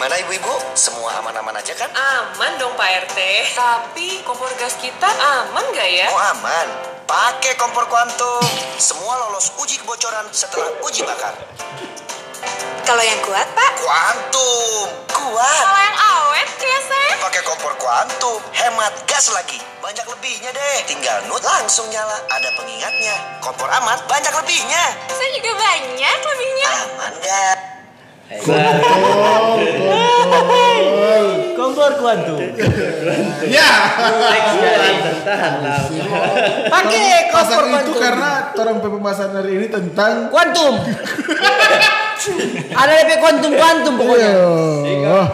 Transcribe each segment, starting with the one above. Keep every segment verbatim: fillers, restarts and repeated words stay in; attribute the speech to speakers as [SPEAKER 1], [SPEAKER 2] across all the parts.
[SPEAKER 1] Gimana ibu-ibu? Semua aman-aman aja kan?
[SPEAKER 2] Aman dong Pak R T. Tapi kompor gas kita aman gak ya?
[SPEAKER 1] Oh aman. Pakai kompor kuantum. Semua lolos uji kebocoran setelah uji bakar.
[SPEAKER 3] Kalau yang kuat, Pak?
[SPEAKER 1] Kuantum. Kuat.
[SPEAKER 2] Kalau yang awet kayak saya?
[SPEAKER 1] Pakai kompor kuantum. Hemat gas lagi. Banyak lebihnya deh. Tinggal nut langsung nyala. Ada pengingatnya. Kompor amat banyak lebihnya.
[SPEAKER 2] Saya juga banyak lebihnya.
[SPEAKER 1] Aman gak?
[SPEAKER 4] Kompor kuantum.
[SPEAKER 5] Ya.
[SPEAKER 4] Pakai kompor
[SPEAKER 5] Pasang itu
[SPEAKER 4] kuantum.
[SPEAKER 5] karena orang pembahasan hari ini tentang
[SPEAKER 4] Kuantum. Ada D P kuantum kuantum pokoknya.
[SPEAKER 5] Oh.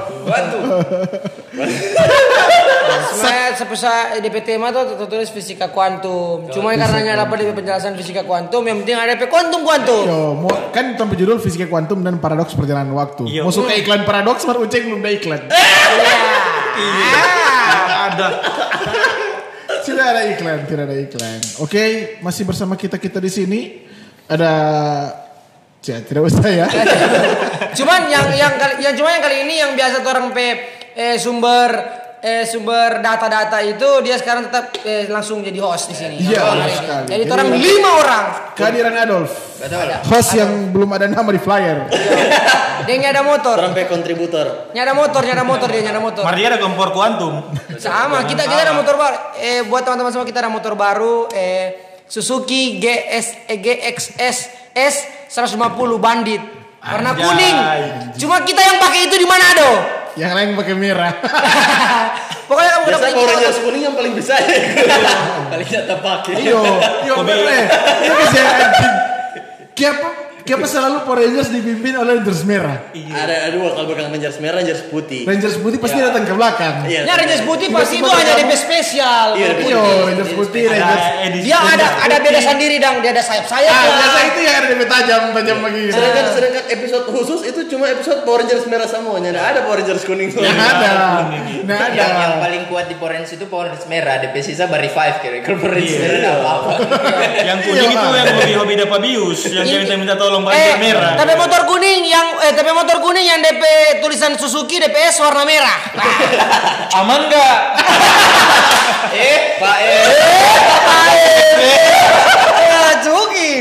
[SPEAKER 4] Saya sepesa D P tema tuh tertulis fisika kuantum. Cuma karena nggak dapat D P penjelasan fisika kuantum, yang penting ada D P kuantum kuantum.
[SPEAKER 5] Yo, mau kan tanpa judul fisika kuantum dan paradoks perjalanan waktu.
[SPEAKER 4] Iya.
[SPEAKER 5] Mau suka iklan paradoks, baru uceng belum ada iklan.
[SPEAKER 4] Iya.
[SPEAKER 5] Ada. Tidak ada iklan, tidak ada iklan. Oke, masih bersama kita kita di sini. Ada ya, tidak usah ya.
[SPEAKER 4] Cuman yang yang kali yang cuma yang kali ini yang biasa tuh orang P eh, sumber eh, sumber data-data itu dia sekarang tetap eh, langsung jadi host di sini.
[SPEAKER 5] Iya,
[SPEAKER 4] Yang
[SPEAKER 5] betul sekali.
[SPEAKER 4] Jadi
[SPEAKER 5] Jadi-
[SPEAKER 4] orang lima orang.
[SPEAKER 5] Kehadiran Adolf. Host yang belum ada nama di flyer.
[SPEAKER 4] Dia nyada motor.
[SPEAKER 6] Sampai kontributor.
[SPEAKER 4] Nyada motor, nyada motor dia nyada motor.
[SPEAKER 7] Mardia ada kompor kuantum.
[SPEAKER 4] Sama, kita kita ada motor baru. Eh buat teman-teman semua kita ada motor baru eh Suzuki G S eh, G X S S seratus lima puluh Bandit. Warna
[SPEAKER 7] Anjay.
[SPEAKER 4] kuning. Cuma kita yang pakai itu di Manado.
[SPEAKER 5] Yang lain pakai merah.
[SPEAKER 4] Pokoknya kamu
[SPEAKER 6] Biasa
[SPEAKER 4] dapat
[SPEAKER 6] Power
[SPEAKER 4] itu.
[SPEAKER 6] Rangers kuning yang paling bisa ya. Paling tidak pakai.
[SPEAKER 5] Yo, yo bener. Ini kesian anjing. Kenapa kenapa selalu Power Rangers dipimpin oleh Rangers merah?
[SPEAKER 6] Ada dua kalau bukan Rangers merah, Rangers putih.
[SPEAKER 5] Rangers putih pasti datang ke belakang.
[SPEAKER 6] Iya.
[SPEAKER 4] Ya Rangers putih pasti itu
[SPEAKER 5] Tiba-tiba
[SPEAKER 4] hanya D P
[SPEAKER 5] kamu-
[SPEAKER 4] spesial.
[SPEAKER 6] Iya, D P
[SPEAKER 5] Yo, Rangers putih, Rangers.
[SPEAKER 4] Dia ada ada beda sendiri dang, dia ada sayap-sayap.
[SPEAKER 5] Ah,
[SPEAKER 4] lah.
[SPEAKER 5] biasa itu yang ada D P tajam, tajam lagi.
[SPEAKER 6] Sedangkan sedangkan episode khusus itu cuma episode Power Rangers merah semuanya. Nggak ada Power Rangers kuning.
[SPEAKER 5] Yang ada. Nah, ada.
[SPEAKER 8] Yang, yang paling kuat di Power Rangers itu Power Rangers merah, D P sisa bar revive kira. Kalau Power Rangers merah nggak apa-apa.
[SPEAKER 7] Yang kuning itu yang hobi-hobi Dapabius, yang
[SPEAKER 4] Ini-
[SPEAKER 7] minta minta tolong
[SPEAKER 4] Eh,
[SPEAKER 7] Ranger merah.
[SPEAKER 4] tapi motor kuning yang eh tapi motor kuning yang D P tulisan Suzuki D P S warna merah.
[SPEAKER 7] Aman nggak?
[SPEAKER 8] Eh, Pak eh.
[SPEAKER 4] Ya Suzuki.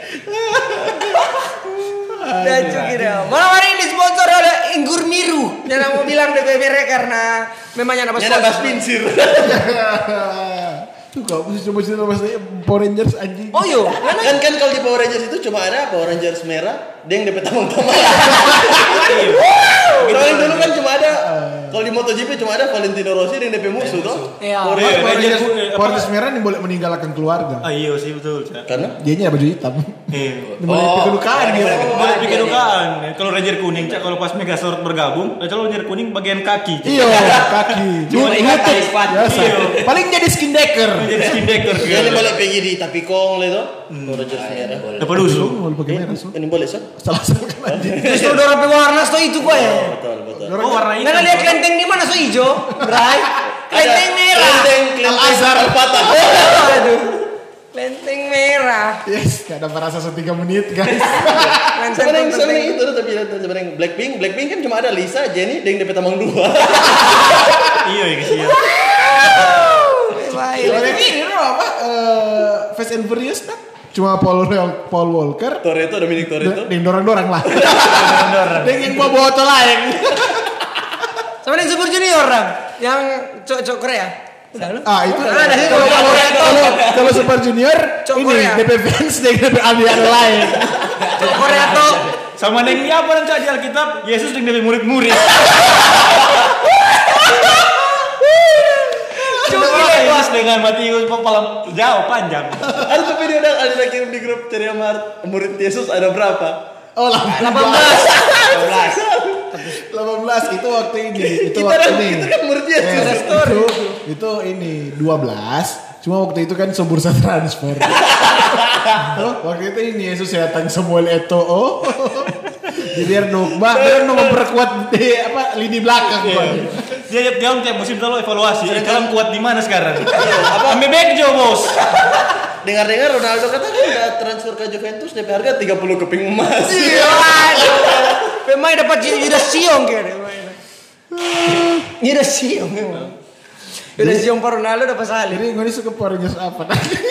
[SPEAKER 4] Ya Suzuki dah. Malam hari ini sponsor oleh Inggur Miru. Jangan mau bilang D P merah karena memangnya dapat
[SPEAKER 6] Nyana bas
[SPEAKER 4] sponsor.
[SPEAKER 6] pinsir.
[SPEAKER 5] Tuh kau mesti coba cerita pas Power Rangers anjing.
[SPEAKER 4] Oh yo, mana?
[SPEAKER 6] Kan kan kalau di Power Rangers itu cuma ada Power Rangers merah, dia yang D P tamang-tamang. Soalnya dulu kan cuma ada kalau di MotoGP cuma ada Valentino Rossi yang D P musuh toh.
[SPEAKER 4] Iya.
[SPEAKER 5] Power
[SPEAKER 7] Eh,
[SPEAKER 5] Power
[SPEAKER 7] Ranger
[SPEAKER 5] Rangers,
[SPEAKER 7] ku- eh, apa?
[SPEAKER 5] Power Rangers merah ini boleh meninggalkan keluarga.
[SPEAKER 7] Ah iya sih betul. Cak.
[SPEAKER 6] Karena
[SPEAKER 5] Dianya baju hitam.
[SPEAKER 7] Eh,
[SPEAKER 5] Ini boleh
[SPEAKER 8] Oh,
[SPEAKER 5] kedukaan
[SPEAKER 8] boleh,
[SPEAKER 5] dia.
[SPEAKER 8] boleh.
[SPEAKER 7] boleh bikin dukaan. Kalau Ranger kuning, Cak, kalau pas Megazord bergabung, kalau Ranger kuning bagian kaki. Cak.
[SPEAKER 5] Iya, kaki.
[SPEAKER 8] Cuma ingat tali sepatu.
[SPEAKER 5] Biasa. Paling jadi skin decker.
[SPEAKER 7] Jadi skin decker.
[SPEAKER 6] dia ini boleh pergi di Tapikong le toh. Power Rangers merah.
[SPEAKER 7] Dapat dulu.
[SPEAKER 5] Mau pakai merah so.
[SPEAKER 6] Ini boleh so?
[SPEAKER 5] Salah salah kan anjing.
[SPEAKER 4] Justru dorong pewarna so itu gue ya.
[SPEAKER 6] Betul betul.
[SPEAKER 7] Oh warna hitam.
[SPEAKER 4] Nggak lihat kelenteng di mana so hijau, Bray? Kelenteng merah.
[SPEAKER 6] Kelenteng, kelenteng
[SPEAKER 5] Al-Azhar.
[SPEAKER 6] patah.
[SPEAKER 4] Aduh. Kelenteng merah.
[SPEAKER 5] Yes, gak ada merasa setiga menit guys.
[SPEAKER 4] Kelenteng
[SPEAKER 6] Sebenarnya sebenarnya
[SPEAKER 4] kelenteng.
[SPEAKER 6] itu tapi sebenarnya Blackpink, Blackpink kan cuma ada Lisa, Jennie, dan D P tamang dua.
[SPEAKER 7] Iya iya sih.
[SPEAKER 4] Baik.
[SPEAKER 5] Kalau yang ini loh, apa? eh, Fast and Furious kan? Cuma Paul Paul Walker.
[SPEAKER 6] Toretto, Dominic Toretto.
[SPEAKER 5] Deng dorang-dorang lah. Deng yang bawa botol lain.
[SPEAKER 4] Sama yang Super Junior orang yang cowok Korea. Udah lu?
[SPEAKER 5] Ah itu.
[SPEAKER 4] Ada sih
[SPEAKER 5] Kalau
[SPEAKER 4] kalau
[SPEAKER 5] kalau kalau kalau Super Junior
[SPEAKER 4] Cok
[SPEAKER 5] ini
[SPEAKER 4] Korea.
[SPEAKER 5] D P fans dengan D P ada lain.
[SPEAKER 4] cowok Korea tuh.
[SPEAKER 7] Sama neng ini apa nanti di Alkitab? Yesus dengan murid-murid. Yesus dengan Matius kepala jauh panjang.
[SPEAKER 6] Ada tuh video ada ada kirim di grup ceria Mart murid Yesus ada berapa?
[SPEAKER 5] Oh
[SPEAKER 4] delapan
[SPEAKER 5] delapan
[SPEAKER 4] belas.
[SPEAKER 5] delapan belas itu waktu ini. Itu
[SPEAKER 6] Kita
[SPEAKER 5] waktu
[SPEAKER 6] kan
[SPEAKER 5] ini.
[SPEAKER 6] kita kan murid Yesus.
[SPEAKER 5] Eh, itu, itu ini dua belas. Cuma waktu itu kan sebursa transfer. Oh, waktu itu ini Yesus datang Samuel Eto'o. Jadi Ernugba, dia mau memperkuat di apa lini belakang. Bang.
[SPEAKER 7] Dia dia tiap musim selalu evaluasi. Sekarang kuat di mana sekarang? Ambil Bejo bos.
[SPEAKER 6] Dengar-dengar Ronaldo kata kan udah transfer ke Juventus D P harga tiga puluh keping emas.
[SPEAKER 4] Iya. Aduh. Pemain dapat jadi siong kayaknya. Ini udah siom memang. Udah siom Ronaldo udah pasal.
[SPEAKER 5] Jadi gue suka Power Rangers apa?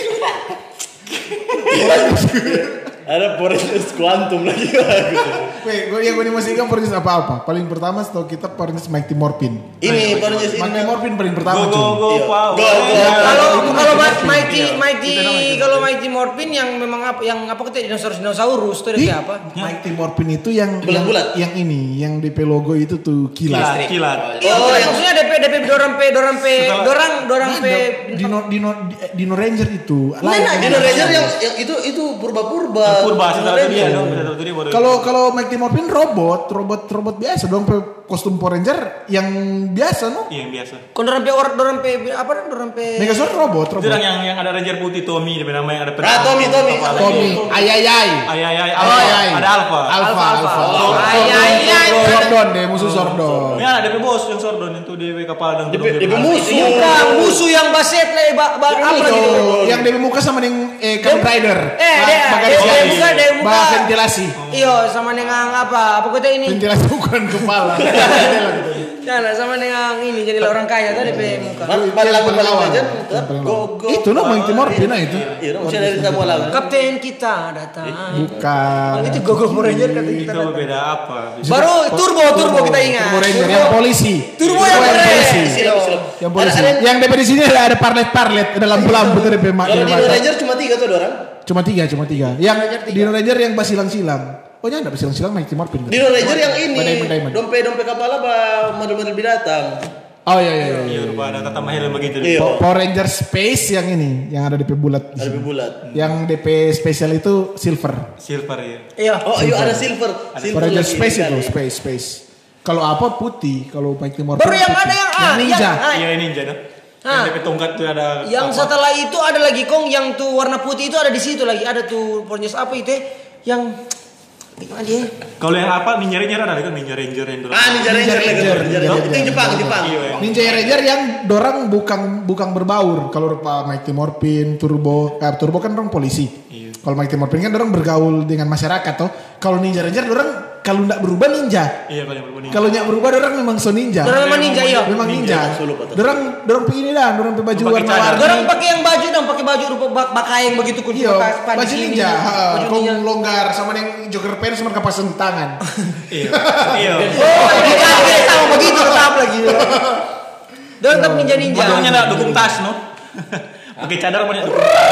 [SPEAKER 6] Ada Power Rangers Quantum lagi.
[SPEAKER 5] Weh, gue yang gue masih ingat Power Rangers apa-apa. Paling pertama setahu kita Power Rangers Mighty Morphin.
[SPEAKER 6] Ini Power Rangers ini.
[SPEAKER 5] Mighty Morphin paling pertama
[SPEAKER 7] Go go go
[SPEAKER 6] Iya.
[SPEAKER 7] power.
[SPEAKER 6] Go, go.
[SPEAKER 4] Kalau kalau
[SPEAKER 5] Mighty
[SPEAKER 4] Mighty
[SPEAKER 7] Iya.
[SPEAKER 4] Mighty
[SPEAKER 7] Itu namanya.
[SPEAKER 4] kalau Mighty Morphin yang memang apa yang apa kita dinosaurus dinosaurus itu
[SPEAKER 5] Ih,
[SPEAKER 4] dia apa?
[SPEAKER 5] Mighty Morphin itu yang
[SPEAKER 6] Bulat-bulat.
[SPEAKER 5] yang, yang ini, yang D P logo itu tuh kilat.
[SPEAKER 7] Kilat, kilat.
[SPEAKER 4] Iya,
[SPEAKER 6] Oh, yang-
[SPEAKER 4] maksudnya D P D P dorang P dorang P
[SPEAKER 7] Setelah-
[SPEAKER 4] dorang dorang P
[SPEAKER 5] Dino Dino Dino Ranger itu.
[SPEAKER 6] Nah, nah,
[SPEAKER 5] Lain.
[SPEAKER 6] Dino Ranger yang, yang itu itu purba-purba.
[SPEAKER 7] Purba
[SPEAKER 6] Dino
[SPEAKER 7] setelah itu dia
[SPEAKER 6] Ranger.
[SPEAKER 7] dong, setelah itu dia baru.
[SPEAKER 5] Kalau kalau Mighty Morphin robot, robot robot biasa dong, pe- kostum Power Ranger yang biasa no.
[SPEAKER 7] Iya yang biasa.
[SPEAKER 4] kon dorang P or dorang P apa dorang P
[SPEAKER 5] Megazord robot,
[SPEAKER 7] Itu
[SPEAKER 5] robot.
[SPEAKER 7] yang yang yang ada Ranger putih Tommy, dia nama yang ada
[SPEAKER 6] Ah, Tommy, Tommy.
[SPEAKER 7] Kepala.
[SPEAKER 5] Tommy, ayayay.
[SPEAKER 7] Ay ay ay.
[SPEAKER 5] Oh,
[SPEAKER 7] Alpha.
[SPEAKER 5] ay, ay.
[SPEAKER 7] Ada Alpha.
[SPEAKER 5] Alpha, Alpha.
[SPEAKER 4] Oh, ay, ay, ay.
[SPEAKER 5] Sordon deh, musuh Sordon.
[SPEAKER 7] Ya ada D P bos yang Sordon itu D P kapal dan
[SPEAKER 6] D P D P musuh.
[SPEAKER 4] Bukan musuh yang baset lah ba, ba, apa gitu.
[SPEAKER 5] Oh, yang D P muka sama dengan eh, Kamen Rider.
[SPEAKER 4] Eh, dia
[SPEAKER 5] Bagan
[SPEAKER 4] dia
[SPEAKER 5] sial.
[SPEAKER 4] dia muka dia muka.
[SPEAKER 5] Bah, ventilasi.
[SPEAKER 4] Iya, sama dengan apa? Apa kata ini?
[SPEAKER 5] Ventilasi bukan kepala.
[SPEAKER 4] Nah, nah, sama dengan ini jadi orang kaya tadi D P muka.
[SPEAKER 6] Mal- mal- lagu
[SPEAKER 5] Paling
[SPEAKER 6] paling
[SPEAKER 5] awal.
[SPEAKER 6] legend.
[SPEAKER 5] Yang paling
[SPEAKER 6] Go
[SPEAKER 5] awal.
[SPEAKER 6] go.
[SPEAKER 5] Itu no Mighty Morphin nah itu.
[SPEAKER 6] Iya, dong, masih dari semua lagu.
[SPEAKER 4] Kapten kita datang.
[SPEAKER 5] Bukan.
[SPEAKER 4] Itu Gogo Power Ranger kata kita.
[SPEAKER 7] itu beda apa?
[SPEAKER 4] Baru turbo turbo kita ingat.
[SPEAKER 5] Turbo Ranger yang polisi.
[SPEAKER 4] Turbo yang keren.
[SPEAKER 5] polisi.
[SPEAKER 6] Silap, silap.
[SPEAKER 5] Yang polisi.
[SPEAKER 6] Ada- ada-
[SPEAKER 5] Yang D P di sini ada ada parlet-parlet, ada lampu-lampu tuh D P mak.
[SPEAKER 6] Kalau Dino Ranger cuma tiga tuh ada orang.
[SPEAKER 5] Cuma tiga, cuma tiga. Yang Dino Ranger yang basilang-silang. Oh, nyanda basilang-silang Mighty Morphin.
[SPEAKER 6] Dino Ranger yang ini.
[SPEAKER 5] Diamond, Diamond.
[SPEAKER 6] Dompet-dompet kepala apa model-model binatang.
[SPEAKER 5] Oh iya iya iya.
[SPEAKER 7] Iya lupa ada kata mahir begitu.
[SPEAKER 6] Iya.
[SPEAKER 5] Po- Power Ranger Space yang ini, yang ada D P bulat.
[SPEAKER 6] Ada lebih bulat.
[SPEAKER 5] Yang D P spesial itu silver.
[SPEAKER 7] Silver ya.
[SPEAKER 4] Iya.
[SPEAKER 6] Oh, iya ada silver. Silver
[SPEAKER 5] Power Ranger
[SPEAKER 6] lagi
[SPEAKER 5] Space
[SPEAKER 6] kan,
[SPEAKER 5] itu,
[SPEAKER 6] ya.
[SPEAKER 5] Space Space. Kalau apa putih, kalau Mighty Morphin.
[SPEAKER 4] Baru yang
[SPEAKER 5] putih.
[SPEAKER 4] ada yang ah,
[SPEAKER 5] yang ninja.
[SPEAKER 4] yang, ah,
[SPEAKER 7] Iya ninja dah.
[SPEAKER 4] Ah.
[SPEAKER 7] Yang D P tongkat tuh ada.
[SPEAKER 4] yang
[SPEAKER 7] apa?
[SPEAKER 4] setelah itu ada lagi Kong yang tuh warna putih itu ada di situ lagi. Ada tuh Power Rangers apa itu ya? Yang gimana dia?
[SPEAKER 7] Kalau yang apa Ninja Ranger ada kan Ninja Ranger yang dulu.
[SPEAKER 6] Ah, Ninja Ranger lagi.
[SPEAKER 5] Ranger,
[SPEAKER 6] Ninja
[SPEAKER 5] Ninja
[SPEAKER 6] Ranger.
[SPEAKER 5] Ranger.
[SPEAKER 6] Itu yang Jepang, Jepang.
[SPEAKER 7] Iya, iya.
[SPEAKER 5] Ninja Ranger yang dorang bukan bukan berbaur. Kalau rupa Mighty Morphin, Turbo, eh, Turbo kan orang polisi.
[SPEAKER 7] Iya.
[SPEAKER 5] Kalau Mighty Morphin kan dorang bergaul dengan masyarakat toh. Kalau Ninja Ranger dorang kalau tidak berubah ninja.
[SPEAKER 7] Iya kalau yang berubah ninja.
[SPEAKER 5] Kalau nyak berubah dorang memang so ninja.
[SPEAKER 4] Dorang memang ninja iya.
[SPEAKER 5] Memang ninja.
[SPEAKER 6] Solo, Pak.
[SPEAKER 5] Dorang dorang begini dah, dorang pakai baju
[SPEAKER 7] Pakai
[SPEAKER 5] warna
[SPEAKER 7] cadar.
[SPEAKER 5] warni.
[SPEAKER 4] Dorang pakai yang baju dong, pakai baju rupa bak bakayang begitu kun
[SPEAKER 5] Iya,
[SPEAKER 4] pakai pakai
[SPEAKER 5] baju
[SPEAKER 4] sini.
[SPEAKER 5] ninja.
[SPEAKER 4] Baju
[SPEAKER 5] Kau
[SPEAKER 4] ninja.
[SPEAKER 5] longgar sama yang joker pants sama kapasan tangan.
[SPEAKER 7] Iya. Iya.
[SPEAKER 4] Oh, ini kan dia sama begitu tetap lagi. Dorang tetap ninja-ninja.
[SPEAKER 7] Bojongnya nak dukung tas no. Pakai cadar banyak dukung tas.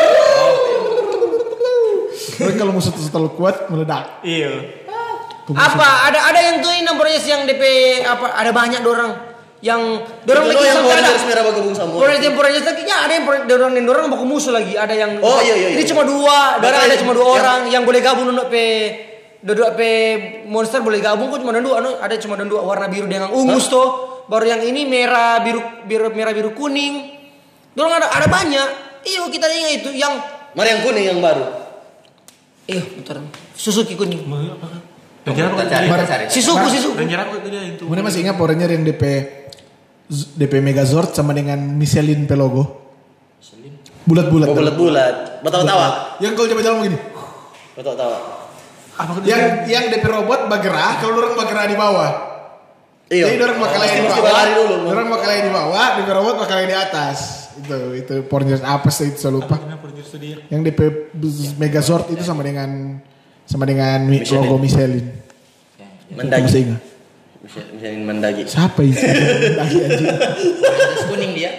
[SPEAKER 5] Tapi kalau musuh itu terlalu kuat meledak.
[SPEAKER 7] Iya.
[SPEAKER 4] Apa? Ada ada yang tuh ini nomornya yang D P apa? Ada banyak dorang yang dorang
[SPEAKER 6] Itu
[SPEAKER 4] lagi
[SPEAKER 6] yang Power
[SPEAKER 4] sampai ada.
[SPEAKER 6] Rangers merah bergabung sama.
[SPEAKER 4] Power Rangers Power Rangers lagi ya ada yang Power- dorang dan dorang baku musuh lagi. Ada yang
[SPEAKER 6] Oh, iya, iya,
[SPEAKER 4] Ini
[SPEAKER 6] iya.
[SPEAKER 4] cuma dua, dorang
[SPEAKER 6] Makanya
[SPEAKER 4] ada cuma dua
[SPEAKER 6] yang-
[SPEAKER 4] orang yang boleh gabung untuk P dua P monster boleh gabung kok cuma ada dua, no? Ada cuma ada dua warna biru dengan ungus tuh. Baru yang ini merah biru biru merah biru kuning. Dorang ada ada banyak. Iyo kita ingat itu yang
[SPEAKER 6] Mari yang kuning yang baru.
[SPEAKER 4] Iya, bentar. Suzuki kuning.
[SPEAKER 7] Ranger apa
[SPEAKER 8] Kita cari, kita cari.
[SPEAKER 4] Si suku, si suku.
[SPEAKER 7] Ranger apa itu dia itu?
[SPEAKER 5] Kemudian masih ingat Power Ranger yang D P Z- D P Megazord sama dengan Michelin Pelogo. Bulat-bulat.
[SPEAKER 6] Oh, bulat-bulat. Batawa-tawa.
[SPEAKER 5] Yang kalau coba jalan begini.
[SPEAKER 6] Batawa-tawa.
[SPEAKER 5] Yang yang D P robot bergerak, kalau orang bergerak di bawah.
[SPEAKER 6] Iya.
[SPEAKER 5] Jadi orang bakal
[SPEAKER 6] Mesti-
[SPEAKER 5] di
[SPEAKER 6] mesti
[SPEAKER 5] bawah.
[SPEAKER 6] lari dulu.
[SPEAKER 5] Orang bakal di bawah, D P robot bakal di atas. Itu itu Power Rangers apa sih itu saya lupa.
[SPEAKER 7] Kenapa Ranger itu dia?
[SPEAKER 5] Yang D P Z- Megazord itu sama dengan sama dengan mi-
[SPEAKER 6] Michelin.
[SPEAKER 5] logo Michelin.
[SPEAKER 6] Mendagi.
[SPEAKER 5] Masih ingat.
[SPEAKER 6] Bisa bisa mendagi.
[SPEAKER 5] Siapa itu? Mendagi anjing.
[SPEAKER 8] Terus kuning dia.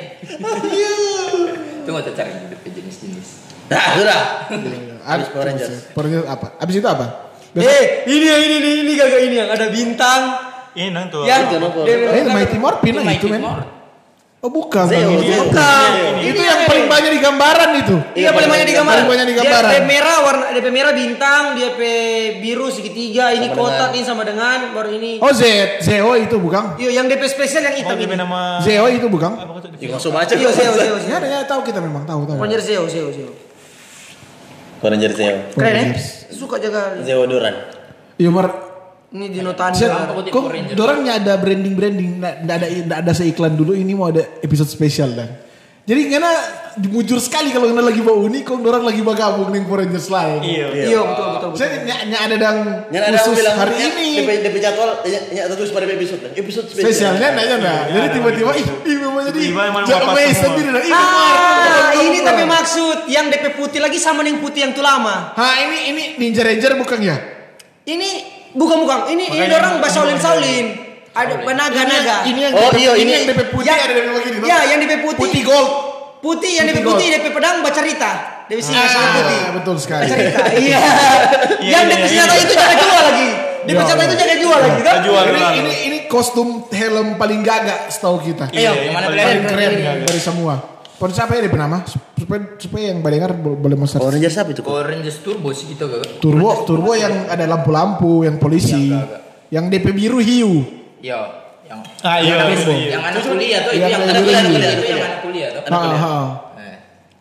[SPEAKER 8] Tunggu kita cari jenis-jenis.
[SPEAKER 6] Nah, sudah.
[SPEAKER 5] Habis
[SPEAKER 6] Power Rangers.
[SPEAKER 5] Power Rangers apa? Habis itu apa?
[SPEAKER 4] Eh, ini yang ini ini ini gagak ini yang ada bintang.
[SPEAKER 7] Ini nang tuh.
[SPEAKER 4] Yang
[SPEAKER 6] Itu, no,
[SPEAKER 4] dia-
[SPEAKER 5] Eh, Mighty Morphin lah itu men. Oh bukan.
[SPEAKER 6] Zeo,
[SPEAKER 5] Bang.
[SPEAKER 6] Zeo.
[SPEAKER 4] Bukan.
[SPEAKER 5] Itu yang paling banyak di gambaran itu.
[SPEAKER 4] Iya paling banyak di gambar.
[SPEAKER 5] Paling banyak di gambaran.
[SPEAKER 4] Dia D P merah warna D P merah bintang, dia P biru segitiga, ini
[SPEAKER 6] Sama
[SPEAKER 4] kotak
[SPEAKER 6] dengan-
[SPEAKER 4] ini sama dengan baru ini.
[SPEAKER 5] Oh Z, Zeo itu bukan?
[SPEAKER 4] Iya yang D P spesial yang
[SPEAKER 7] Oh
[SPEAKER 4] hitam
[SPEAKER 7] dia
[SPEAKER 4] ini.
[SPEAKER 7] nama.
[SPEAKER 5] Zeo itu bukan?
[SPEAKER 7] Apa kata dia?
[SPEAKER 6] Ih, langsung baca.
[SPEAKER 4] Iya Zeo Zeo
[SPEAKER 5] Ya,
[SPEAKER 4] Zeo.
[SPEAKER 5] ya tahu kita memang tahu tahu.
[SPEAKER 4] Ranger Zeo Zeo Zeo.
[SPEAKER 6] Power Rangers Zeo.
[SPEAKER 4] Keren ya?
[SPEAKER 5] Rangers.
[SPEAKER 4] Suka jaga.
[SPEAKER 6] Zeo Duran.
[SPEAKER 5] Iya mar.
[SPEAKER 4] Ini Dino Tanda.
[SPEAKER 8] Putih
[SPEAKER 5] Kok
[SPEAKER 8] Power Ranger.
[SPEAKER 5] dorangnya ada branding branding, nggak ada nggak ada seiklan dulu ini mau ada episode spesial dan. Jadi karena dimujur sekali kalau kena lagi bawa uni, kok dorang lagi bergabung dengan Power Rangers lain.
[SPEAKER 7] Iya.
[SPEAKER 4] Iya betul betul
[SPEAKER 5] Saya nya, nya ada dang
[SPEAKER 6] Yang ada
[SPEAKER 5] khusus
[SPEAKER 6] bilang
[SPEAKER 5] hari
[SPEAKER 6] "Nya,
[SPEAKER 5] ini.
[SPEAKER 6] D P D P jadwal nya nya terus pada episode episode spesial.
[SPEAKER 5] Spesialnya nanya nah. Jadi tiba-tiba ih, ih memang jadi
[SPEAKER 7] Tiba-tiba emang
[SPEAKER 5] jangan
[SPEAKER 7] bapak
[SPEAKER 5] main
[SPEAKER 7] semua.
[SPEAKER 5] sendiri dah. Ih,
[SPEAKER 4] Ah,
[SPEAKER 5] kemar.
[SPEAKER 4] ini tapi maksud yang D P putih lagi sama yang putih yang tuh lama.
[SPEAKER 5] Ha, ini ini Ninja Ranger bukan ya?
[SPEAKER 4] Ini bukan bukan. Ini ini
[SPEAKER 7] Makanya
[SPEAKER 4] orang
[SPEAKER 7] ini
[SPEAKER 4] Basaulin
[SPEAKER 7] ini
[SPEAKER 4] Saulin. Ada naga-naga.
[SPEAKER 5] Ini yang
[SPEAKER 6] Oh,
[SPEAKER 5] D P
[SPEAKER 6] iya,
[SPEAKER 5] ini
[SPEAKER 6] ini-
[SPEAKER 5] yang D P putih
[SPEAKER 4] yang-
[SPEAKER 5] ada D P begini.
[SPEAKER 4] Ya, yang D P putih.
[SPEAKER 5] Putih gold.
[SPEAKER 4] Putih yang D P
[SPEAKER 5] Putih
[SPEAKER 4] putih, D P pedang baca Rita. D P singa sama putih.
[SPEAKER 5] Ah, betul sekali.
[SPEAKER 4] Baca Rita. Iya. Yang D P
[SPEAKER 7] iya,
[SPEAKER 4] senjata
[SPEAKER 7] iya.
[SPEAKER 4] itu jaga jual lagi. D P
[SPEAKER 5] Iya,
[SPEAKER 4] senjata
[SPEAKER 5] iya.
[SPEAKER 4] itu jaga jual lagi kan?
[SPEAKER 7] Kita jual
[SPEAKER 5] Ini,
[SPEAKER 7] dulu.
[SPEAKER 5] ini ini kostum helm paling gagak setahu kita.
[SPEAKER 7] Iya,
[SPEAKER 8] yang mana
[SPEAKER 7] paling-
[SPEAKER 5] Paling
[SPEAKER 8] keren?
[SPEAKER 5] keren dari semua. Pon siapa ya D P nama? Supaya supaya yang mendengar bo- boleh monster.
[SPEAKER 6] Power Rangers apa itu?
[SPEAKER 8] Power Rangers Turbo sih gitu gak?
[SPEAKER 5] Turbo, turbo yang ada lampu-lampu, yang polisi.
[SPEAKER 8] Yang gagak.
[SPEAKER 5] Yang D P biru hiu.
[SPEAKER 8] Iya, yang
[SPEAKER 7] Ah iya.
[SPEAKER 5] Turbo.
[SPEAKER 7] iya.
[SPEAKER 8] yang anak kuliah tuh itu
[SPEAKER 5] Yang
[SPEAKER 8] yang
[SPEAKER 5] anak
[SPEAKER 8] anak kuliah,
[SPEAKER 5] kuliah.
[SPEAKER 8] itu yang anak kuliah tuh.
[SPEAKER 5] Ha, ha.
[SPEAKER 8] Eh.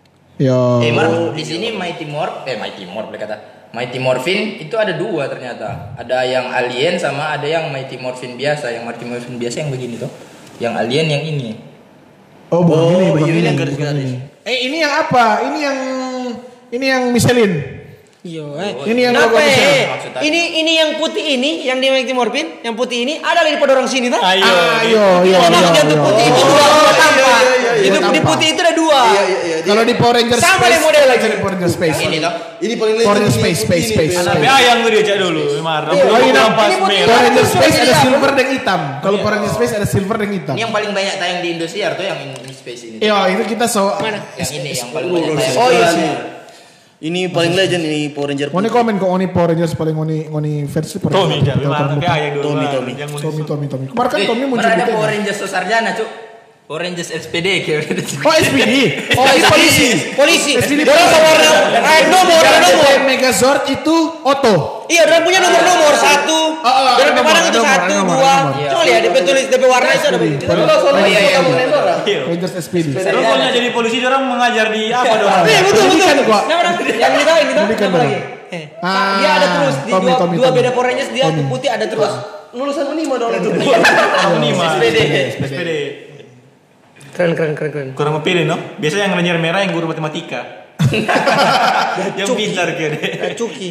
[SPEAKER 5] Ya.
[SPEAKER 8] Eh, Mar, di sini Mighty Morph, eh Mighty Morph boleh kata. Mighty Morphin itu ada dua ternyata. Ada yang alien sama ada yang Mighty Morphin biasa. Yang Mighty Morphin biasa yang begini tuh. Yang alien yang ini.
[SPEAKER 5] Oh, bukan
[SPEAKER 6] Oh,
[SPEAKER 5] ini, bukan
[SPEAKER 6] iya, ini
[SPEAKER 5] ini,
[SPEAKER 6] yang
[SPEAKER 5] bukan
[SPEAKER 6] garis-garis.
[SPEAKER 5] ini. Eh, ini yang apa? Ini yang ini yang Michelin.
[SPEAKER 4] Iya, eh.
[SPEAKER 5] Ini yang
[SPEAKER 4] Kenapa
[SPEAKER 5] logo Michelin.
[SPEAKER 4] eh?
[SPEAKER 8] Maksud tadi.
[SPEAKER 4] Ini ini yang putih ini, yang di Mighty Morphin, yang putih ini ada lagi pada orang sini tuh.
[SPEAKER 7] Ayo.
[SPEAKER 5] Ayo,
[SPEAKER 4] Ini
[SPEAKER 5] yo,
[SPEAKER 4] maksudnya
[SPEAKER 5] yo,
[SPEAKER 4] tuh
[SPEAKER 5] yo.
[SPEAKER 4] putih itu
[SPEAKER 5] Oh,
[SPEAKER 4] dua dua tampak.
[SPEAKER 6] iya, iya,
[SPEAKER 4] Itu
[SPEAKER 5] iya.
[SPEAKER 4] di putih itu ada dua.
[SPEAKER 6] Iya iya iya.
[SPEAKER 5] Kalau di Power Rangers
[SPEAKER 4] Sama
[SPEAKER 5] Space,
[SPEAKER 4] deh model lagi.
[SPEAKER 5] Di Power Rangers Space.
[SPEAKER 8] Ini tuh.
[SPEAKER 6] Ini paling
[SPEAKER 5] Power
[SPEAKER 6] legend
[SPEAKER 5] Rangers
[SPEAKER 6] ini,
[SPEAKER 5] Space, Space,
[SPEAKER 6] ini,
[SPEAKER 5] Space.
[SPEAKER 6] Space.
[SPEAKER 7] Tapi ayang tuh dia cak dulu. Mar.
[SPEAKER 5] Oh, ini
[SPEAKER 7] Lampas
[SPEAKER 4] ini putih.
[SPEAKER 7] merah.
[SPEAKER 5] Power Rangers Space ada
[SPEAKER 4] Iya.
[SPEAKER 5] silver dan hitam. Kalau Power Rangers Space ada silver dan hitam.
[SPEAKER 8] Ini yang paling banyak tayang di Indosiar tuh yang in space ini.
[SPEAKER 5] Iya, itu kita so.
[SPEAKER 8] Yang ini yang paling banyak tayang.
[SPEAKER 6] Oh iya sih. Ini paling legend ini Power Ranger.
[SPEAKER 5] Ngoni komen kok ngoni Power Rangers paling ngoni ngoni versi Power
[SPEAKER 7] Tommy
[SPEAKER 5] Rangers.
[SPEAKER 7] cak. Mar. Tapi ayang dulu.
[SPEAKER 6] Tommy,
[SPEAKER 7] Mar.
[SPEAKER 6] Tommy.
[SPEAKER 7] Yang mau
[SPEAKER 5] Tommy, Tommy, Tommy. Kemarin kan
[SPEAKER 8] Eh,
[SPEAKER 5] Tommy muncul
[SPEAKER 8] mana
[SPEAKER 5] di
[SPEAKER 8] ada Power
[SPEAKER 5] tengah.
[SPEAKER 8] Rangers Sarjana, Cuk. Power Rangers S P D kayak
[SPEAKER 5] Oh, S P D. Oh, ini polisi.
[SPEAKER 4] Polisi.
[SPEAKER 5] S P D.
[SPEAKER 4] Orang warna eh nomor ada nomor.
[SPEAKER 5] Yang Megazord itu Otto.
[SPEAKER 4] Iya, orang punya nomor-nomor satu.
[SPEAKER 5] Oh, oh, ada
[SPEAKER 4] Dari
[SPEAKER 5] nomor,
[SPEAKER 4] pedang
[SPEAKER 5] ada
[SPEAKER 4] itu
[SPEAKER 5] nomor,
[SPEAKER 4] satu,
[SPEAKER 5] ada nomor,
[SPEAKER 4] dua.
[SPEAKER 5] ada nomor.
[SPEAKER 4] Coba lihat D P tulis D P warna itu ada begitu.
[SPEAKER 5] Power-
[SPEAKER 6] Soalnya
[SPEAKER 8] iya, iya,
[SPEAKER 6] kamu
[SPEAKER 8] iya.
[SPEAKER 6] nembak lah.
[SPEAKER 7] Iya.
[SPEAKER 5] Rangers S P D.
[SPEAKER 7] Lu kalau jadi polisi orang mengajar di apa dong?
[SPEAKER 4] Iya, betul betul.
[SPEAKER 5] Pendidikan, Pak.
[SPEAKER 4] Nah, nah, yang ini tahu, ini tahu.
[SPEAKER 5] Pendidikan,
[SPEAKER 4] Apa
[SPEAKER 5] Bang.
[SPEAKER 4] lagi? Eh,
[SPEAKER 5] Ah,
[SPEAKER 4] dia ada terus di
[SPEAKER 5] Tommy,
[SPEAKER 4] dua
[SPEAKER 5] Tommy,
[SPEAKER 4] dua
[SPEAKER 5] Tommy.
[SPEAKER 4] beda Power Rangers dia
[SPEAKER 5] Tommy.
[SPEAKER 4] putih ada terus.
[SPEAKER 6] Lulusan Unima dong itu.
[SPEAKER 7] Unima.
[SPEAKER 8] S P D.
[SPEAKER 7] S P D.
[SPEAKER 4] Keren keren keren keren.
[SPEAKER 7] Kurang memilih no. Biasanya yang ranger merah yang guru matematika. Yang pintar kayaknya.
[SPEAKER 4] Cuki.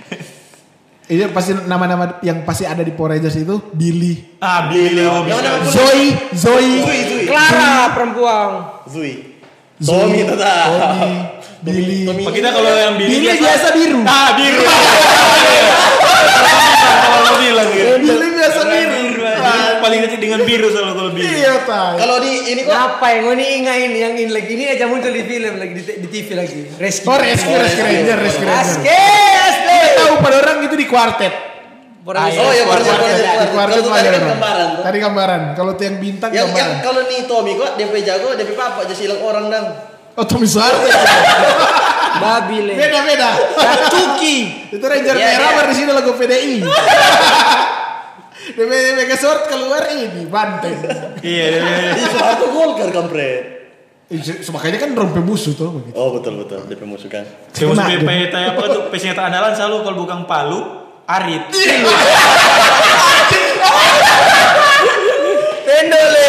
[SPEAKER 5] Ini pasti nama-nama yang pasti ada di Power Rangers itu Billy,
[SPEAKER 7] Ah, Billy. oh,
[SPEAKER 6] Yang mana?
[SPEAKER 7] bisa.
[SPEAKER 5] Zoe, Zoe,
[SPEAKER 6] Zui, Zui.
[SPEAKER 4] Clara perempuan.
[SPEAKER 6] Zui.
[SPEAKER 5] Zoe,
[SPEAKER 6] Tommy tetap.
[SPEAKER 5] Tommy, Billy.
[SPEAKER 6] Tommy.
[SPEAKER 7] Pak, kita kalau yang Billy,
[SPEAKER 5] Billy biasa biru.
[SPEAKER 7] Ah, biru. Kalau lu bilang gitu.
[SPEAKER 5] Billy biasa biru.
[SPEAKER 7] Paling kecil dengan biru selalu kalau biru.
[SPEAKER 5] Iya, tay.
[SPEAKER 6] Kalau di ini kok
[SPEAKER 4] Apa yang ini ingat ini yang ini lagi ini aja muncul di film lagi di, di T V lagi. Rescue.
[SPEAKER 5] Oh, Rescue, Rescue Ranger, Rescue Ranger.
[SPEAKER 4] Aske, aske.
[SPEAKER 5] Tahu pada orang itu di kuartet.
[SPEAKER 4] Orang
[SPEAKER 6] Oh ya baru
[SPEAKER 5] Kuartet,
[SPEAKER 6] baru
[SPEAKER 5] di
[SPEAKER 6] baru.
[SPEAKER 5] kuartet
[SPEAKER 6] Kalau tadi
[SPEAKER 5] ada
[SPEAKER 6] kan
[SPEAKER 5] orang.
[SPEAKER 6] gambaran tuh.
[SPEAKER 5] Tadi gambaran. Kalau tuh yang bintang
[SPEAKER 6] Yang yang
[SPEAKER 5] gambaran.
[SPEAKER 6] kalau nih Tommy kok D P jago, D P papa aja silang orang dang.
[SPEAKER 5] Oh, Tommy Suarez.
[SPEAKER 4] babi le.
[SPEAKER 5] Beda beda.
[SPEAKER 4] Cuki.
[SPEAKER 5] Itu Ranger
[SPEAKER 8] Iya,
[SPEAKER 5] merah
[SPEAKER 8] iya.
[SPEAKER 5] baru di sini lagu P D I. D P Megazord keluar ini banteng.
[SPEAKER 7] Iya, iya, iya.
[SPEAKER 6] Di Soeharto Golkar kampret.
[SPEAKER 5] Eh, se- Makanya kan rompe musuh tuh begitu.
[SPEAKER 6] Oh betul betul D P musuh kan.
[SPEAKER 7] Terus
[SPEAKER 5] Kena,
[SPEAKER 7] P P
[SPEAKER 5] dia.
[SPEAKER 7] T apa tuh? Pesenjata andalan selalu kalau bukan palu, arit.
[SPEAKER 4] Tendole.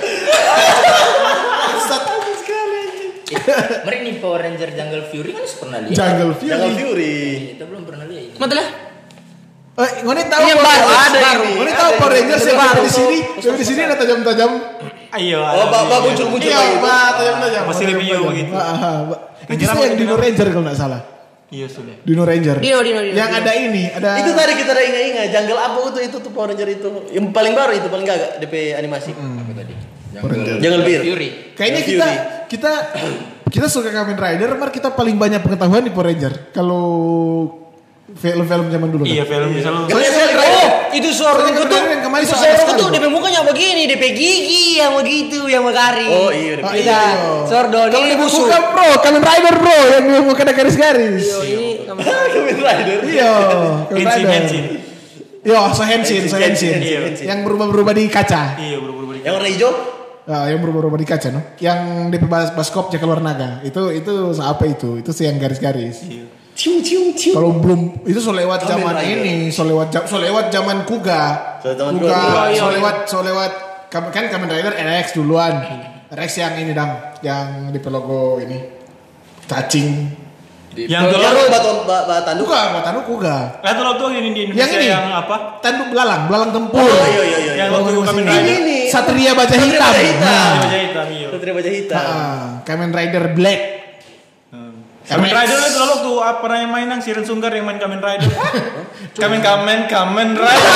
[SPEAKER 8] Mereka nih Power Ranger Jungle Fury kan pernah lihat.
[SPEAKER 5] Jungle
[SPEAKER 6] Jangan
[SPEAKER 5] Fury.
[SPEAKER 6] Fury.
[SPEAKER 8] Kita belum pernah lihat ini.
[SPEAKER 4] Mantul ya?
[SPEAKER 5] Eh, ngoni tahu
[SPEAKER 4] Ini yang
[SPEAKER 5] Power
[SPEAKER 4] baru,
[SPEAKER 5] Rangers?
[SPEAKER 4] ada
[SPEAKER 5] Baru.
[SPEAKER 4] ini.
[SPEAKER 5] Ngoni
[SPEAKER 6] Ada
[SPEAKER 5] tahu
[SPEAKER 6] ini.
[SPEAKER 5] Power Rangers
[SPEAKER 6] Ada
[SPEAKER 5] yang
[SPEAKER 6] baru.
[SPEAKER 5] ada di sini, yang di sini ada tajam-tajam.
[SPEAKER 7] Ayo.
[SPEAKER 6] Oh bak bak muncul muncul
[SPEAKER 5] Iya,
[SPEAKER 6] lagi.
[SPEAKER 5] Pak, tajam-tajam.
[SPEAKER 7] Masih review begitu.
[SPEAKER 5] Ah, ah, ah. Itu
[SPEAKER 7] Ranger
[SPEAKER 5] sih
[SPEAKER 7] apa
[SPEAKER 5] yang
[SPEAKER 7] itu
[SPEAKER 5] Dino
[SPEAKER 7] namanya?
[SPEAKER 5] Ranger kalau nggak salah.
[SPEAKER 7] Iya sudah.
[SPEAKER 5] Dino Ranger.
[SPEAKER 4] Dino, Dino, Dino,
[SPEAKER 5] Yang
[SPEAKER 4] Dino.
[SPEAKER 5] ada ini, ada
[SPEAKER 6] Itu tadi kita ada ingat-ingat Jungle apa itu itu tuh Power Ranger itu. Yang paling baru itu paling gagak D P animasi.
[SPEAKER 8] Apa tadi?
[SPEAKER 5] Ranger.
[SPEAKER 6] Jungle Beer.
[SPEAKER 8] Fury.
[SPEAKER 5] Kayaknya
[SPEAKER 6] Fury.
[SPEAKER 5] kita kita kita suka Kamen Rider, mar kita paling banyak pengetahuan di Power Ranger. Kalau film-film zaman dulu kan.
[SPEAKER 7] Iya, film selalu.
[SPEAKER 5] Soalnya Kamen Rider-
[SPEAKER 4] Oh, itu Zoro
[SPEAKER 5] Soalnya
[SPEAKER 4] itu
[SPEAKER 5] Kamen
[SPEAKER 4] tuh.
[SPEAKER 5] Rider yang kemarin
[SPEAKER 4] Itu
[SPEAKER 5] soalnya
[SPEAKER 4] Zoro
[SPEAKER 5] sekali,
[SPEAKER 4] tuh
[SPEAKER 5] Bro.
[SPEAKER 4] D P mukanya begini, D P gigi yang begitu, yang megari.
[SPEAKER 6] Oh iya.
[SPEAKER 5] Oh,
[SPEAKER 6] D P.
[SPEAKER 5] iya.
[SPEAKER 4] Sordon
[SPEAKER 5] Kalau
[SPEAKER 4] ini
[SPEAKER 5] di
[SPEAKER 4] musuh.
[SPEAKER 5] bukan bro, Kamen Rider bro, yang bukan ada garis-garis.
[SPEAKER 4] Yo, ini kamu.
[SPEAKER 6] Kamen Rider.
[SPEAKER 5] Iya, Kamen
[SPEAKER 7] Henshin,
[SPEAKER 5] Rider.
[SPEAKER 7] Henshin.
[SPEAKER 5] Yo, so Henshin, so Henshin.
[SPEAKER 7] Iya.
[SPEAKER 5] Yang berubah-berubah di kaca.
[SPEAKER 7] Iya, buru-buru balik.
[SPEAKER 6] Yang warna hijau.
[SPEAKER 5] Ah, yang berubah-berubah di kaca, no? Yang di bas baskop Jack keluar naga. Itu itu apa itu? Itu sih yang garis-garis.
[SPEAKER 6] Cium cium cium.
[SPEAKER 5] Kalau belum itu so lewat
[SPEAKER 6] Kamen
[SPEAKER 5] zaman
[SPEAKER 6] Rider.
[SPEAKER 5] ini, so lewat ja- so lewat zaman Kuga.
[SPEAKER 6] So zaman
[SPEAKER 5] Kuga,
[SPEAKER 6] Kuga.
[SPEAKER 4] iya,
[SPEAKER 5] so
[SPEAKER 4] iya.
[SPEAKER 5] lewat so lewat kam- kan Kamen Rider R X duluan. R X yang ini dang, yang di logo ini. Cacing.
[SPEAKER 7] Yang
[SPEAKER 6] Yang
[SPEAKER 7] dulu
[SPEAKER 6] batu batu tanduk.
[SPEAKER 5] Bukan, bukan tanduk uga.
[SPEAKER 7] Atau waktu ini di
[SPEAKER 5] Yang
[SPEAKER 7] Indonesia
[SPEAKER 5] ini.
[SPEAKER 7] yang apa?
[SPEAKER 5] Tanduk belalang, belalang tempur.
[SPEAKER 6] Oh iya iya iya.
[SPEAKER 7] Yang waktu Kamen
[SPEAKER 5] Ini,
[SPEAKER 7] Rider.
[SPEAKER 6] ini.
[SPEAKER 5] Satria baja
[SPEAKER 6] Satria
[SPEAKER 5] hitam.
[SPEAKER 6] Baja Hitam.
[SPEAKER 5] Nah.
[SPEAKER 7] Baja hitam iya.
[SPEAKER 6] Satria baja hitam.
[SPEAKER 5] Ah, Kamen Rider Black.
[SPEAKER 7] Kamen Rider itu lalu tuh apa namanya mainan Siren Sunggar yang main Kamen Rider. Kamen Kamen Kamen Rider.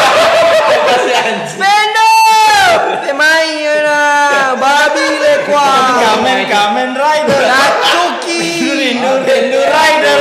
[SPEAKER 4] Bendo! Temainya babi lekwa.
[SPEAKER 7] Kamen Kamen Rider.
[SPEAKER 4] Natsuki.
[SPEAKER 7] Rindu Rindu Rider.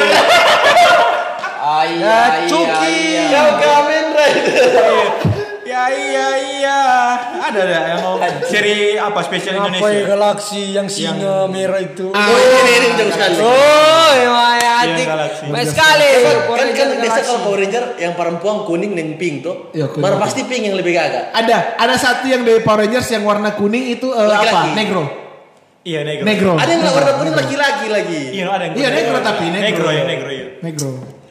[SPEAKER 8] Ayah,
[SPEAKER 4] Cuki.
[SPEAKER 6] Kau Kamen Rider.
[SPEAKER 7] Ya iya iya. Ada ada yang mau seri apa spesial
[SPEAKER 4] Apa ya
[SPEAKER 7] Indonesia.
[SPEAKER 4] galaksi yang singa merah itu?
[SPEAKER 6] Oh ini ini jauh sekali.
[SPEAKER 4] Oh, emang atik.
[SPEAKER 7] galaksi.
[SPEAKER 4] Baik sekali. Power
[SPEAKER 6] Kan kan
[SPEAKER 4] Ranger
[SPEAKER 6] biasa
[SPEAKER 4] galaksi.
[SPEAKER 6] kalau Power Ranger yang perempuan kuning dan pink tuh.
[SPEAKER 5] Iya, kuning.
[SPEAKER 6] Baru pasti pink yang lebih gagah.
[SPEAKER 5] Ada, ada satu yang dari Power Rangers yang warna kuning itu eh,
[SPEAKER 6] Laki-laki.
[SPEAKER 5] apa? Negro.
[SPEAKER 7] Iya negro.
[SPEAKER 5] Negro.
[SPEAKER 6] Ada yang warna kuning laki-laki lagi.
[SPEAKER 7] Iya ada yang
[SPEAKER 5] Iya, negro tapi negro.
[SPEAKER 7] negro ya negro ya.
[SPEAKER 5] Negro.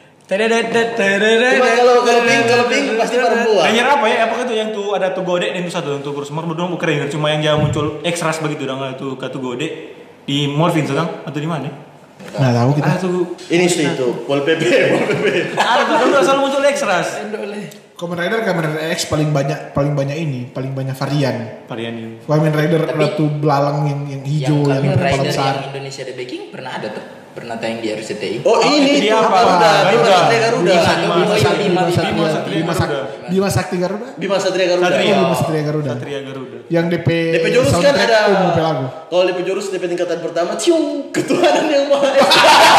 [SPEAKER 6] Cuma kalau kalau pink kalau pink pasti perempuan.
[SPEAKER 7] Ranger apa ya? Apa itu yang tuh ada tuh gode dan itu satu tuh terus semua berdua bukan Ranger cuma yang dia muncul extras begitu dong itu ke tuh gode di Morphin sedang atau di mana?
[SPEAKER 5] Nggak tahu kita.
[SPEAKER 7] Ada tuh
[SPEAKER 6] Ini sih itu Pol P P, Pol P P.
[SPEAKER 7] ada tuh dulu selalu muncul extras.
[SPEAKER 5] Kamen Rider, Kamen Rider X paling banyak, paling banyak ini, paling banyak varian.
[SPEAKER 7] Varian ini.
[SPEAKER 5] Kamen Rider ratu belalang yang yang hijau, yang,
[SPEAKER 8] Kamen
[SPEAKER 5] kepala
[SPEAKER 8] Rider
[SPEAKER 5] besar.
[SPEAKER 8] yang Indonesia The Baking pernah ada tuh. Pernah tayang di R C T I.
[SPEAKER 6] Oh ini
[SPEAKER 7] itu dia
[SPEAKER 6] itu
[SPEAKER 7] apa?
[SPEAKER 6] Garuda, Bima
[SPEAKER 7] Garuda.
[SPEAKER 6] Satria Garuda.
[SPEAKER 8] Bima,
[SPEAKER 6] Bima
[SPEAKER 8] Bima,
[SPEAKER 6] Satria-
[SPEAKER 8] Bima,
[SPEAKER 5] Bima
[SPEAKER 7] Bima
[SPEAKER 5] Satria
[SPEAKER 7] Satria
[SPEAKER 5] Bima Sak-
[SPEAKER 7] Garuda.
[SPEAKER 5] Bima Sakti Garuda.
[SPEAKER 6] Bima Satria Garuda.
[SPEAKER 7] Satria.
[SPEAKER 5] Oh, Bima Satria Garuda.
[SPEAKER 7] Satria Garuda.
[SPEAKER 5] Yang D P
[SPEAKER 6] D P Jurus kan
[SPEAKER 5] soundtrack
[SPEAKER 6] ada.
[SPEAKER 5] umum D P lagu.
[SPEAKER 6] Kalau D P Jurus D P tingkatan pertama, cium ketuhanan yang maha esa.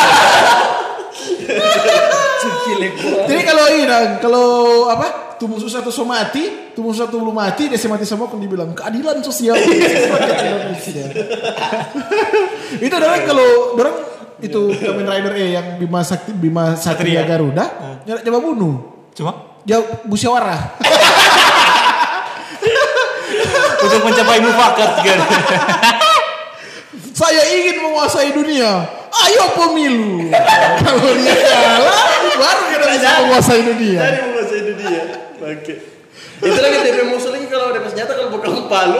[SPEAKER 5] Jadi kalau ini Dang, kalau apa? Tubuh susah tuh so mati, tubuh susah tuh belum mati, dia mati semua kan dibilang keadilan sosial. Indonesia. Itu adalah kalau orang itu Kamen Rider E yang Bima Sakti Bima Satria
[SPEAKER 7] Satria.
[SPEAKER 5] Garuda, nyara coba bunuh.
[SPEAKER 7] Cuma
[SPEAKER 5] Jauh musyawarah.
[SPEAKER 7] untuk mencapai mufakat kan.
[SPEAKER 5] Saya ingin menguasai dunia. Ayo pemilu. Kalau dia kalah, baru kita bisa menguasai dunia.
[SPEAKER 6] Dari menguasai dunia. Oke. Itu lagi D P musuh lagi kalau D P senjata kalau bukan palu.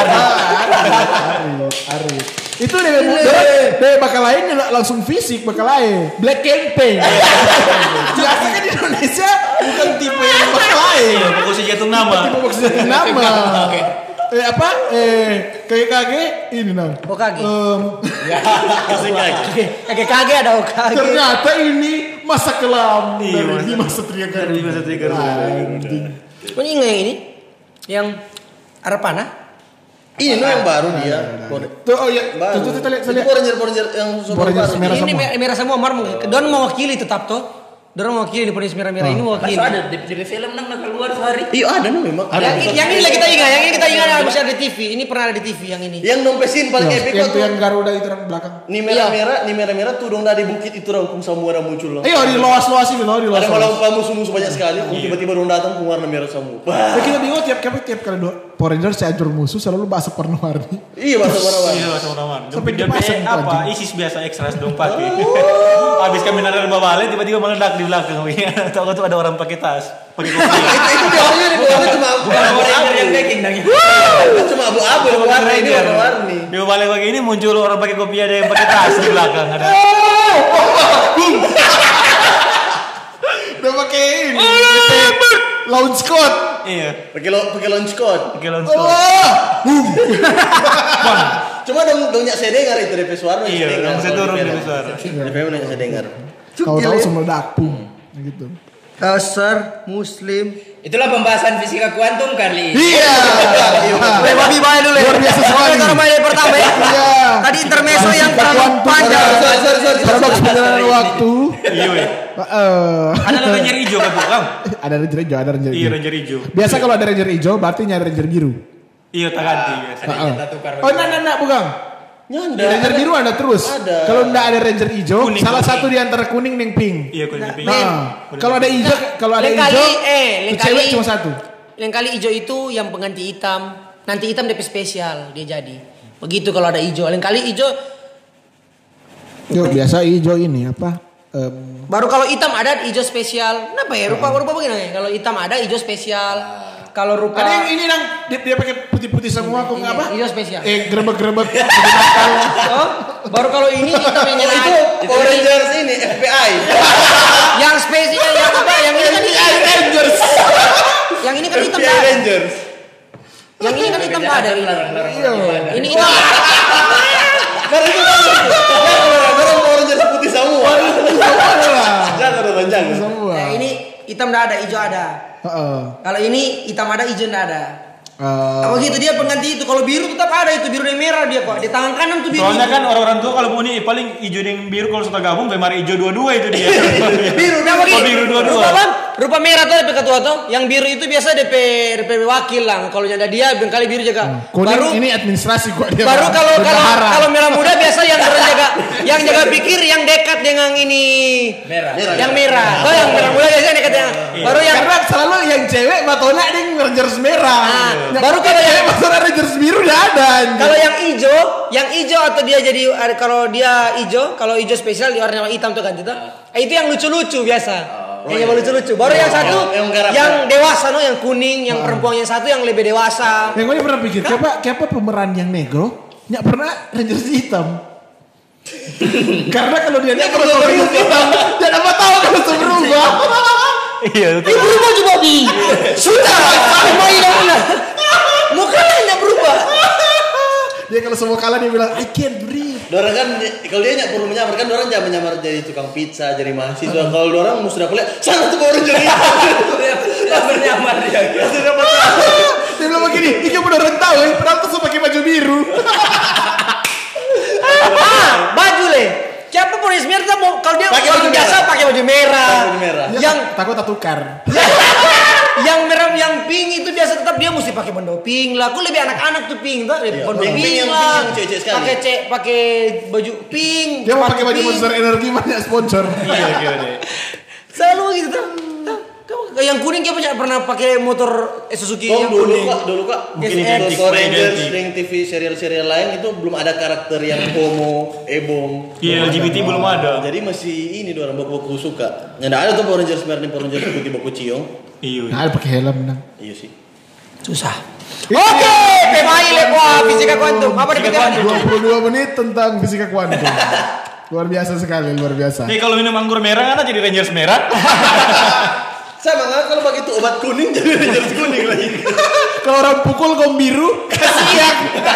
[SPEAKER 5] Arif, Arif. Itu dia dia bakal lain langsung fisik bakal lain. Black campaign. Biasa kan di Indonesia bukan tipe yang bakal lain.
[SPEAKER 7] Pokok si jatuh nama.
[SPEAKER 5] Tipe maksudnya nama. Eh apa? Eh kayak kage ini nang.
[SPEAKER 4] Hokage.
[SPEAKER 5] Em,
[SPEAKER 4] Kage-kage ada Hokage.
[SPEAKER 5] ternyata ini masa kelam
[SPEAKER 7] Iya,
[SPEAKER 5] dari
[SPEAKER 7] masa-
[SPEAKER 5] Bima Satria Garuda.
[SPEAKER 7] Bima Satria Garuda.
[SPEAKER 5] Anjing.
[SPEAKER 4] Kau ingat yang ini? Yang Arapana?
[SPEAKER 6] Ini yang baru dia.
[SPEAKER 5] Tuh oh ya,
[SPEAKER 6] Baru.
[SPEAKER 5] tuh tuh kita lihat,
[SPEAKER 6] Itu
[SPEAKER 5] lihat.
[SPEAKER 6] Power Ranger Power Ranger yang super
[SPEAKER 5] Power Ranger
[SPEAKER 6] baru.
[SPEAKER 5] merah
[SPEAKER 4] Ini
[SPEAKER 5] semua.
[SPEAKER 4] merah, merah semua Mar. Don mewakili tetap tuh. Don mewakili di ponis merah-merah ini mewakili.
[SPEAKER 8] Masa ada di, di film nang nak keluar sehari.
[SPEAKER 6] Iya ada nih memang.
[SPEAKER 4] Yang, yang ini lah kita ingat, yang ini kita ingat yang bisa ada di T V. Ini pernah ada di T V yang ini.
[SPEAKER 6] Yang nompesin paling
[SPEAKER 5] Yang
[SPEAKER 6] epic
[SPEAKER 5] yang,
[SPEAKER 6] waktu
[SPEAKER 5] yang Garuda itu yang belakang.
[SPEAKER 6] Nih merah-merah, nih merah-merah tuh dong dari bukit itu dong semua ada muncul loh.
[SPEAKER 5] Ayo di loas-loas itu loh, di
[SPEAKER 6] Ada
[SPEAKER 5] loas.
[SPEAKER 6] malam kamu musuh-musuh banyak sekali, tiba-tiba dong datang ke warna merah semua.
[SPEAKER 5] Ya, kita bingung tiap tiap tiap kali dua Power Rangers saya hancur musuh selalu bahasa warna-warni.
[SPEAKER 6] Iya bahasa warna-warni.
[SPEAKER 7] Iya sama nama.
[SPEAKER 5] Sampai
[SPEAKER 7] Dia
[SPEAKER 5] dipasang
[SPEAKER 7] apa?
[SPEAKER 5] anjing.
[SPEAKER 7] Isis biasa extras dong pakai. Habis kami nada bawale tiba-tiba meledak di belakang. Tahu tuh ada orang pakai tas, pakai kopi.
[SPEAKER 6] Itu itu biasanya di bawahnya cuma
[SPEAKER 8] Bukan Power Ranger yang Baking dang.
[SPEAKER 6] cuma abu-abu yang warna ini warna-warni.
[SPEAKER 7] Di balik pakai ini muncul orang pakai kopi ada yang pakai tas di belakang ada.
[SPEAKER 5] Udah pakai ini. Launch code.
[SPEAKER 7] Iya,
[SPEAKER 6] Pakai lo pakai launch code.
[SPEAKER 7] pakai launch code.
[SPEAKER 5] Oh,
[SPEAKER 6] Cuma dong dong nyak saya dengar itu D P suara.
[SPEAKER 7] Iya, dong saya turun di suara.
[SPEAKER 6] D P nyak saya dengar.
[SPEAKER 5] tahu-tahu semua dakpung gitu.
[SPEAKER 4] Dasar Muslim.
[SPEAKER 8] Itulah pembahasan fisika kuantum kali.
[SPEAKER 5] Iya.
[SPEAKER 4] Boleh babi baik dulu.
[SPEAKER 5] Luar biasa sekali.
[SPEAKER 4] Kita main dari pertama ya.
[SPEAKER 5] Iya.
[SPEAKER 4] Tadi intermezzo yang terlalu
[SPEAKER 5] Kuantum.
[SPEAKER 4] panjang.
[SPEAKER 6] Sorry, sorry, sorry.
[SPEAKER 5] Paradoks perjalanan waktu.
[SPEAKER 7] Iya, weh.
[SPEAKER 5] Eh,
[SPEAKER 7] Ada ranger hijau kan bukan?
[SPEAKER 5] ada ranger hijau, ada ranger
[SPEAKER 7] Iya,
[SPEAKER 5] hijau.
[SPEAKER 7] ranger hijau.
[SPEAKER 5] Biasa kalau ada ranger hijau berarti nyari ranger biru.
[SPEAKER 7] Iya, tak ganti biasa.
[SPEAKER 8] Ada yang kita tukar.
[SPEAKER 5] Oh, nah, nah, nah, bukan.
[SPEAKER 6] Nyanda.
[SPEAKER 5] Ranger biru ada terus.
[SPEAKER 6] Ada.
[SPEAKER 5] Kalau enggak ada ranger hijau,
[SPEAKER 7] Kuning,
[SPEAKER 5] salah
[SPEAKER 7] kuning.
[SPEAKER 5] satu di antara kuning dan pink.
[SPEAKER 7] Iya, kuning pink.
[SPEAKER 5] Nah, kalau ada hijau, kalau ada
[SPEAKER 4] Lain
[SPEAKER 5] hijau,
[SPEAKER 4] kali, eh, lain
[SPEAKER 5] itu cewek
[SPEAKER 4] kali-
[SPEAKER 5] cuma satu.
[SPEAKER 4] Lain kali hijau itu yang pengganti hitam. Nanti hitam D P spesial dia jadi. Begitu kalau ada hijau. Lain kali hijau
[SPEAKER 5] Yo, biasa hijau ini apa? Em,
[SPEAKER 4] baru kalau hitam ada hijau spesial. Kenapa ya? Rupa rupa begini. Kalau hitam ada hijau spesial. kalau rupa
[SPEAKER 5] Ada yang ini nang dia, dia pakai putih-putih semua kok
[SPEAKER 4] ini,
[SPEAKER 5] apa?
[SPEAKER 4] ini spesial.
[SPEAKER 5] Eh grebek-grebek jadi nakal.
[SPEAKER 4] Oh, baru kalau ini hitam yang
[SPEAKER 6] Oh, itu Power Rangers ini F B I.
[SPEAKER 4] yang spesial yang apa? Yang ini kan hitam.
[SPEAKER 5] Rangers.
[SPEAKER 4] Yang ini kan hitam
[SPEAKER 6] F B I
[SPEAKER 4] nggak ada.
[SPEAKER 6] Rangers.
[SPEAKER 4] Yang ini kan hitam nggak ada. Ini
[SPEAKER 5] Iya.
[SPEAKER 4] ini hitam.
[SPEAKER 6] Karena itu kan. Karena Power Rangers putih semua. Jangan dong, jangan.
[SPEAKER 5] Semua.
[SPEAKER 4] Nah, ini hitam nggak ada, hijau ada.
[SPEAKER 5] Heeh.
[SPEAKER 4] Kalau ini hitam ada, hijau nggak ada.
[SPEAKER 5] Eh,
[SPEAKER 4] Apa gitu dia pengganti itu. Kalau biru tetap ada itu biru dan merah dia kok. Di tangan kanan tuh biru.
[SPEAKER 7] Soalnya kan orang-orang tua kalau bunyi paling hijau dan biru kalau sudah gabung kayak mari hijau dua-dua itu dia.
[SPEAKER 4] biru nah
[SPEAKER 7] Oh,
[SPEAKER 4] begini.
[SPEAKER 7] biru dua-dua.
[SPEAKER 4] Rupa apa? Rupa merah tuh D P ketua tuh. Yang biru itu biasa D P D P wakil lah. Kalau ada dia kali biru jaga.
[SPEAKER 5] kuning
[SPEAKER 4] Baru
[SPEAKER 5] ini administrasi kok dia.
[SPEAKER 4] baru
[SPEAKER 5] Pak.
[SPEAKER 4] kalau kalau
[SPEAKER 5] Bendahara.
[SPEAKER 4] kalau merah muda biasa yang orang jaga yang jaga pikir yang dekat dengan ini
[SPEAKER 8] Merah.
[SPEAKER 4] yang merah. Oh yang merah muda biasanya dekat yang baru yang
[SPEAKER 5] Karena selalu yang cewek batona ada yang Rangers merah.
[SPEAKER 4] Nah,
[SPEAKER 5] Yang
[SPEAKER 4] baru kalau
[SPEAKER 5] cewek
[SPEAKER 4] yang-
[SPEAKER 5] batona Rangers biru udah ada. anjing.
[SPEAKER 4] kalau yang hijau, yang hijau atau dia jadi kalau dia hijau, kalau hijau spesial di warna hitam tuh kan itu. Eh, itu yang lucu-lucu biasa. yang yang lucu-lucu. Baru yang satu
[SPEAKER 6] yang- yang karakter.
[SPEAKER 4] yang dewasa no, yang kuning, yang perempuan yang satu yang lebih dewasa.
[SPEAKER 5] Yang gue pernah pikir, siapa siapa pemeran yang negro? Nggak pernah Rangers hitam. Karena kalau dia negro kalau Rangers hitam, dia dapat tahu kalau itu berubah.
[SPEAKER 7] Iya, itu.
[SPEAKER 4] Ini berubah juga bi. Sudah, semua hilang ulang. Mukanya tidak berubah.
[SPEAKER 5] Dia kalau semua kalah dia bilang I can't breathe.
[SPEAKER 6] Dorang kan kalau dia nggak perlu menyamar kan dorang jangan menyamar jadi tukang pizza, jadi mahasiswa. Kalau dorang mesti dapat lihat sana tuh Power Ranger.
[SPEAKER 8] Tidak bernyamar dia.
[SPEAKER 5] Dia bilang begini, ini udah orang tahu ya, padahal tuh pakai baju biru.
[SPEAKER 4] Ah, baju le. Siapa polis merah mau kalau dia
[SPEAKER 6] Pakai
[SPEAKER 4] orang
[SPEAKER 6] baju
[SPEAKER 4] biasa
[SPEAKER 6] merah.
[SPEAKER 4] pakai baju merah.
[SPEAKER 6] Pakai baju merah.
[SPEAKER 4] Yang
[SPEAKER 5] takut tak tukar.
[SPEAKER 4] yang merah yang pink itu biasa tetap dia mesti pakai bondo pink lah. Aku lebih anak-anak tuh pink tuh,
[SPEAKER 6] Iya,
[SPEAKER 4] bondo
[SPEAKER 6] pink,
[SPEAKER 4] pink,
[SPEAKER 6] pink yang-
[SPEAKER 4] lah.
[SPEAKER 6] pink yang cewek-cewek sekali.
[SPEAKER 4] Pakai cek pakai baju pink.
[SPEAKER 5] Dia mau
[SPEAKER 4] sepatu
[SPEAKER 5] pakai baju
[SPEAKER 4] pink.
[SPEAKER 5] Monster Energy banyak sponsor.
[SPEAKER 7] Iya, gitu deh.
[SPEAKER 4] Selalu gitu tuh. Tuh, kamu- Yang kuning kamu jangan pernah pakai motor eh, Suzuki
[SPEAKER 6] Oh
[SPEAKER 4] yang
[SPEAKER 6] dulu
[SPEAKER 4] kuning.
[SPEAKER 6] kak, dulu kak.
[SPEAKER 4] Yes,
[SPEAKER 6] Ini
[SPEAKER 4] identik,
[SPEAKER 6] Power Rangers
[SPEAKER 7] identik.
[SPEAKER 6] dengan T V serial-serial lain itu belum ada karakter yang homo, ebong.
[SPEAKER 7] Iya, L G B T belum ada.
[SPEAKER 6] Jadi masih ini dorang baku-baku suka. Nggak ada tuh Power Rangers merah dan Power Rangers putih baku ciong.
[SPEAKER 7] Iya.
[SPEAKER 5] Nah, ada pakai helm nang.
[SPEAKER 6] Iya sih.
[SPEAKER 4] Susah. Oke, pemain le wah fisika kuantum. Apa di pikiran?
[SPEAKER 5] dua puluh dua menit tentang fisika kuantum. Luar biasa sekali, luar biasa.
[SPEAKER 7] Nih kalau minum anggur merah kan jadi Rangers merah.
[SPEAKER 6] Sama nggak kalau begitu obat kuning jadi Rangers kuning lagi.
[SPEAKER 5] Kalau orang pukul kau biru, kasihan.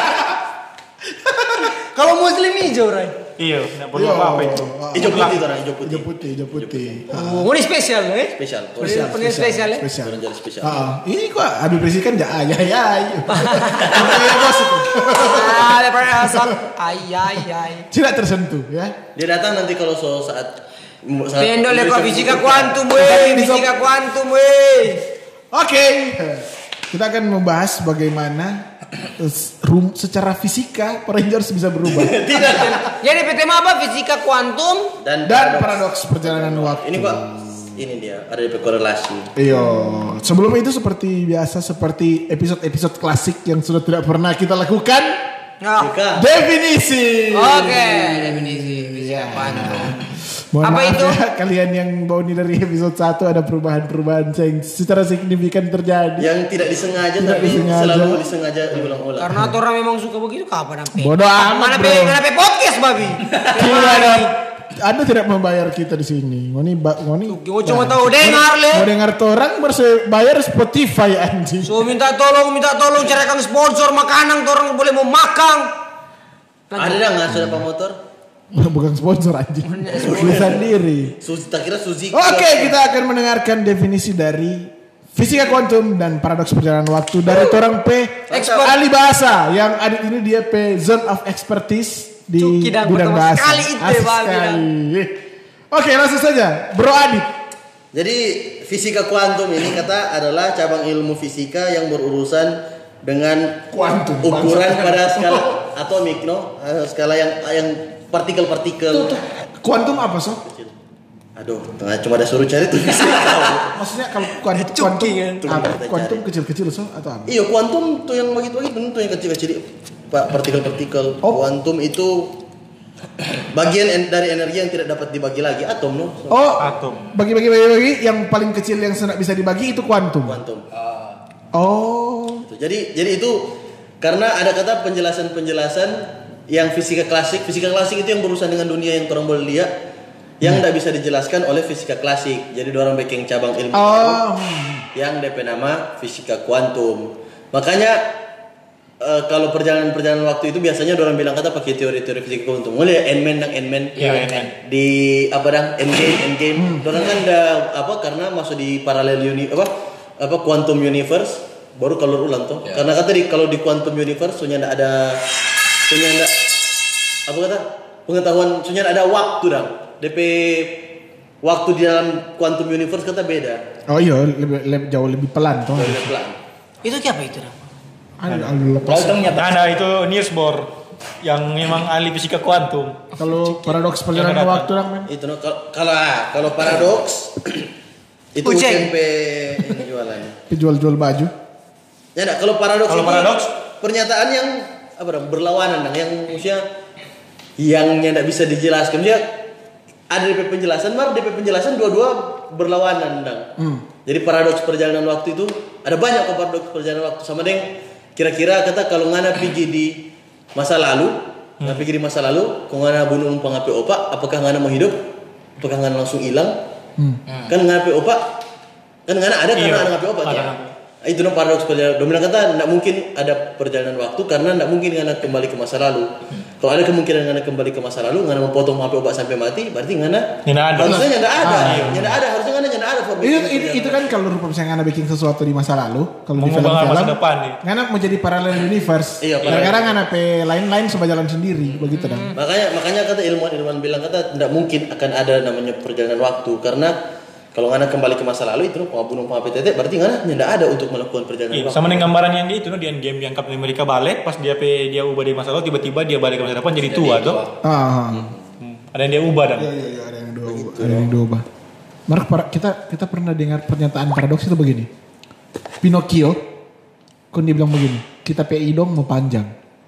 [SPEAKER 4] Kalau muslim hijau, Ray.
[SPEAKER 7] Iya, enggak perlu apa-apa itu.
[SPEAKER 6] Hijau putih dorang, hijau putih.
[SPEAKER 5] Hijau putih, hijau putih.
[SPEAKER 4] Oh, ini spesial eh.
[SPEAKER 6] Spesial.
[SPEAKER 4] Spesial, spesial, spesial ya.
[SPEAKER 5] Spesial.
[SPEAKER 6] Power Rangers spesial.
[SPEAKER 5] Ah, ini kok Habib Rizik kan ya ya ya. Kayak gosip.
[SPEAKER 4] Ah, ada perasaan. Ay ay ay.
[SPEAKER 5] Tidak tersentuh ya.
[SPEAKER 6] Dia datang nanti kalau so saat saat
[SPEAKER 4] Pendol ya kok
[SPEAKER 6] Indonesia
[SPEAKER 4] fisika
[SPEAKER 6] butuh-
[SPEAKER 4] kuantum weh, fisika kuantum weh.
[SPEAKER 5] Oke. Kita akan membahas bagaimana eh, rum secara fisika Power Rangers bisa berubah.
[SPEAKER 6] Tidak.
[SPEAKER 4] Jadi P T M apa? Fisika kuantum.
[SPEAKER 6] Dan,
[SPEAKER 5] Dan paradoks perjalanan waktu.
[SPEAKER 6] Ini pak, ini dia ada di korelasi.
[SPEAKER 5] Iya. Sebelum itu seperti biasa seperti episode-episode klasik yang sudah tidak pernah kita lakukan.
[SPEAKER 4] Nah.
[SPEAKER 6] Jika
[SPEAKER 5] Definisi.
[SPEAKER 4] Oke, definisi fisika kuantum.
[SPEAKER 5] Mohon
[SPEAKER 4] Apa
[SPEAKER 5] maaf
[SPEAKER 4] itu?
[SPEAKER 5] ya, kalian yang bawa ini dari episode satu ada perubahan-perubahan yang secara signifikan terjadi.
[SPEAKER 6] yang tidak disengaja
[SPEAKER 5] Tidak
[SPEAKER 6] tapi
[SPEAKER 5] disengaja.
[SPEAKER 6] selalu disengaja diulang-ulang.
[SPEAKER 4] Karena orang memang suka begitu kapan sampai?
[SPEAKER 5] Bodoh amat,
[SPEAKER 4] Mana
[SPEAKER 5] bro.
[SPEAKER 4] pe mana pe podcast babi.
[SPEAKER 5] Gimana? Anda tidak membayar kita di sini. Ngoni ba, ngoni.
[SPEAKER 4] Gua cuma tahu dengar le.
[SPEAKER 5] Mau dengar tuh orang harus bayar Spotify anjing.
[SPEAKER 4] So minta tolong, minta tolong carikan sponsor makanan, tuh orang boleh mau makan.
[SPEAKER 6] Ada dah nggak sudah motor?
[SPEAKER 5] Bukan sponsor anjing. Beli sendiri.
[SPEAKER 6] Suzy, tak kira Suzy.
[SPEAKER 5] Oke, kita akan mendengarkan definisi dari fisika kuantum dan paradoks perjalanan waktu dari orang P
[SPEAKER 4] Expert.
[SPEAKER 5] ahli bahasa yang ada ini dia P zone of expertise di
[SPEAKER 4] Cuki dan
[SPEAKER 5] bidang
[SPEAKER 4] pertama
[SPEAKER 5] bahasa.
[SPEAKER 4] sekali itu,
[SPEAKER 5] Asik
[SPEAKER 4] Bang,
[SPEAKER 5] sekali. Oke, langsung saja, Bro Adit.
[SPEAKER 6] Jadi fisika kuantum ini kata adalah cabang ilmu fisika yang berurusan dengan
[SPEAKER 5] Kuantum,
[SPEAKER 6] ukuran
[SPEAKER 5] bangsa.
[SPEAKER 6] pada skala atomik, no, Eh, skala yang yang partikel-partikel.
[SPEAKER 5] Kuantum apa so?
[SPEAKER 6] Aduh, tengah cuma ada suruh cari tuh fisika.
[SPEAKER 5] Maksudnya kalau kuantum,
[SPEAKER 4] Cuki,
[SPEAKER 5] kuantum,
[SPEAKER 4] kan?
[SPEAKER 5] apa?
[SPEAKER 6] Kita
[SPEAKER 5] Kuantum
[SPEAKER 6] cari.
[SPEAKER 5] kecil-kecil so atau apa?
[SPEAKER 6] Iya, kuantum tuh yang begitu-begitu tuh yang kecil-kecil. Pak, partikel-partikel.
[SPEAKER 5] Oh.
[SPEAKER 6] Kuantum itu bagian en- dari energi yang tidak dapat dibagi lagi, atom, no.
[SPEAKER 5] Oh,
[SPEAKER 7] Atom.
[SPEAKER 5] bagi-bagi bagi-bagi yang paling kecil yang tidak bisa dibagi itu kuantum.
[SPEAKER 6] Kuantum.
[SPEAKER 5] Oh.
[SPEAKER 6] Gitu. Jadi jadi itu karena ada kata penjelasan-penjelasan yang fisika klasik, fisika klasik itu yang berurusan dengan dunia yang orang boleh lihat, yang tidak bisa dijelaskan oleh fisika klasik. Jadi orang bikin cabang ilmu
[SPEAKER 5] Oh.
[SPEAKER 6] yang D P nama fisika kuantum. Makanya uh, kalau perjalanan-perjalanan waktu itu biasanya orang bilang kata pakai teori-teori fisika kuantum. Mulai Ant-Man dan Ant-Man
[SPEAKER 7] Iya, Ant-Man.
[SPEAKER 6] di apa dang Endgame Endgame. Orang kan ada apa karena masuk di parallel uni apa apa quantum universe baru kalau ulang tuh.
[SPEAKER 8] Ya.
[SPEAKER 6] Karena kata di kalau di quantum universe sunya ndak ada sunya ndak apa kata pengetahuan sunya ndak ada waktu dang. D P waktu di dalam quantum universe kata beda.
[SPEAKER 5] Oh iya, lebih, lebih jauh lebih pelan toh.
[SPEAKER 6] Lebih pelan.
[SPEAKER 4] Itu apa itu? Dam?
[SPEAKER 5] Ada ada lepas.
[SPEAKER 8] Kalau itu nyata.
[SPEAKER 7] Ada itu Niels Bohr yang memang ahli fisika kuantum.
[SPEAKER 5] Kalau paradoks perjalanan
[SPEAKER 7] Yang
[SPEAKER 5] waktu lang men.
[SPEAKER 6] Itu no, kalau kalau ah, kalau paradoks itu U
[SPEAKER 4] Kucing.
[SPEAKER 6] M P ini jualan.
[SPEAKER 5] Jual-jual baju.
[SPEAKER 6] Ya enggak, kalau paradoks
[SPEAKER 7] Kalau
[SPEAKER 6] ini
[SPEAKER 7] paradoks?
[SPEAKER 6] pernyataan yang apa dong berlawanan dong yang maksudnya yang tidak bisa dijelaskan. Maksudnya ada D P penjelasan, mar D P penjelasan dua-dua berlawanan dong.
[SPEAKER 5] Hmm.
[SPEAKER 6] Jadi paradoks perjalanan waktu itu ada banyak kok paradoks perjalanan waktu sama deng kira-kira kata kalau ngana pergi di masa lalu, hmm. ngana pergi di masa lalu, kau ngana bunuh umpang api opak, apakah ngana mau hidup? Apakah ngana langsung hilang?
[SPEAKER 5] Hmm.
[SPEAKER 6] Kan ngana api opak, kan ngana ada karena
[SPEAKER 7] Iya,
[SPEAKER 6] ada api opak
[SPEAKER 7] ada
[SPEAKER 6] ya.
[SPEAKER 7] api.
[SPEAKER 6] Itu no paradoks perjalanan. Dominan kata tidak mungkin ada perjalanan waktu karena tidak mungkin ngana kembali ke masa lalu.
[SPEAKER 7] Hmm.
[SPEAKER 6] Kalau ada kemungkinan ngana kembali ke masa lalu, ngana memotong api obat sampai mati, berarti ngana
[SPEAKER 7] Nggak ada.
[SPEAKER 6] harusnya tidak ada,
[SPEAKER 5] Ah,
[SPEAKER 7] iya.
[SPEAKER 6] tidak ada, harusnya ngana tidak ada formula
[SPEAKER 5] Itu,
[SPEAKER 6] perjalanan
[SPEAKER 5] itu, itu kan kalau rupa misalnya Ngana bikin sesuatu di masa lalu, kalau di
[SPEAKER 7] Mengubah
[SPEAKER 5] film-film,
[SPEAKER 7] masa depan, nih.
[SPEAKER 5] Ngana mau jadi parallel universe.
[SPEAKER 6] Iya, parallel.
[SPEAKER 5] Kadang-kadang Ngana pe lain-lain sama jalan sendiri, begitu dah.
[SPEAKER 6] Makanya makanya kata ilmuwan-ilmuwan bilang kata tidak mungkin akan ada namanya perjalanan waktu karena kalau ngana kembali ke masa lalu itu no bunuh P T T berarti ngana tidak ada untuk melakukan perjalanan
[SPEAKER 7] Iya,
[SPEAKER 6] waktu.
[SPEAKER 7] sama dengan gambaran yang di itu no di Endgame yang Captain America balik pas dia pe dia ubah di masa lalu tiba-tiba dia balik ke masa depan jadi tua tuh.
[SPEAKER 5] Ah,
[SPEAKER 7] Hmm. Ada yang dia ubah dan.
[SPEAKER 5] iya iya iya ada yang dua, ada yang dua. Mark, para- kita kita pernah dengar pernyataan paradoks itu begini. Pinocchio, kan dia bilang begini, kita pe hidung mau panjang.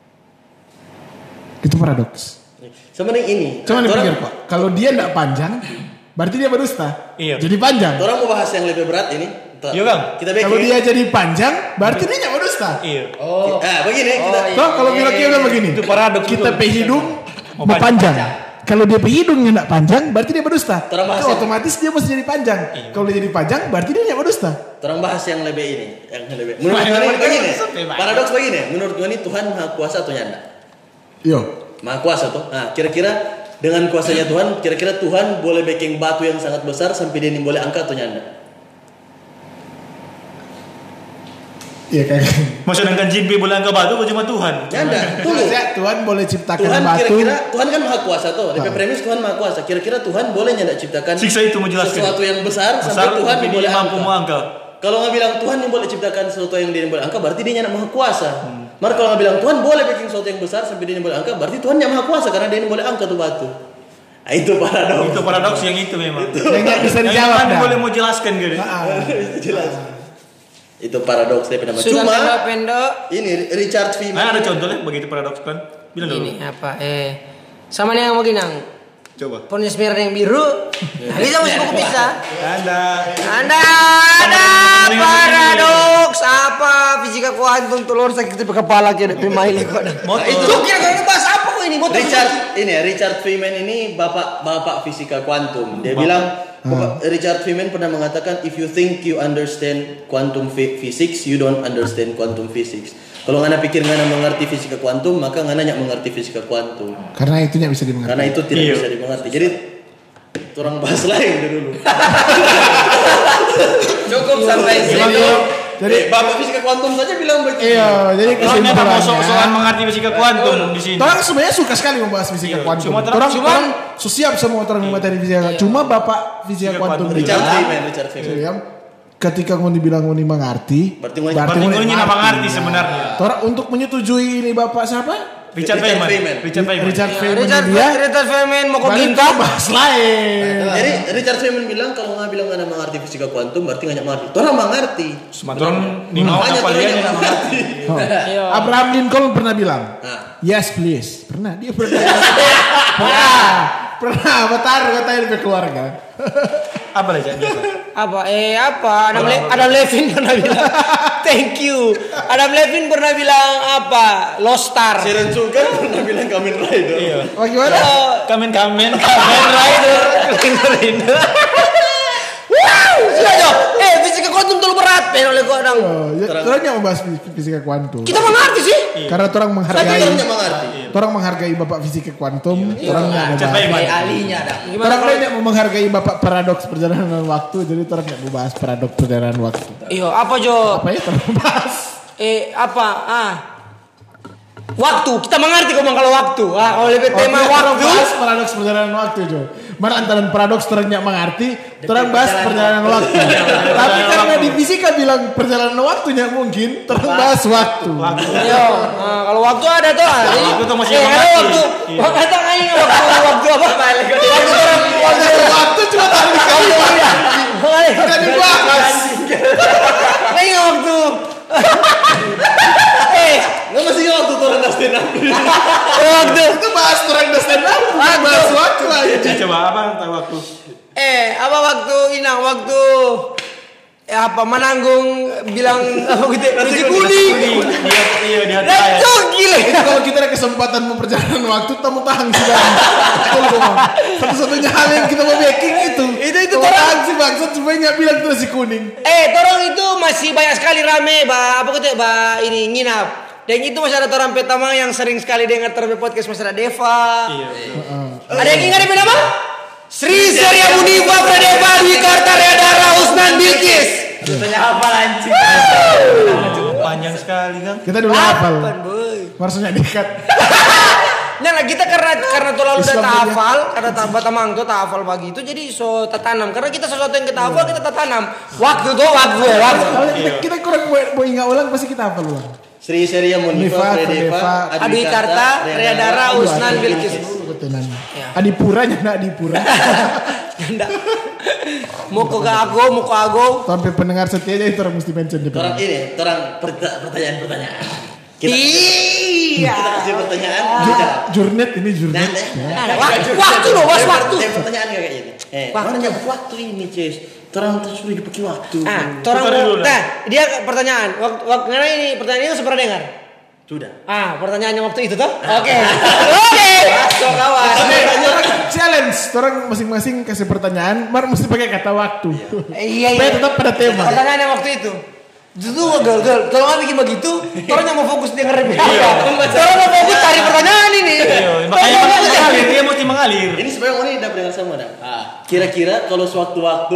[SPEAKER 5] Itu paradoks.
[SPEAKER 6] Sama dengan ini.
[SPEAKER 5] Cuma
[SPEAKER 6] Orang-
[SPEAKER 5] dipikir kok, kalau dia tidak panjang, berarti dia berdusta.
[SPEAKER 7] Iya.
[SPEAKER 5] Jadi panjang.
[SPEAKER 6] Orang mau bahas yang lebih berat ini. Tuh,
[SPEAKER 7] Iya, Kang.
[SPEAKER 6] Kita bikin.
[SPEAKER 5] Kalau dia jadi panjang, berarti dia tidak berdusta.
[SPEAKER 7] Iya.
[SPEAKER 8] Oh.
[SPEAKER 6] Ah, begini kita.
[SPEAKER 8] iya.
[SPEAKER 5] Toh kalau Pinocchio bilang begini,
[SPEAKER 7] Itu paradoks
[SPEAKER 5] kita
[SPEAKER 7] betul.
[SPEAKER 5] pe hidung
[SPEAKER 7] Mau
[SPEAKER 5] mau panjang. Kalau dia pe hidungnya tidak panjang, berarti dia berdusta.
[SPEAKER 6] Terang bahasa.
[SPEAKER 5] Itu otomatis dia mesti jadi panjang. Kalau dia jadi panjang, berarti dia tidak berdusta.
[SPEAKER 6] Orang bahas yang lebih ini, yang lebih. Menurut Tuhan ini begini. Paradoks begini. Menurut Tuhan ini Tuhan Maha Kuasa atau nyanda?
[SPEAKER 5] Yo,
[SPEAKER 6] Maha Kuasa tuh. Nah, kira-kira dengan kuasanya Tuhan, kira-kira Tuhan boleh bikin batu yang sangat besar sampai dia ini boleh angkat atau nyanda?
[SPEAKER 5] iya kayak.
[SPEAKER 7] Maksudnya dengan jin boleh angkat batu kok cuma Tuhan.
[SPEAKER 6] Nyanda. Tunggu.
[SPEAKER 5] Maksudnya Tuhan boleh ciptakan
[SPEAKER 6] Tuhan
[SPEAKER 5] batu.
[SPEAKER 6] kira-kira Tuhan kan Maha Kuasa tuh. D P
[SPEAKER 5] Ah.
[SPEAKER 6] premis Tuhan Maha Kuasa. Kira-kira Tuhan boleh nyanda ciptakan
[SPEAKER 7] Siksa itu menjelaskan.
[SPEAKER 6] sesuatu yang besar,
[SPEAKER 7] Besar
[SPEAKER 6] sampai Tuhan
[SPEAKER 7] tapi
[SPEAKER 6] boleh
[SPEAKER 7] dia mampu
[SPEAKER 6] angkat.
[SPEAKER 7] mengangkat.
[SPEAKER 6] Kalau nggak bilang Tuhan yang boleh ciptakan sesuatu yang dia yang boleh angkat, berarti dia yang Maha Kuasa. Maka kalau nggak bilang Tuhan boleh bikin sesuatu yang besar sampai dia yang boleh angkat, berarti Tuhan yang Maha Kuasa karena dia yang boleh angkat tuh batu. Nah, itu paradoks.
[SPEAKER 7] Itu paradoks yang itu memang.
[SPEAKER 5] Yang nggak bisa
[SPEAKER 7] Yang
[SPEAKER 5] dijawab
[SPEAKER 7] Tuhan
[SPEAKER 5] dah.
[SPEAKER 7] boleh mau jelaskan gitu.
[SPEAKER 5] Ah,
[SPEAKER 6] Itu jelas. Itu paradoks dia nama.
[SPEAKER 4] Sudah
[SPEAKER 6] Cuma
[SPEAKER 4] pendek-pendek.
[SPEAKER 6] ini Richard Feynman.
[SPEAKER 7] Nah, ada contoh lah begitu paradoks kan. Bilang dulu.
[SPEAKER 4] Ini apa? Eh, sama nih yang mau ginang.
[SPEAKER 7] Coba.
[SPEAKER 4] Ponius merah yang biru. Nah, bisa masih buku bisa.
[SPEAKER 7] Ada.
[SPEAKER 4] Anda ada paradoks apa fisika kuantum telur sakit di kepala kita terima ini kok.
[SPEAKER 7] Motor.
[SPEAKER 4] Itu kira-kira bahas apa kok ini? Motor.
[SPEAKER 6] Richard ini ya Richard Feynman ini bapak bapak fisika kuantum. Dia bilang Bapak- Richard Feynman pernah mengatakan if you think you understand quantum phy- physics you don't understand quantum physics. Kalau ngana pikir ngana mengerti fisika kuantum maka ngana nyak mengerti fisika kuantum.
[SPEAKER 5] karena itu nggak bisa dimengerti.
[SPEAKER 6] Karena itu tidak
[SPEAKER 7] Iya.
[SPEAKER 6] bisa dimengerti. Jadi orang bahas lain dulu.
[SPEAKER 8] Cukup sampai situ.
[SPEAKER 5] Jadi
[SPEAKER 6] Eh, bapak fisika kuantum saja bilang begitu.
[SPEAKER 5] iya, jadi
[SPEAKER 7] Kalau nyata mau
[SPEAKER 5] kesimpulannya.
[SPEAKER 7] soal mengerti fisika kuantum di sini.
[SPEAKER 5] Orang sebenarnya suka sekali membahas fisika
[SPEAKER 7] Iya,
[SPEAKER 5] kuantum.
[SPEAKER 7] cuma terang-
[SPEAKER 5] orang
[SPEAKER 7] cuma-
[SPEAKER 5] orang siap semua orang materi fisika. Cuma bapak fisika
[SPEAKER 7] Fisika
[SPEAKER 5] kuantum
[SPEAKER 7] kuantum.
[SPEAKER 6] Richard
[SPEAKER 5] bilang,
[SPEAKER 6] Feynman, Richard Feynman.
[SPEAKER 5] William, ketika mau dibilang mau mengerti,
[SPEAKER 6] Berarti mau-
[SPEAKER 7] Berarti
[SPEAKER 5] mau
[SPEAKER 7] gue nyata mengerti sebenarnya.
[SPEAKER 5] Orang untuk menyetujui ini bapak siapa?
[SPEAKER 7] Richard
[SPEAKER 6] Richard
[SPEAKER 7] Feynman.
[SPEAKER 6] Feynman.
[SPEAKER 7] Richard Feynman.
[SPEAKER 5] Richard Feynman
[SPEAKER 4] Richard
[SPEAKER 5] dia.
[SPEAKER 4] Richard Feynman mau kok
[SPEAKER 5] Balik
[SPEAKER 4] ginta.
[SPEAKER 5] ke bahas lain.
[SPEAKER 6] Jadi Richard Feynman bilang kalau nggak bilang nggak mengerti fisika kuantum berarti nggak mengerti. Orang mengerti.
[SPEAKER 7] Sematron di mau
[SPEAKER 6] Makanya
[SPEAKER 7] apa
[SPEAKER 6] tuh
[SPEAKER 7] dia
[SPEAKER 6] yang
[SPEAKER 7] yang
[SPEAKER 6] mengerti.
[SPEAKER 5] Oh. Abraham Lincoln pernah bilang,
[SPEAKER 6] Nah.
[SPEAKER 5] yes please. Pernah dia pernah. pernah. Pernah. Betar katanya di keluarga.
[SPEAKER 7] apa aja biasa.
[SPEAKER 4] Apa? Eh apa? Adam, Le- Adam Levine pernah bilang thank you. Adam Levine pernah bilang apa? Lost Star.
[SPEAKER 6] Sharon Tzu kan pernah bilang Kamen Rider.
[SPEAKER 7] Iya.
[SPEAKER 5] Oh gimana?
[SPEAKER 7] Kamen Kamen Kamen Rider. Rider.
[SPEAKER 4] Wow, sudah dong. Eh, fisika kuantum terlalu berat, pen oleh kau orang.
[SPEAKER 5] Oh, ya, orang yang membahas fisika kuantum.
[SPEAKER 4] Kita mengerti sih.
[SPEAKER 5] Karena orang
[SPEAKER 6] Tapi
[SPEAKER 5] menghargai,
[SPEAKER 6] orangnya mengerti.
[SPEAKER 5] orang menghargai bapak fisika kuantum, orang yang membahas.
[SPEAKER 8] Kayak ahlinya dah.
[SPEAKER 5] Orang lain yang menghargai bapak paradoks perjalanan waktu, jadi orang yang membahas paradoks perjalanan waktu.
[SPEAKER 4] Iyo, apa Jo?
[SPEAKER 5] Apa ya orang membahas?
[SPEAKER 4] Eh, apa? Ah. Waktu, kita mengerti kau kalau waktu. Ah, kalau lebih tema
[SPEAKER 5] Oke, orang
[SPEAKER 4] waktu.
[SPEAKER 5] bahas paradoks perjalanan waktu, Jo. Mana antara paradoks orang yang mengerti, orang bahas perjalanan waktu. Tapi karena di fisika bilang perjalanan waktunya mungkin, orang bahas waktu.
[SPEAKER 4] Yo, nah, kalau waktu ada tuh. ah. Jadi,
[SPEAKER 7] Waktu tuh masih
[SPEAKER 4] eh, ada
[SPEAKER 7] mengerti.
[SPEAKER 4] waktu.
[SPEAKER 7] Iya.
[SPEAKER 4] Oh, kata aing waktu waktu apa? Waktu orang waktu
[SPEAKER 5] Waktu cuma tadi kali
[SPEAKER 4] Kan
[SPEAKER 5] dibahas.
[SPEAKER 4] Aing waktu. Eh,
[SPEAKER 6] Nggak masih waktu tuh rendah stand up.
[SPEAKER 4] waktu.
[SPEAKER 5] Itu bahas orang dan stand up, bukan bahas waktu aja.
[SPEAKER 7] Ya, coba apa tahu waktu?
[SPEAKER 4] Eh, apa waktu inang waktu eh, apa menanggung bilang apa gitu nasi kuning.
[SPEAKER 7] Dia iya dia
[SPEAKER 4] Dan tuh gile.
[SPEAKER 5] Itu kalau kita ada kesempatan mau perjalanan waktu, tamu tahang sih bang. Betul bang. Satu-satunya hal yang kita mau baking itu.
[SPEAKER 4] Itu itu
[SPEAKER 5] Tamu
[SPEAKER 4] orang.
[SPEAKER 5] tahang sih bangsat supaya nggak bilang itu nasi kuning.
[SPEAKER 4] Eh, torong itu masih banyak sekali rame, ba apa gitu, ba ini nginap. Dan itu masih ada orang Petamang yang sering sekali dengar terbe podcast masih ada Deva.
[SPEAKER 7] Iya.
[SPEAKER 4] Ada yang ingat Deva nama? Sri Surya Munifa Pradeva Dwi Kartarya Dara Usnan Bilkis.
[SPEAKER 8] Tanya apa anjing?
[SPEAKER 7] Panjang sekali kan.
[SPEAKER 5] Kita dulu hafal.
[SPEAKER 4] Apaan, boy?
[SPEAKER 5] Marsudnya dikat.
[SPEAKER 4] Nah, nah, kita karena karena tuh lalu udah
[SPEAKER 5] Islam
[SPEAKER 4] tak
[SPEAKER 5] punya.
[SPEAKER 4] hafal, karena tak Batamang tuh tak hafal bagi itu, jadi so tak tanam. Karena kita sesuatu yang kita hafal kita tak tanam. Waktu tuh waktu, waktu.
[SPEAKER 5] Kalau kita, kita kurang mau, mau ingat ulang pasti kita hafal ulang.
[SPEAKER 6] Sri Surya Munifa
[SPEAKER 5] Munifa,
[SPEAKER 6] Pradeva
[SPEAKER 4] Adi Karta, Rea Dara, Usnan Bilkis.
[SPEAKER 5] Betulan. Adipura nyana Adipura.
[SPEAKER 4] Nggak. Mau ke Ago, mau ke Ago.
[SPEAKER 5] Sampai pendengar setia aja itu orang mesti mention di
[SPEAKER 6] Orang
[SPEAKER 5] depan.
[SPEAKER 6] ini, orang perta- pertanyaan-pertanyaan. Kita,
[SPEAKER 4] Iya.
[SPEAKER 6] kita kasih pertanyaan.
[SPEAKER 5] Ju-
[SPEAKER 6] Kita.
[SPEAKER 5] Jurnet ini
[SPEAKER 6] Nah,
[SPEAKER 5] jurnet.
[SPEAKER 6] nah,
[SPEAKER 4] Nah, nah, waktu, waktu loh, was waktu.
[SPEAKER 6] Eh, pertanyaan kayak gini. Eh,
[SPEAKER 4] Waktu.
[SPEAKER 6] waktu. waktu ini, Cis. Terang terus sudah dipakai waktu.
[SPEAKER 4] Ah, orang
[SPEAKER 7] Putar dulu,
[SPEAKER 4] nah, dia pertanyaan. Waktu, waktu karena ini pertanyaan itu pernah dengar.
[SPEAKER 6] Sudah.
[SPEAKER 4] Ah, pertanyaannya waktu itu toh? Oke. Oke.
[SPEAKER 6] So kawan.
[SPEAKER 5] Oke, orang challenge. Orang masing-masing kasih pertanyaan, mar mesti pakai kata waktu.
[SPEAKER 4] Iya,
[SPEAKER 5] Supaya
[SPEAKER 4] iya.
[SPEAKER 5] tetap pada tema.
[SPEAKER 4] Pertanyaannya waktu itu. Itu gal gal. Kalau nggak bikin begitu, orang yang mau fokus denger review. Orang mau fokus cari pertanyaan ini.
[SPEAKER 7] Iya, makanya
[SPEAKER 4] Orang mau
[SPEAKER 7] mesti
[SPEAKER 4] fokus
[SPEAKER 7] mengalir, dia mesti mengalir.
[SPEAKER 6] Ini sebenarnya ini udah dengar sama dah. Ah, kira-kira kalau sewaktu-waktu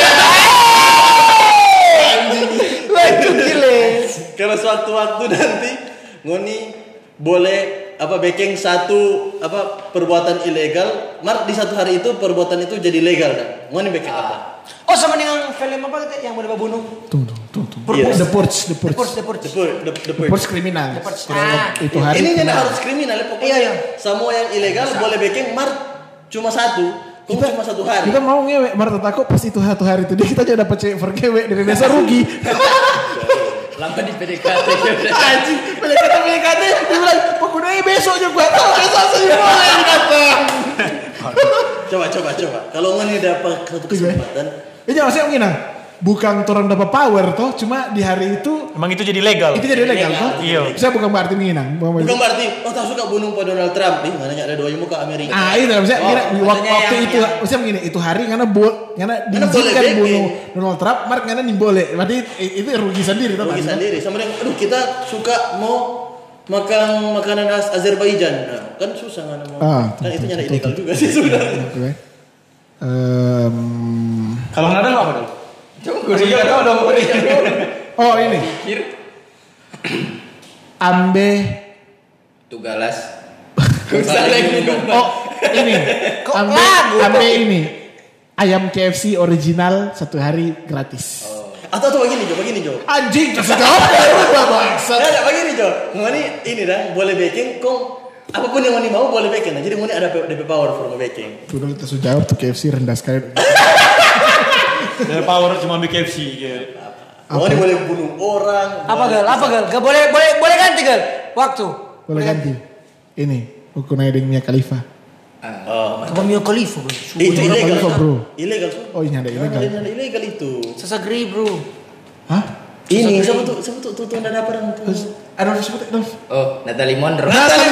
[SPEAKER 4] Waduh gile.
[SPEAKER 6] kalau sewaktu-waktu nanti ngoni boleh apa backing satu apa perbuatan ilegal, mar di satu hari itu perbuatan itu jadi legal dah. Ngoni backing apa?
[SPEAKER 4] Oh, sama dengan film apa gitu yang mau bunuh?
[SPEAKER 5] Tunggu, tunggu, tunggu.
[SPEAKER 6] Yes.
[SPEAKER 5] The Purge, The Purge.
[SPEAKER 4] Purge, the Purge.
[SPEAKER 6] The Purge, the, the
[SPEAKER 5] The
[SPEAKER 6] Purge.
[SPEAKER 5] Purge kriminal.
[SPEAKER 4] Ah.
[SPEAKER 5] Itu hari.
[SPEAKER 6] Ini
[SPEAKER 5] kriminal.
[SPEAKER 6] nggak harus kriminal, pokoknya
[SPEAKER 4] Iya, iya.
[SPEAKER 6] semua yang ilegal boleh backing, mar cuma satu, kok cuma satu hari.
[SPEAKER 5] Kita mau ngewe, Marta takut pas itu satu hari itu dia kita aja dapat cewek for ngewe dari desa rugi.
[SPEAKER 8] Lama di P D K T.
[SPEAKER 5] Anjing, P D K T P D K T dia bilang, "Pokoknya besoknya gua tahu besok sih boleh datang."
[SPEAKER 6] Coba, coba, coba. Kalau ngoni dapat satu kesempatan,
[SPEAKER 5] Ini maksudnya gini, bukan orang dapat power toh, cuma di hari itu
[SPEAKER 7] Emang itu jadi legal.
[SPEAKER 5] itu jadi legal toh.
[SPEAKER 7] Iya.
[SPEAKER 5] Saya bukan berarti menginang.
[SPEAKER 6] bukan berarti oh tak suka bunuh Pak Donald Trump nih, mana ada doanya muka Amerika.
[SPEAKER 5] Ah itu maksudnya
[SPEAKER 6] Oh,
[SPEAKER 5] kira waktu,
[SPEAKER 8] maksudnya
[SPEAKER 5] waktu
[SPEAKER 8] yang-
[SPEAKER 5] itu
[SPEAKER 8] yang-
[SPEAKER 5] maksudnya begini itu hari karena bol karena
[SPEAKER 6] Karena boleh
[SPEAKER 5] diizinkan
[SPEAKER 6] backing.
[SPEAKER 5] bunuh Donald Trump, Mark karena nih boleh. Berarti itu rugi sendiri toh.
[SPEAKER 6] Rugi
[SPEAKER 5] kan?
[SPEAKER 6] sendiri sama dengan aduh kita suka mau makan makanan khas Azerbaijan. Nah, kan susah kan mau.
[SPEAKER 5] Ah,
[SPEAKER 6] kan itu
[SPEAKER 5] betul,
[SPEAKER 6] nyada
[SPEAKER 5] betul,
[SPEAKER 6] ilegal juga sih sebenarnya.
[SPEAKER 5] Oke. Em,
[SPEAKER 7] Kalau nggak ada apa dong?
[SPEAKER 8] Coba gue tahu dong.
[SPEAKER 5] oh ini
[SPEAKER 8] Pikir.
[SPEAKER 5] ambe
[SPEAKER 8] Tugalas. Usah lagi ngomong.
[SPEAKER 5] oh ini
[SPEAKER 4] Kok
[SPEAKER 5] ambe
[SPEAKER 4] lagu?
[SPEAKER 5] ambe ini ayam K F C original satu hari gratis.
[SPEAKER 6] Atau atau begini Jo, begini Jo.
[SPEAKER 5] Anjing kasih jawab ya
[SPEAKER 6] Nah,
[SPEAKER 5] bangsa.
[SPEAKER 6] nah, begini Jo. Ngoni ini dah boleh baking kong apapun yang ngoni mau boleh baking. Nah, jadi ngoni ada D P power for baking.
[SPEAKER 5] Sudah kita sudah jawab tuh K F C rendah sekali.
[SPEAKER 7] Dari power cuma B K F C gitu.
[SPEAKER 6] Ngoni boleh bunuh orang.
[SPEAKER 4] Apa
[SPEAKER 6] boleh-
[SPEAKER 4] gal? Apa gal? Gak boleh boleh boleh ganti gal. Waktu.
[SPEAKER 5] Boleh ganti. Ini hukum dengan Mia Khalifa.
[SPEAKER 6] Oh,
[SPEAKER 4] Apa Mia Khalifa bro?
[SPEAKER 6] Eh, itu ilegal
[SPEAKER 5] Khalifa, bro.
[SPEAKER 6] Ilegal.
[SPEAKER 5] Oh iya ada ilegal.
[SPEAKER 6] Ilegal, ilegal itu.
[SPEAKER 4] Sasagri bro.
[SPEAKER 5] Hah?
[SPEAKER 6] Ini siapa tuh? Siapa tuh? Tuh tuh ada apa orang tuh?
[SPEAKER 5] Ada sebut Adolf.
[SPEAKER 8] Oh, Natalie Monroe.
[SPEAKER 5] Natalie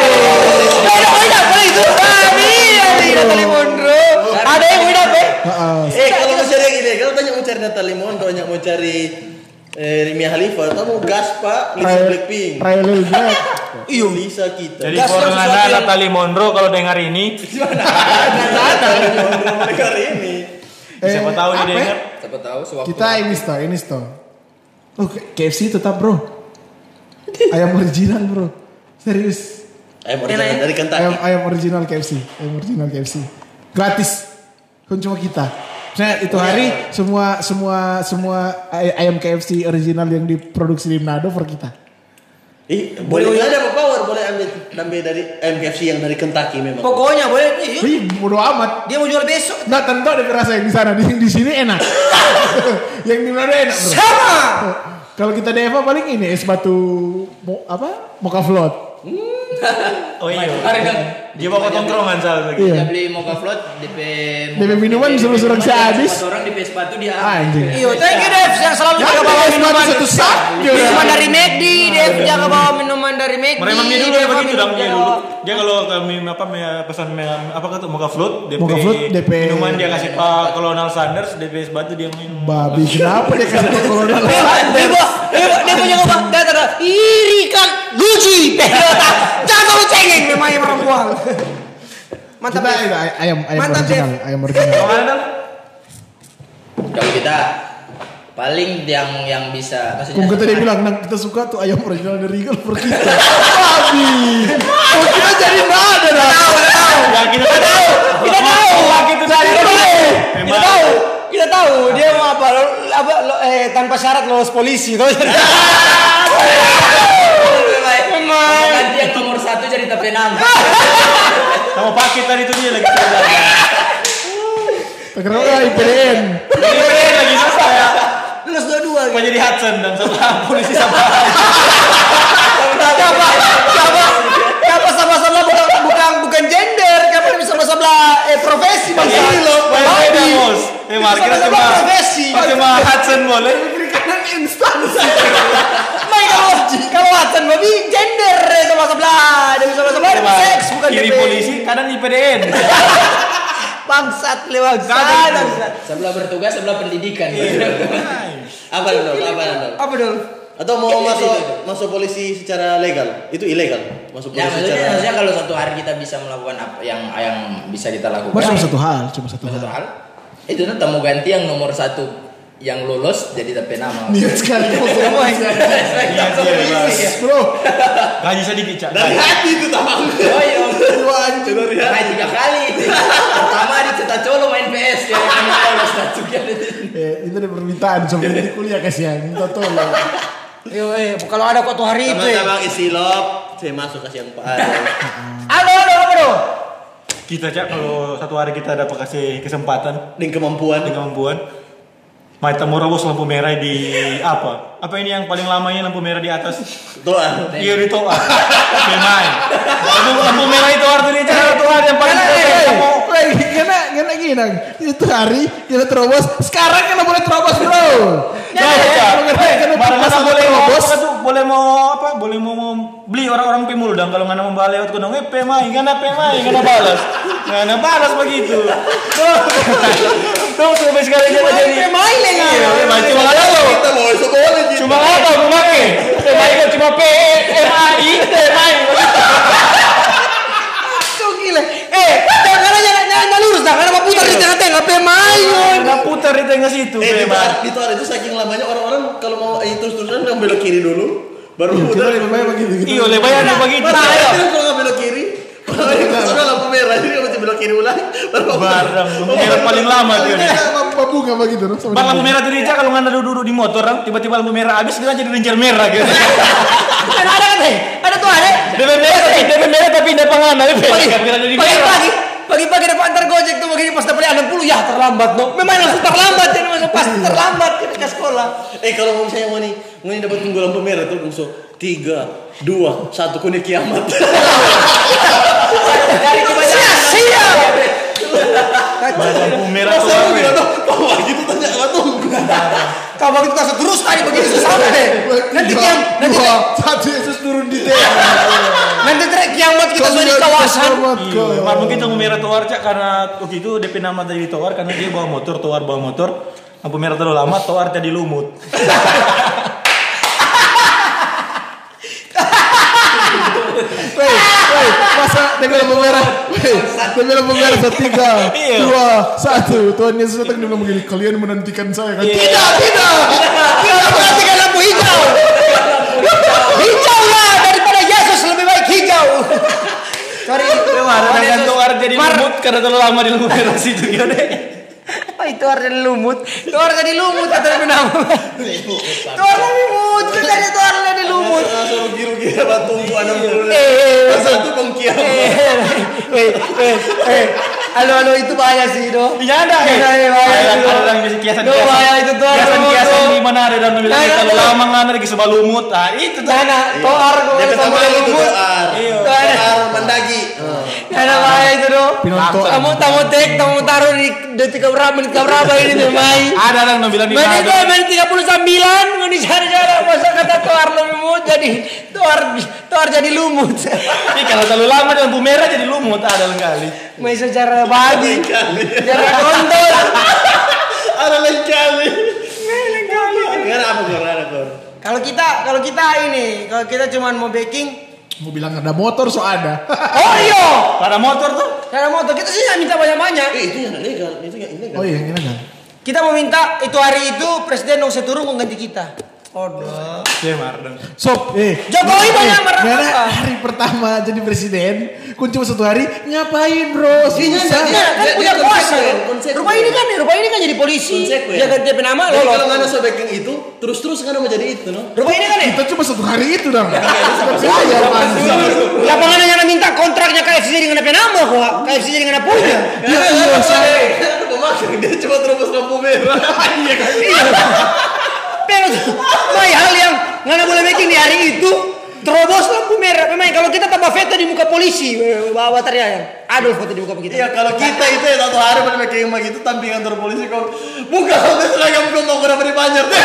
[SPEAKER 4] Ada udah boleh itu. Kami dari Natalie Monroe. Ada yang udah be.
[SPEAKER 5] Heeh.
[SPEAKER 6] Eh, kalau mau cari yang ilegal, tanya mau cari Natalie Monroe, tanya mau cari eh, Mia Khalifa, atau mau gas pak, Lisa Blackpink.
[SPEAKER 5] Rayleigh Black.
[SPEAKER 6] Iya, Lisa kita.
[SPEAKER 7] Jadi
[SPEAKER 6] Gas
[SPEAKER 7] kalau
[SPEAKER 6] yang
[SPEAKER 7] nggak
[SPEAKER 6] sesuatu
[SPEAKER 7] ada
[SPEAKER 6] yang-
[SPEAKER 7] Natalie Monroe kalau dengar ini,
[SPEAKER 6] Natalie Monroe mereka hari ini.
[SPEAKER 7] siapa tahu dia
[SPEAKER 5] apa ya?
[SPEAKER 7] dengar.
[SPEAKER 8] Siapa tahu sewaktu.
[SPEAKER 5] Kita ini sto, ini sto. Oh, K F C tetap bro. Ayam original bro. Serius.
[SPEAKER 6] Ayam original dari Kentucky.
[SPEAKER 5] Ayam ayam original K F C. Ayam original K F C. Gratis. Kan cuma kita. Saya itu hari semua semua semua ay- ayam K F C original yang diproduksi di Manado for kita.
[SPEAKER 6] Ih, boleh ada apa power, boleh ambil ambil dari ayam K F C yang dari Kentucky memang.
[SPEAKER 4] Pokoknya boleh. Iya.
[SPEAKER 5] Wih, bodo amat.
[SPEAKER 4] Dia mau jual besok.
[SPEAKER 5] Nggak tentu ada rasa yang di sana, di, di sini enak. Yang di Manado enak bro.
[SPEAKER 4] Sama.
[SPEAKER 5] Kalau kita D F A paling ini es batu mo, apa? Mocha float.
[SPEAKER 7] Oh iya.
[SPEAKER 8] Kemarin kan
[SPEAKER 7] Dia bawa tongkrongan salah lagi.
[SPEAKER 5] Iya.
[SPEAKER 8] Kita beli mocha float D P
[SPEAKER 5] D P minuman suruh-suruh si habis.
[SPEAKER 8] Empat orang D P sepatu dia.
[SPEAKER 5] Anjing.
[SPEAKER 4] Iya, thank you Dev yang selalu jaga bawa
[SPEAKER 5] es batu
[SPEAKER 4] minuman.
[SPEAKER 5] satu sak.
[SPEAKER 4] Minuman dari McD, Dev jaga bawa minuman dari McD.
[SPEAKER 7] Meremang dia dulu
[SPEAKER 4] Dev
[SPEAKER 7] ya
[SPEAKER 4] bawa
[SPEAKER 7] begitu dong
[SPEAKER 4] minum-
[SPEAKER 7] dia
[SPEAKER 4] jaga
[SPEAKER 7] dulu.
[SPEAKER 4] bawa-
[SPEAKER 7] Dia kalau kami apa me- pesan me- apa kata mocha float, D P,
[SPEAKER 5] Mocha float, D P
[SPEAKER 7] minuman dia kasih Pak Colonel Sanders, D P es batu dia minum.
[SPEAKER 5] Babi kenapa dia kasih ke kolonel?
[SPEAKER 4] Dia bawa- dia bawa- dia punya apa? Dia ada iri kan lucu. Jangan terlalu cengeng memangnya perempuan. Mantap
[SPEAKER 5] Kita
[SPEAKER 4] Dev.
[SPEAKER 5] itu ay- ayam ayam
[SPEAKER 4] Mantap,
[SPEAKER 5] original,
[SPEAKER 4] Dev.
[SPEAKER 5] ayam original.
[SPEAKER 7] Kalau ada
[SPEAKER 8] Kalau kita paling yang yang bisa maksudnya.
[SPEAKER 5] Kung kita dia bilang, nang kita suka tuh ayam original dari Regal for kita. Babi. Oh kita jadi nggak ada dah.
[SPEAKER 7] ya kita tahu.
[SPEAKER 4] Kita tahu.
[SPEAKER 7] Kita tahu.
[SPEAKER 4] Kita tahu. Kita tahu. Kita tahu dia mau apa? Lo- apa lo- eh tanpa syarat lolos polisi tuh.
[SPEAKER 8] Memang ganti yang nomor satu jadi tapenan.
[SPEAKER 7] Sama paket tadi itu dia lagi.
[SPEAKER 5] Terkenal lah I P D N.
[SPEAKER 7] Ini lagi susah ya.
[SPEAKER 4] Lulus dua-dua.
[SPEAKER 7] Mau jadi Hudson dan sama polisi sama.
[SPEAKER 4] Siapa? Siapa? Siapa sama-sama bukan bukan bukan gender, siapa bisa sama-sama eh profesi bang.
[SPEAKER 7] Ini loh, beda bos. Eh market
[SPEAKER 4] Sama-sama
[SPEAKER 7] cuma
[SPEAKER 4] profesi.
[SPEAKER 7] cuma Hudson boleh.
[SPEAKER 5] Kanan instansi.
[SPEAKER 4] Mai kalau kalau Watson babi gender eh, sama-sama dia bisa sama-sama seks bukan
[SPEAKER 7] Kiri
[SPEAKER 4] D P.
[SPEAKER 7] polisi, kanan I P D N.
[SPEAKER 4] Bangsat lewat
[SPEAKER 7] Nggak ada
[SPEAKER 4] sana.
[SPEAKER 7] itu.
[SPEAKER 8] Sebelah bertugas, sebelah pendidikan.
[SPEAKER 6] Apa dong? Apa dong?
[SPEAKER 4] Apa dong?
[SPEAKER 6] Atau mau masuk masuk polisi secara legal? Itu ilegal. Masuk
[SPEAKER 8] Ya
[SPEAKER 6] polisi
[SPEAKER 8] maksudnya,
[SPEAKER 6] secara
[SPEAKER 8] maksudnya kalau satu hari kita bisa melakukan apa yang yang bisa kita lakukan.
[SPEAKER 5] Cuma satu hal, cuma satu
[SPEAKER 8] Satu
[SPEAKER 5] hal.
[SPEAKER 8] hal. Itu tuh mau ganti yang nomor satu yang lulus jadi tapi nama.
[SPEAKER 5] Niat sekali kamu semua. Bro,
[SPEAKER 7] Gaji sedikit cak.
[SPEAKER 6] dari hati itu tamang.
[SPEAKER 8] Oh iya.
[SPEAKER 6] Dua anjing dari hati.
[SPEAKER 8] Main tiga kali. Pertama di Ceta Colo main P S ya yang lolos satu kali.
[SPEAKER 5] eh, itu ada permintaan sebelum di kuliah kasihan, minta tolong.
[SPEAKER 4] Yo eh kalau ada kok tuh hari itu. eh.
[SPEAKER 6] Teman-teman isi lop, saya masuk kasih yang Pak Ado.
[SPEAKER 4] Halo halo apa dong?
[SPEAKER 7] Kita cak kalau satu hari kita dapat kasih kesempatan
[SPEAKER 6] Dengan kemampuan.
[SPEAKER 7] dengan kemampuan. Maita Morobos lampu merah di apa? Apa ini yang paling lamanya lampu merah di atas?
[SPEAKER 6] Doa.
[SPEAKER 7] Iya di toa. Pemain. Itu lampu merah itu artinya cara Tuhan yang paling kamu.
[SPEAKER 5] Lagi kena kena gini nang. Itu hari kita terobos. Sekarang kena boleh terobos bro.
[SPEAKER 7] Nah, ya.
[SPEAKER 5] Kena
[SPEAKER 7] Mana
[SPEAKER 5] pas
[SPEAKER 7] boleh mau
[SPEAKER 5] terobos.
[SPEAKER 7] apa tuh? Boleh mau apa? Boleh mau, mau beli orang-orang pemul dong kalau nggak mau lewat kuno eh pemain, nggak pemain, nggak balas, nggak balas begitu. Tuh, tuh sampai sekarang kita jadi
[SPEAKER 4] Pemain lagi.
[SPEAKER 7] Iya, pemain cuma nggak tahu.
[SPEAKER 6] Kita mau itu boleh gitu.
[SPEAKER 7] Cuma nggak tahu memakai. Pemain kan cuma P M A I pemain.
[SPEAKER 4] Kau gila. Eh, jangan aja jangan jangan lurus, jangan apa putar di tengah-tengah pemain.
[SPEAKER 7] Nggak putar di tengah situ.
[SPEAKER 6] Eh, di
[SPEAKER 7] pemain.
[SPEAKER 6] toa, di toa itu saking lamanya orang-orang kalau mau eh, terus-terusan yang belok kiri dulu, baru
[SPEAKER 5] Kita
[SPEAKER 6] putar.
[SPEAKER 5] lebih baik begitu gitu.
[SPEAKER 7] Iya, lebih banyak begitu.
[SPEAKER 6] Nah, itu kalau nggak belok kiri, kalau lampu merah jadi nggak mesti belok kiri ulang, baru mau putar.
[SPEAKER 7] Barang lampu merah paling lama dia. nih.
[SPEAKER 5] Babu nggak begitu no? Sama
[SPEAKER 7] Bang
[SPEAKER 5] dia.
[SPEAKER 7] lampu merah tuh dia kalau nggak ada duduk di motor, orang tiba-tiba lampu merah habis dia jadi ringer merah gitu.
[SPEAKER 4] Kan ada kan teh? Ada tuh ada.
[SPEAKER 7] D P merah tapi D P merah tapi tidak pengen tapi nggak pernah ada di merah.
[SPEAKER 4] Pagi-pagi pagi-pagi dapat antar gojek tuh begini pas dapat enam puluh ya terlambat no. Memang langsung terlambat jadi masuk pas terlambat jadi ke sekolah.
[SPEAKER 6] Eh kalau mau misalnya mau nih, mau nih dapat tunggu lampu merah tuh langsung tiga, dua, satu kuning kiamat.
[SPEAKER 8] Dari kebanyakan
[SPEAKER 4] Iya.
[SPEAKER 7] Lampu merah tuh
[SPEAKER 6] Masa lu
[SPEAKER 7] apa?
[SPEAKER 6] bilang dong, kau gitu tanya nggak tuh.
[SPEAKER 4] Kau begitu kasih terus tadi begitu susah deh. Nanti kiam, nanti
[SPEAKER 5] Dua, satu Yesus turun di teh.
[SPEAKER 4] nanti trek kiamat kita sudah di kawasan.
[SPEAKER 7] Iya, Mar mungkin lampu merah Toar Cak karena waktu itu D P nama dari Toar karena dia bawa motor, Toar bawa motor. Lampu merah terlalu lama, Toar jadi lumut.
[SPEAKER 5] Woi, woi, masa demi lampu merah. Woi, demi lampu merah setiga,
[SPEAKER 7] Iya.
[SPEAKER 5] dua, satu. Tuhan Yesus datang dengan begini. Kalian menantikan saya kan?
[SPEAKER 7] Iya.
[SPEAKER 5] Tidak, tidak.
[SPEAKER 4] Kita perhatikan lampu hijau. Hijau lah daripada Yesus lebih baik hijau. Sorry.
[SPEAKER 7] Mar dengan Toar jadi lumut karena terlalu lama di lampu merah situ gimana?
[SPEAKER 4] Oh, itu harus jadi lumut. Itu harus jadi lumut kata dia nama. Itu harus jadi lumut. Kita itu harus jadi lumut.
[SPEAKER 6] Langsung giru-giru batu enam puluh.
[SPEAKER 4] Eh,
[SPEAKER 6] Masa itu bengkiam.
[SPEAKER 4] eh, eh, eh. Halo, halo itu bahaya sih, do.
[SPEAKER 7] Iya ada ya.
[SPEAKER 4] Bahaya, bahaya.
[SPEAKER 7] Ada orang bisa kiasan
[SPEAKER 4] Do, bahaya itu tuh.
[SPEAKER 7] Kiasan kiasan di mana ada dan bilang
[SPEAKER 4] Nah,
[SPEAKER 7] kalau
[SPEAKER 4] nah,
[SPEAKER 7] lama nggak ada lagi sebab lumut. Ah itu tuh.
[SPEAKER 4] Nana, toar gue
[SPEAKER 6] Dia pertama
[SPEAKER 4] sama
[SPEAKER 6] itu
[SPEAKER 4] lumut.
[SPEAKER 6] Toar.
[SPEAKER 7] Iya.
[SPEAKER 6] Toar Mandagi.
[SPEAKER 4] Nana bahaya itu, do.
[SPEAKER 5] Pinonto.
[SPEAKER 4] Kamu tamu tek, kamu taruh di detik keberapa, menit keberapa ini tuh, Mai.
[SPEAKER 7] Ada orang yang bilang di
[SPEAKER 4] Menit
[SPEAKER 7] mana.
[SPEAKER 4] itu menit tiga puluh sembilan, mau dicari-cari masa kata toar lumut jadi toar toar jadi lumut.
[SPEAKER 7] Ini kalau terlalu lama dan lampu merah jadi lumut ada kali.
[SPEAKER 4] Mai secara bagi, secara kontol.
[SPEAKER 6] Ada lain kali. Karena apa kor? Ada kor.
[SPEAKER 4] Kalau kita, kalau kita ini, kalau kita cuma mau baking,
[SPEAKER 5] Mau bilang ada motor so ada.
[SPEAKER 4] oh iya,
[SPEAKER 7] Pada motor tuh.
[SPEAKER 4] cara motor kita sih nggak minta banyak-banyak.
[SPEAKER 6] Eh itu yang legal, itu yang ilegal.
[SPEAKER 5] Oh iya, ini kan.
[SPEAKER 4] Kita mau minta itu hari itu presiden dong seturun mengganti kita. Oh,
[SPEAKER 7] Ya mar dong.
[SPEAKER 5] Sob, eh.
[SPEAKER 4] Jokowi banyak marah
[SPEAKER 5] Karena
[SPEAKER 4] apa?
[SPEAKER 5] hari pertama jadi presiden, kun cuma satu hari, ngapain bro? Susah.
[SPEAKER 4] Nah, kan
[SPEAKER 6] Dia-
[SPEAKER 4] punya
[SPEAKER 6] dia
[SPEAKER 4] kuasa.
[SPEAKER 6] konsekuen, konsekuen.
[SPEAKER 4] Rupa ini kan, rupa ini kan jadi polisi.
[SPEAKER 6] Konsekuen.
[SPEAKER 4] Dia ganti P nama
[SPEAKER 6] Jadi
[SPEAKER 4] lolos.
[SPEAKER 6] kalau nggak ada sobeking itu, terus-terus kan mau jadi itu, no?
[SPEAKER 4] Rupa ini kan ya.
[SPEAKER 5] Kita cuma satu hari itu dong. Saya man.
[SPEAKER 4] Lapangan yang minta kontraknya K F C dengan P nama kok. K F C dengan punya.
[SPEAKER 5] Ya iya saya.
[SPEAKER 6] Kan pemakai dia cuma terobos lampu merah. Iya kan?
[SPEAKER 4] Pero Mai hal yang nggak boleh making di hari itu terobos lampu merah. Memang kalau kita tambah foto di muka polisi, bawa teriak Adolf foto di muka kita.
[SPEAKER 6] Iya kalau kita itu ya satu hari pada pakai emak itu tampil kantor polisi kau buka sampai seragam kau mau kenapa di Banjar deh.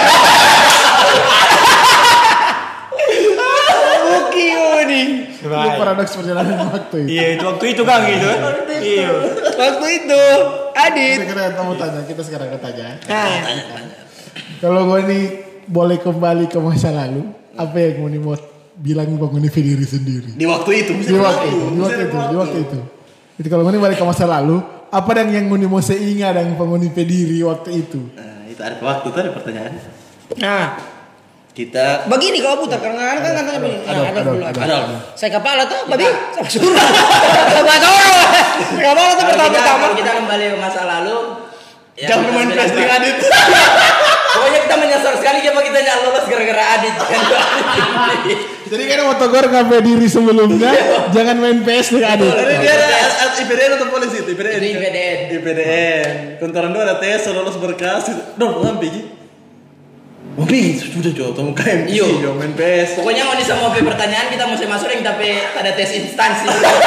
[SPEAKER 4] Oke, nih.
[SPEAKER 5] Itu paradoks perjalanan waktu itu.
[SPEAKER 7] Iya itu waktu itu kan gitu. Iya.
[SPEAKER 4] Waktu itu, Adit.
[SPEAKER 5] Sekarang kamu tanya, kita sekarang tanya.
[SPEAKER 4] Nah,
[SPEAKER 5] Kalau gue nih boleh kembali ke masa lalu, apa yang mau nih mau bilang bangun diri sendiri?
[SPEAKER 6] Di waktu itu.
[SPEAKER 5] Di waktu itu, di waktu itu, di waktu itu. Jadi kalau gue nih balik ke masa lalu, apa dan yang gue mau seingat dan bangun diri waktu itu?
[SPEAKER 6] Nah, itu ada waktu tuh ada pertanyaan.
[SPEAKER 4] nah,
[SPEAKER 6] Kita
[SPEAKER 4] begini kalau putar karena kan katanya begini. Nah,
[SPEAKER 5] Ada,
[SPEAKER 4] ada
[SPEAKER 5] ada,
[SPEAKER 4] dulu.
[SPEAKER 5] ada.
[SPEAKER 6] ada
[SPEAKER 4] Saya kepala tuh, babi. Sama suruh. Sama suruh. Saya kepala tuh
[SPEAKER 8] Kalau kita,
[SPEAKER 4] pertama-pertama.
[SPEAKER 8] kalau kita kembali ke masa lalu. ya,
[SPEAKER 6] jangan
[SPEAKER 8] kita
[SPEAKER 6] main
[SPEAKER 8] bilang,
[SPEAKER 6] casting
[SPEAKER 8] Pak.
[SPEAKER 6] Adit.
[SPEAKER 8] Pokoknya kita menyasar sekali kenapa kita nggak lolos gara-gara Adit kan.
[SPEAKER 5] Jadi kan mau tegur ngapain diri sebelumnya, jangan main P S dengan adik.
[SPEAKER 6] Jadi dia ada I P D N atau polisi itu? I P D N.
[SPEAKER 8] Itu I P D N.
[SPEAKER 6] I P D N. Kontoran dua ada tes, lolos berkas. Dong, ngampi ji. Ngampi, sudah jauh temu K M P
[SPEAKER 8] Iya.
[SPEAKER 6] jauh main P S.
[SPEAKER 8] Pokoknya mau bisa mau pertanyaan kita mesti masuk yang tapi ada tes instansi.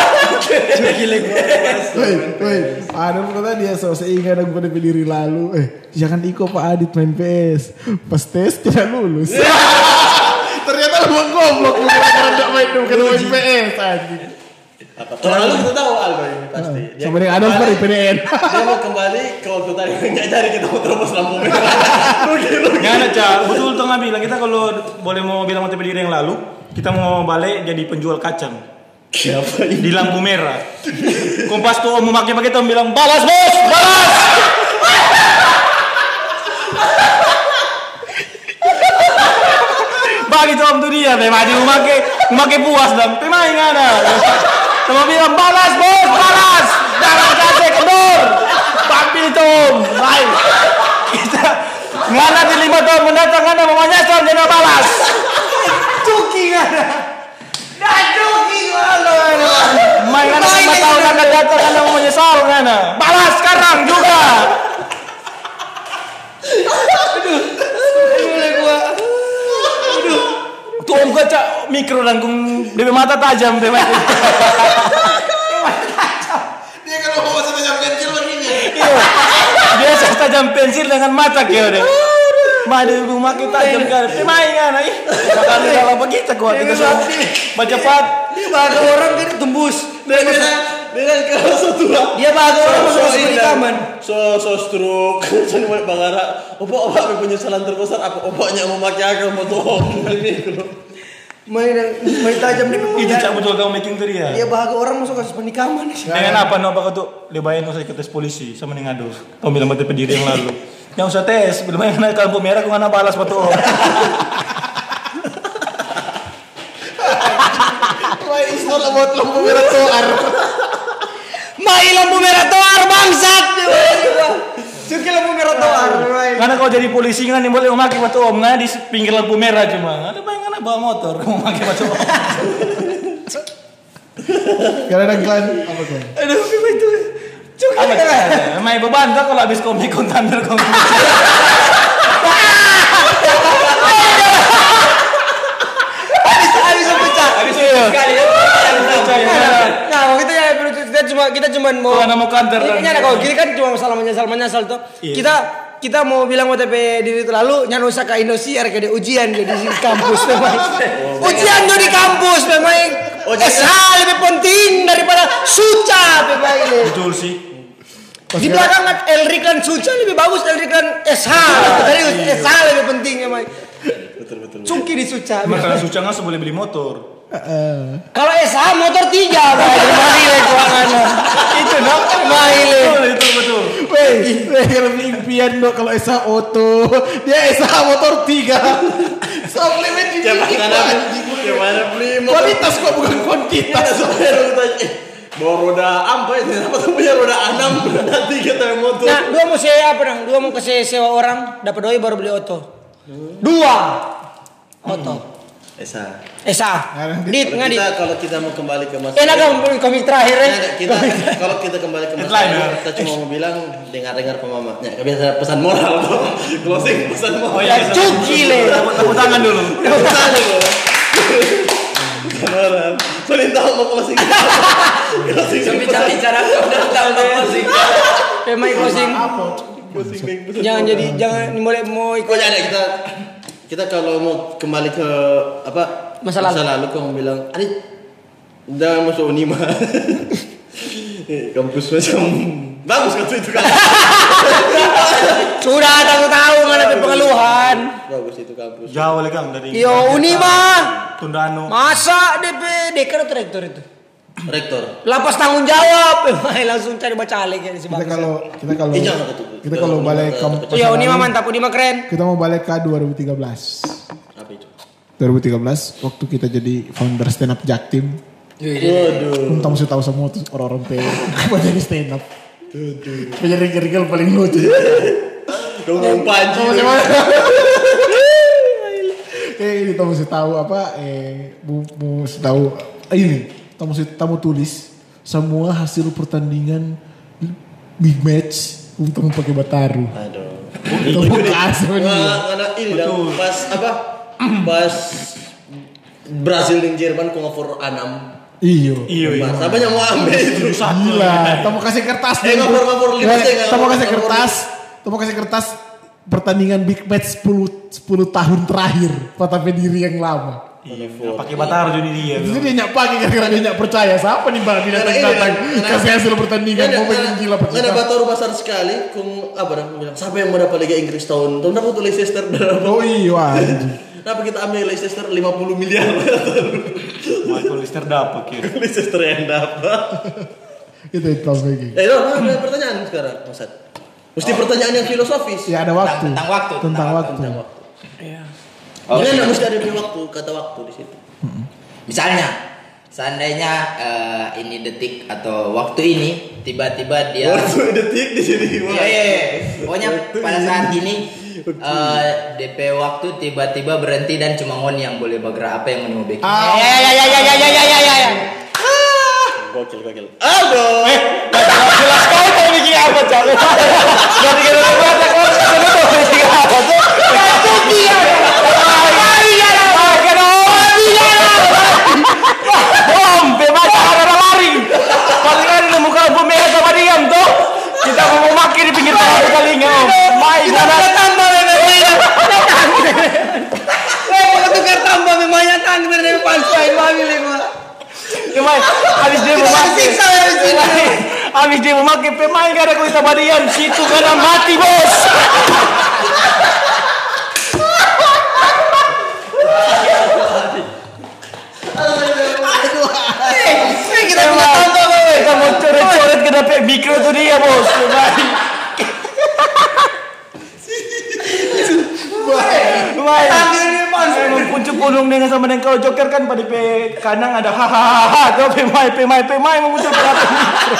[SPEAKER 5] Woi, woi, ada kata dia so seingat dan pada diri lalu, eh jangan ikut Pak Adit main P S, pas tes tidak lulus. Ternyata lu goblok, lu kira-kira tidak main bukan main P S anjing.
[SPEAKER 6] Tahun lalu kita tahu Aldo ini pasti. Dia
[SPEAKER 5] Sama dengan Adolf
[SPEAKER 6] kembali-
[SPEAKER 5] dari P D N.
[SPEAKER 6] Dia mau kembali ke waktu tadi nggak cari kita mau terobos lampu merah. Rugi rugi.
[SPEAKER 7] Nggak ada Cak, betul tuh nggak bilang kita kalau boleh mau bilang motif diri yang lalu, kita mau balik jadi penjual kacang
[SPEAKER 6] Siapa ini?
[SPEAKER 7] di lampu merah. Kompas tuh mau pakai-pakai tuh bilang balas bos, balas. Bagi tuh om tuh dia, teh maju memakai memakai puas dan teh main nggak ada. Sama bilang balas bos, balas, jangan kasih kendor, pampil tuh, baik. Kita nggak ada di lima tahun mendatang nggak ada mau menyasar jadi balas.
[SPEAKER 4] Cuki nggak ada. Dah cuki kalau
[SPEAKER 7] Main kan lima tahun akan datang kan mau menyesal kan? Balas sekarang juga.
[SPEAKER 4] boleh gua.
[SPEAKER 7] Tuh om gua Cak mikro dan kung D P mata tajam deh mas.
[SPEAKER 5] Dia
[SPEAKER 7] tajam pensil dengan mata kau deh. Ma ada ibu makin tajam kan. Pemain kan ai. Makan dalam begitu kuat kita semua. Baca pat.
[SPEAKER 4] Dia baga orang kan tembus.
[SPEAKER 6] Dengan kalau satu
[SPEAKER 4] Dia baga orang masuk ke rekaman.
[SPEAKER 6] So so stroke. Saya mau bangara. Opo opo penyesalan terbesar apa opoknya memakai akal motor.
[SPEAKER 4] Main main tajam di
[SPEAKER 7] Itu cak betul kamu making tadi ya.
[SPEAKER 4] Dia baga orang masuk ke penikaman.
[SPEAKER 7] Dengan apa no apa tuh? Lebayan usah ikut tes polisi sama dengan aduh. Kau bilang mati pendiri yang lalu. Yang usah tes, belum yang kena lampu merah kau ngana balas betul.
[SPEAKER 5] Wah, isol buat lampu merah toar.
[SPEAKER 4] Mai lampu merah toar bangsat. Cuki lampu merah toar.
[SPEAKER 7] Karena kau jadi polisi kan boleh memakai batu om nggak di pinggir lampu merah cuma. Ada bayang anak bawa motor mau memakai batu om.
[SPEAKER 5] Karena klan apa kau?
[SPEAKER 4] Aduh, apa itu? Cuki
[SPEAKER 7] Apa cara? Main beban tak kalau habis komik kontainer komik.
[SPEAKER 4] Habis pecah.
[SPEAKER 8] Habis sekali ya.
[SPEAKER 4] Nah, waktu itu ya kita cuma kita cuma mau
[SPEAKER 7] Kalau mau kantor dan-
[SPEAKER 4] Ini ada kau gini kan cuma masalah menyesal menyesal tuh.
[SPEAKER 7] Iya.
[SPEAKER 4] Kita kita mau bilang O T P diri itu lalu nyan usah ke Indosiar ke ujian di di kampus memang. Ujian tuh di kampus memang. S H lebih penting daripada Suca memang ini.
[SPEAKER 7] Betul sih.
[SPEAKER 4] Di belakang kan Elriklan Suca lebih bagus Elriklan S H. Serius S H lebih penting memang.
[SPEAKER 6] Betul betul.
[SPEAKER 4] Cungki di Suca.
[SPEAKER 7] Makanan suca nggak boleh beli motor.
[SPEAKER 4] Kalau S H motor tiga, mahile keuangannya. Itu no, mahile.
[SPEAKER 7] Betul itu betul.
[SPEAKER 5] Weh, weh kalau impian dok kalau S H auto, dia S H motor tiga. Suplemen di
[SPEAKER 6] Siapa mana gimana beli motor?
[SPEAKER 5] kualitas kok bukan kuantitas.
[SPEAKER 6] Bawa roda apa itu? Apa tuh punya roda enam, roda tiga tapi motor.
[SPEAKER 4] Nah, dua mau sewa apa dong? Dua mau ke sewa orang, dapat doi baru beli auto. Dua auto.
[SPEAKER 6] Esa.
[SPEAKER 4] Esa. Dit
[SPEAKER 6] Kalau
[SPEAKER 4] ngadi.
[SPEAKER 6] kita kalau kita mau kembali ke masa
[SPEAKER 4] Enak dong komik terakhir ya.
[SPEAKER 6] Nah, kita kalau kita kembali ke masa
[SPEAKER 7] Headliner.
[SPEAKER 6] lalu, kita cuma mau bilang dengar-dengar pemamaknya. Biasa pesan moral tuh. Closing pesan moral.
[SPEAKER 7] Oh iya.
[SPEAKER 4] Ya, cuci le.
[SPEAKER 7] Tepuk tangan dulu.
[SPEAKER 6] Pesan dulu. Pesan moral. Soalnya tahu mau closing. Closing.
[SPEAKER 8] Bicara-bicara kau udah tahu deh sih.
[SPEAKER 4] Pemain closing.
[SPEAKER 6] Closing pesan
[SPEAKER 4] Jangan
[SPEAKER 6] moral.
[SPEAKER 4] jadi jangan mulai mau ikut.
[SPEAKER 6] Pokoknya ada kita kita kalau mau kembali ke apa
[SPEAKER 4] Masa lalu.
[SPEAKER 6] lalu kau bilang, "Adik, jangan masuk Unima." Kampus macam bagus kan itu kan.
[SPEAKER 4] Sudah tahu-tahu nggak ada pengeluhan.
[SPEAKER 6] Bagus itu kampus.
[SPEAKER 7] Jauh lagi Kang dari.
[SPEAKER 4] Yo Unima.
[SPEAKER 7] Tundano.
[SPEAKER 4] Masa D P dekar atau rektor itu?
[SPEAKER 6] Rektor.
[SPEAKER 4] Lapas tanggung jawab. Langsung cari bacalek ya si
[SPEAKER 5] Kita
[SPEAKER 4] bangsa.
[SPEAKER 5] kalau kita kalau
[SPEAKER 6] Eh, jangan itu.
[SPEAKER 5] kita kalau balik ke
[SPEAKER 4] Yo Unima mantap, Unima keren.
[SPEAKER 5] kita mau balik ke dua ribu tiga belas.
[SPEAKER 6] Apa itu?
[SPEAKER 5] dua ribu tiga belas waktu kita jadi founder stand up Jaktim.
[SPEAKER 6] Waduh.
[SPEAKER 5] Untung mesti tahu semua tuh orang-orang P apa jadi stand up. Punya rigel-rigel paling lucu.
[SPEAKER 6] Dong panji.
[SPEAKER 5] Eh, kita mesti tahu apa? Eh, mu- mu- mesti tahu eh, ini. Kita mesti tamu tulis semua hasil pertandingan big match untuk pakai Bataru.
[SPEAKER 6] Aduh.
[SPEAKER 5] Itu bekas
[SPEAKER 6] Wah, karena ini dong pas apa? Pas Brasil dan Jerman kok ngapur enam.
[SPEAKER 5] Iyo.
[SPEAKER 7] Iya iya.
[SPEAKER 6] Mas, apa yang mau ambil itu?
[SPEAKER 5] Gila, kita mau kasih kertas
[SPEAKER 6] Eh, ngapur ngapur lima
[SPEAKER 5] Eh,
[SPEAKER 6] sih,
[SPEAKER 5] Kita mau kasih
[SPEAKER 6] ngapur-
[SPEAKER 5] kertas. Kita mau kasih kertas pertandingan big match sepuluh sepuluh tahun terakhir Kota Pediri yang lama.
[SPEAKER 7] Iya. Pakai batar jadi dia.
[SPEAKER 5] Itu dia nyak pakai gara-gara dia nyak percaya. Siapa nih bang datang-datang kasih hasil pertandingan mau pengen gila
[SPEAKER 6] Nggak ada
[SPEAKER 5] percaya.
[SPEAKER 6] Bataru besar sekali. Kung apa dah? Bilang siapa yang mau dapat Liga Inggris tahun? Tahun dapat Leicester.
[SPEAKER 5] Oh iya anjing.
[SPEAKER 6] Kenapa kita ambil Leicester lima puluh miliar?
[SPEAKER 7] Michael Lister dapat kira.
[SPEAKER 6] Leicester yang dapat.
[SPEAKER 5] Itu itu lagi.
[SPEAKER 6] Eh, no, ada pertanyaan sekarang, Mas Ad. Mesti pertanyaan yang filosofis.
[SPEAKER 5] Ya ada waktu.
[SPEAKER 8] Tentang waktu,
[SPEAKER 5] Tentang
[SPEAKER 8] tentang
[SPEAKER 5] waktu.
[SPEAKER 6] Tentang waktu.
[SPEAKER 8] Oh,
[SPEAKER 6] Ini nggak mesti ada di waktu, kata waktu di situ.
[SPEAKER 8] Misalnya, seandainya eh, ini detik atau waktu ini tiba-tiba dia
[SPEAKER 6] Waktu detik di sini.
[SPEAKER 8] Iya, iya, iya. Pokoknya pada saat ini eh, D P waktu tiba-tiba berhenti dan cuma Ngon yang boleh bergerak apa yang mau bikin.
[SPEAKER 4] Ya ya ya ya ya ya ya ya ya.
[SPEAKER 6] Gokil, gokil. Aduh. Eh,
[SPEAKER 4] Jelas kau mau bikin apa cak? Jadi kita baca kau sebelum mau bikin apa tuh? Itu dia. Iya lah. Kenapa dia? Bom, bebaca ada lari. Paling kan nemu lampu merah sama diam tuh. Kita mau maki di pinggir tengah kalinya om.
[SPEAKER 7] Habis dia memakai pemain karena kulit abadian, situ karena mati bos.
[SPEAKER 4] Kita punya tambah, weh.
[SPEAKER 7] Kita mau coret-coret ke dapet mikro tuh dia bos. Baik. Emang puncuk gunung dengan sama dengan kalau joker kan pada pe kanan ada hahaha. Tuh pemain pemain pemain mau muncul ke dapet mikro.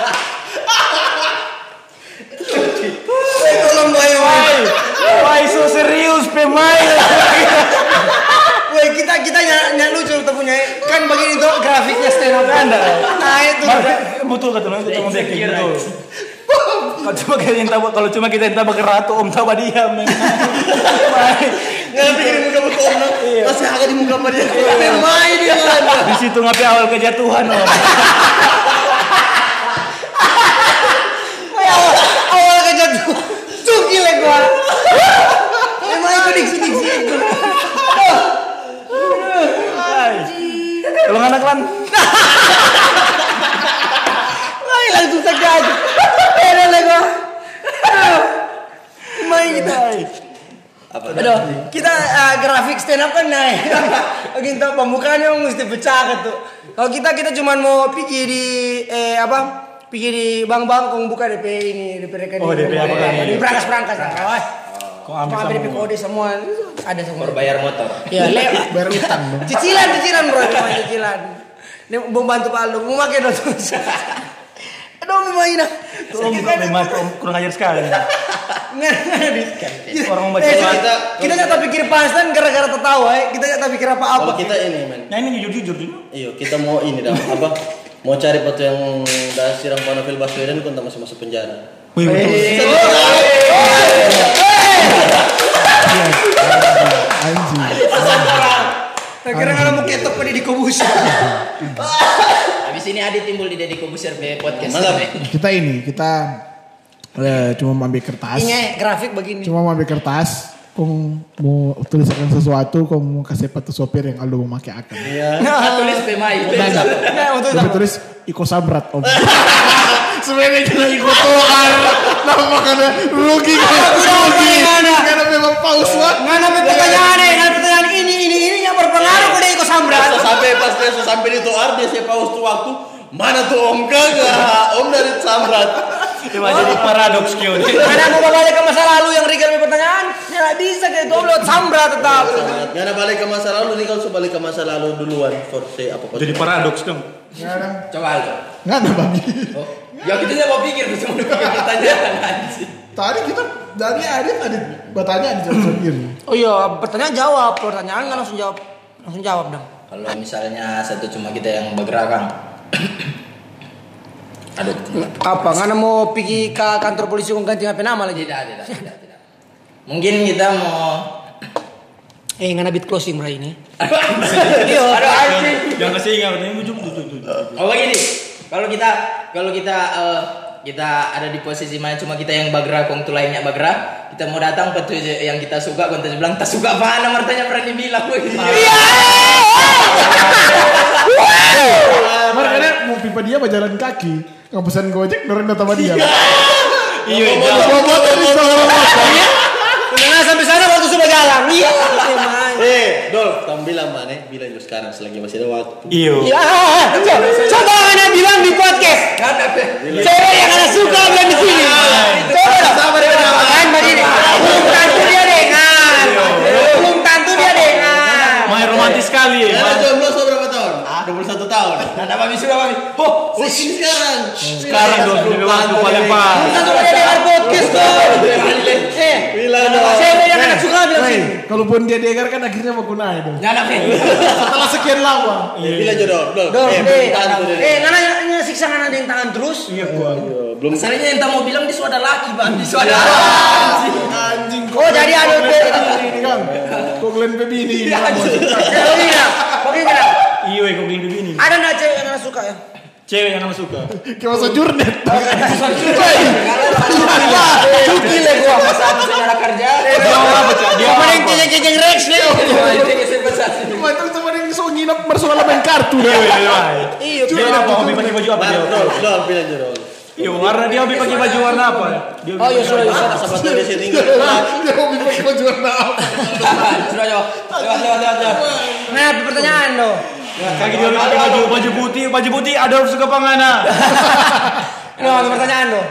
[SPEAKER 4] Tolong boy, boy.
[SPEAKER 7] Wah, so serius pemain.
[SPEAKER 4] Weh, kita kita nyak nyak lucu kita punya kan begini tuh grafiknya stand up
[SPEAKER 7] Anda.
[SPEAKER 4] Nah itu.
[SPEAKER 7] Betul kata orang itu cuma betul. Kalau cuma kita yang tahu, kalau cuma kita yang tahu bergerak om tahu dia memang.
[SPEAKER 6] Nggak pikir muka muka om, masih agak di muka dia.
[SPEAKER 4] Pemain dia kan.
[SPEAKER 7] Di situ ngapain awal kejatuhan om.
[SPEAKER 4] awal awal kejatuhan. Cuki lah gua. Pemain itu diksi-diksi.
[SPEAKER 7] Kalau anak lan.
[SPEAKER 4] Ay, langsung sakit. Ada lah gua. Main kita.
[SPEAKER 6] Apa?
[SPEAKER 4] Aduh, kita uh, grafik stand up kan naik. Begitu pembukaannya mesti pecah gitu. Kalau kita kita cuma mau pikir di eh apa? Pikir di bank-bank kong buka D P ini, D P rekening.
[SPEAKER 7] Oh, D P apa kan?
[SPEAKER 4] Di perangkas-perangkas lah.
[SPEAKER 7] Kok ambil
[SPEAKER 4] Mau ambil D P
[SPEAKER 7] sama
[SPEAKER 4] kode semua. Ada semua.
[SPEAKER 8] Berbayar motor.
[SPEAKER 4] Ya, le.
[SPEAKER 5] Bayar utang dong.
[SPEAKER 4] Cicilan, cicilan bro, cuma cicilan. Ini mau bantu Pak Aldo, mau pakai dong. Aduh, memang ini.
[SPEAKER 7] Om memang om kurang ajar sekali.
[SPEAKER 4] Nggak, nggak.
[SPEAKER 7] Orang membaca
[SPEAKER 4] Eh,
[SPEAKER 6] kita
[SPEAKER 4] kita nggak tak pikir pasan gara-gara tertawa, eh. Kita nggak tak pikir apa-apa.
[SPEAKER 6] Kalau kita ini men,
[SPEAKER 7] Nah ini jujur-jujur dulu.
[SPEAKER 6] iyo kita mau ini dah apa? Mau cari foto yang dah siram Novel Baswedan, kita masih masuk penjara.
[SPEAKER 7] Wih betul.
[SPEAKER 5] Anjing.
[SPEAKER 4] Kira kalau mau ketok pada di Kobus.
[SPEAKER 8] Habis ini Adi timbul di Deddy Kobuser P podcast.
[SPEAKER 6] Malam.
[SPEAKER 5] Kita ini kita eh, cuma mau ambil kertas.
[SPEAKER 4] Ini grafik begini.
[SPEAKER 5] Cuma mau ambil kertas. Kong mau tuliskan sesuatu, kong mau kasih patu sopir yang Aldo mau pakai akan.
[SPEAKER 6] Iya.
[SPEAKER 8] Nah, tulis pemain.
[SPEAKER 4] Nah, untuk
[SPEAKER 5] Tapi tulis Iko Sabrat om. Sebenarnya kena Iko Tohar. Nama karena rugi kan? Rugi. Karena memang paus lah.
[SPEAKER 4] nggak ada pertanyaan deh, nggak ada pertanyaan ini ini ini yang berpengaruh pada Iko Samrat.
[SPEAKER 6] So, sampai pas dia so, sampai di Toar dia saya paus tuh waktu mana tuh om kagak om dari Samrat.
[SPEAKER 7] Itu jadi paradoks kyo.
[SPEAKER 4] Mana mau balik ke masa lalu yang Rigal pertanyaan? Ya nggak bisa kayak itu lo Samrat tetap.
[SPEAKER 6] Nggak ada balik ke masa lalu nih kalau so balik ke masa lalu duluan for say apa
[SPEAKER 7] Jadi paradoks dong.
[SPEAKER 8] Coba Aldo.
[SPEAKER 5] Nggak ada babi.
[SPEAKER 8] Oh, ya kita nggak mau pikir, cuma mau pikir pertanyaan anjing.
[SPEAKER 5] Tadi kita dari Adit tadi bertanya dijawab sendiri.
[SPEAKER 4] Oh iya, pertanyaan jawab, pertanyaan kan langsung jawab, langsung jawab dong.
[SPEAKER 8] Kalau misalnya satu cuma kita yang bergerak Kang. Aduh.
[SPEAKER 4] Apa? Nggak mau pergi ke kantor polisi untuk ganti H P nama lagi?
[SPEAKER 8] Tidak, tidak, tidak, tidak. Mungkin kita mau
[SPEAKER 4] Eh, nggak nabit closing bro ini.
[SPEAKER 8] Iya. Aduh anjing.
[SPEAKER 7] Jangan kasih ingat ini ujung tuh tuh.
[SPEAKER 8] Oh begini, kalau kita kalau kita uh, kita ada di posisi mana cuma kita yang bagra kong tu lainnya bagra, kita mau datang petu yang kita suka kong kita bilang tak suka mana martanya berani bilang begitu. Iya.
[SPEAKER 5] Makanya mau pipa dia berjalan kaki, nggak pesan Gojek, dorong data sama dia.
[SPEAKER 7] Iya,
[SPEAKER 5] Bawa motor di sana.
[SPEAKER 4] Nah, sampai sana waktu sudah jalan. Iya.
[SPEAKER 6] Eh, Dol, kamu bilang mana? Bilang juga sekarang selagi masih ada waktu.
[SPEAKER 7] Iyo.
[SPEAKER 4] Ya, coba Anda bilang di podcast. Cewek yang Anda suka bilang di sini. Coba dong.
[SPEAKER 6] Sabar ya, sabar.
[SPEAKER 4] Kan begini. Belum tentu dia dengar. Belum tentu dia dengar.
[SPEAKER 7] Main romantis sekali ya.
[SPEAKER 6] Karena jomblo so berapa tahun? dua puluh satu tahun.
[SPEAKER 8] Nah, apa sudah kami? Oh,
[SPEAKER 6] Oh, sini sekarang.
[SPEAKER 7] Sekarang dua puluh waktu paling pas.
[SPEAKER 4] Tentu dia dengar podcast dong. Eh,
[SPEAKER 6] Bilang dong.
[SPEAKER 4] cewek yang Anda suka bilang sini.
[SPEAKER 5] Kalaupun dia dengar kan akhirnya mau gunain dong.
[SPEAKER 8] nyana Fen.
[SPEAKER 5] Setelah sekian lama.
[SPEAKER 6] Bilang jodoh, Dol.
[SPEAKER 4] Dong,
[SPEAKER 6] Eh,
[SPEAKER 4] eh,
[SPEAKER 6] belum tentu deh.
[SPEAKER 4] eh, ngana ngana siksa ngana ada yang tangan terus.
[SPEAKER 7] Iya gua.
[SPEAKER 6] Belum.
[SPEAKER 8] Masalahnya yang tak mau bilang di suara laki bang, di suara.
[SPEAKER 5] Anjing.
[SPEAKER 4] Oh, jadi ada
[SPEAKER 5] ini kan. Kok Glenn Baby ini.
[SPEAKER 4] Begini lah, begini lah.
[SPEAKER 7] Iyo, kok gini begini.
[SPEAKER 4] Ada nggak cewek yang Anda suka ya?
[SPEAKER 7] Cewek yang kamu suka.
[SPEAKER 5] Kayak masa jurnet.
[SPEAKER 4] Cuti lah gua.
[SPEAKER 8] Satu saudara kerja.
[SPEAKER 7] Dia apa cak? Dia
[SPEAKER 4] Kemarin
[SPEAKER 7] apa?
[SPEAKER 4] kejeng-kejeng Rex nih.
[SPEAKER 5] Macam sama yang so nginep persoalan main kartu dah.
[SPEAKER 4] Iya,
[SPEAKER 7] Dia apa hobi pakai baju apa dia?
[SPEAKER 6] Dol, dol, pilih aja dol.
[SPEAKER 7] Iya, warna dia hobi pakai baju warna apa? Dia
[SPEAKER 4] Oh iya sudah sudah.
[SPEAKER 6] Sama tuh di sini.
[SPEAKER 5] Dia hobi pakai baju warna apa?
[SPEAKER 8] Sudah jawab. Lewat lewat lewat lewat.
[SPEAKER 4] Nah, pertanyaan dong.
[SPEAKER 7] kaki dia hobi pakai baju baju putih, baju putih Adolf suka pangana.
[SPEAKER 4] Lo ngambil pertanyaan dong.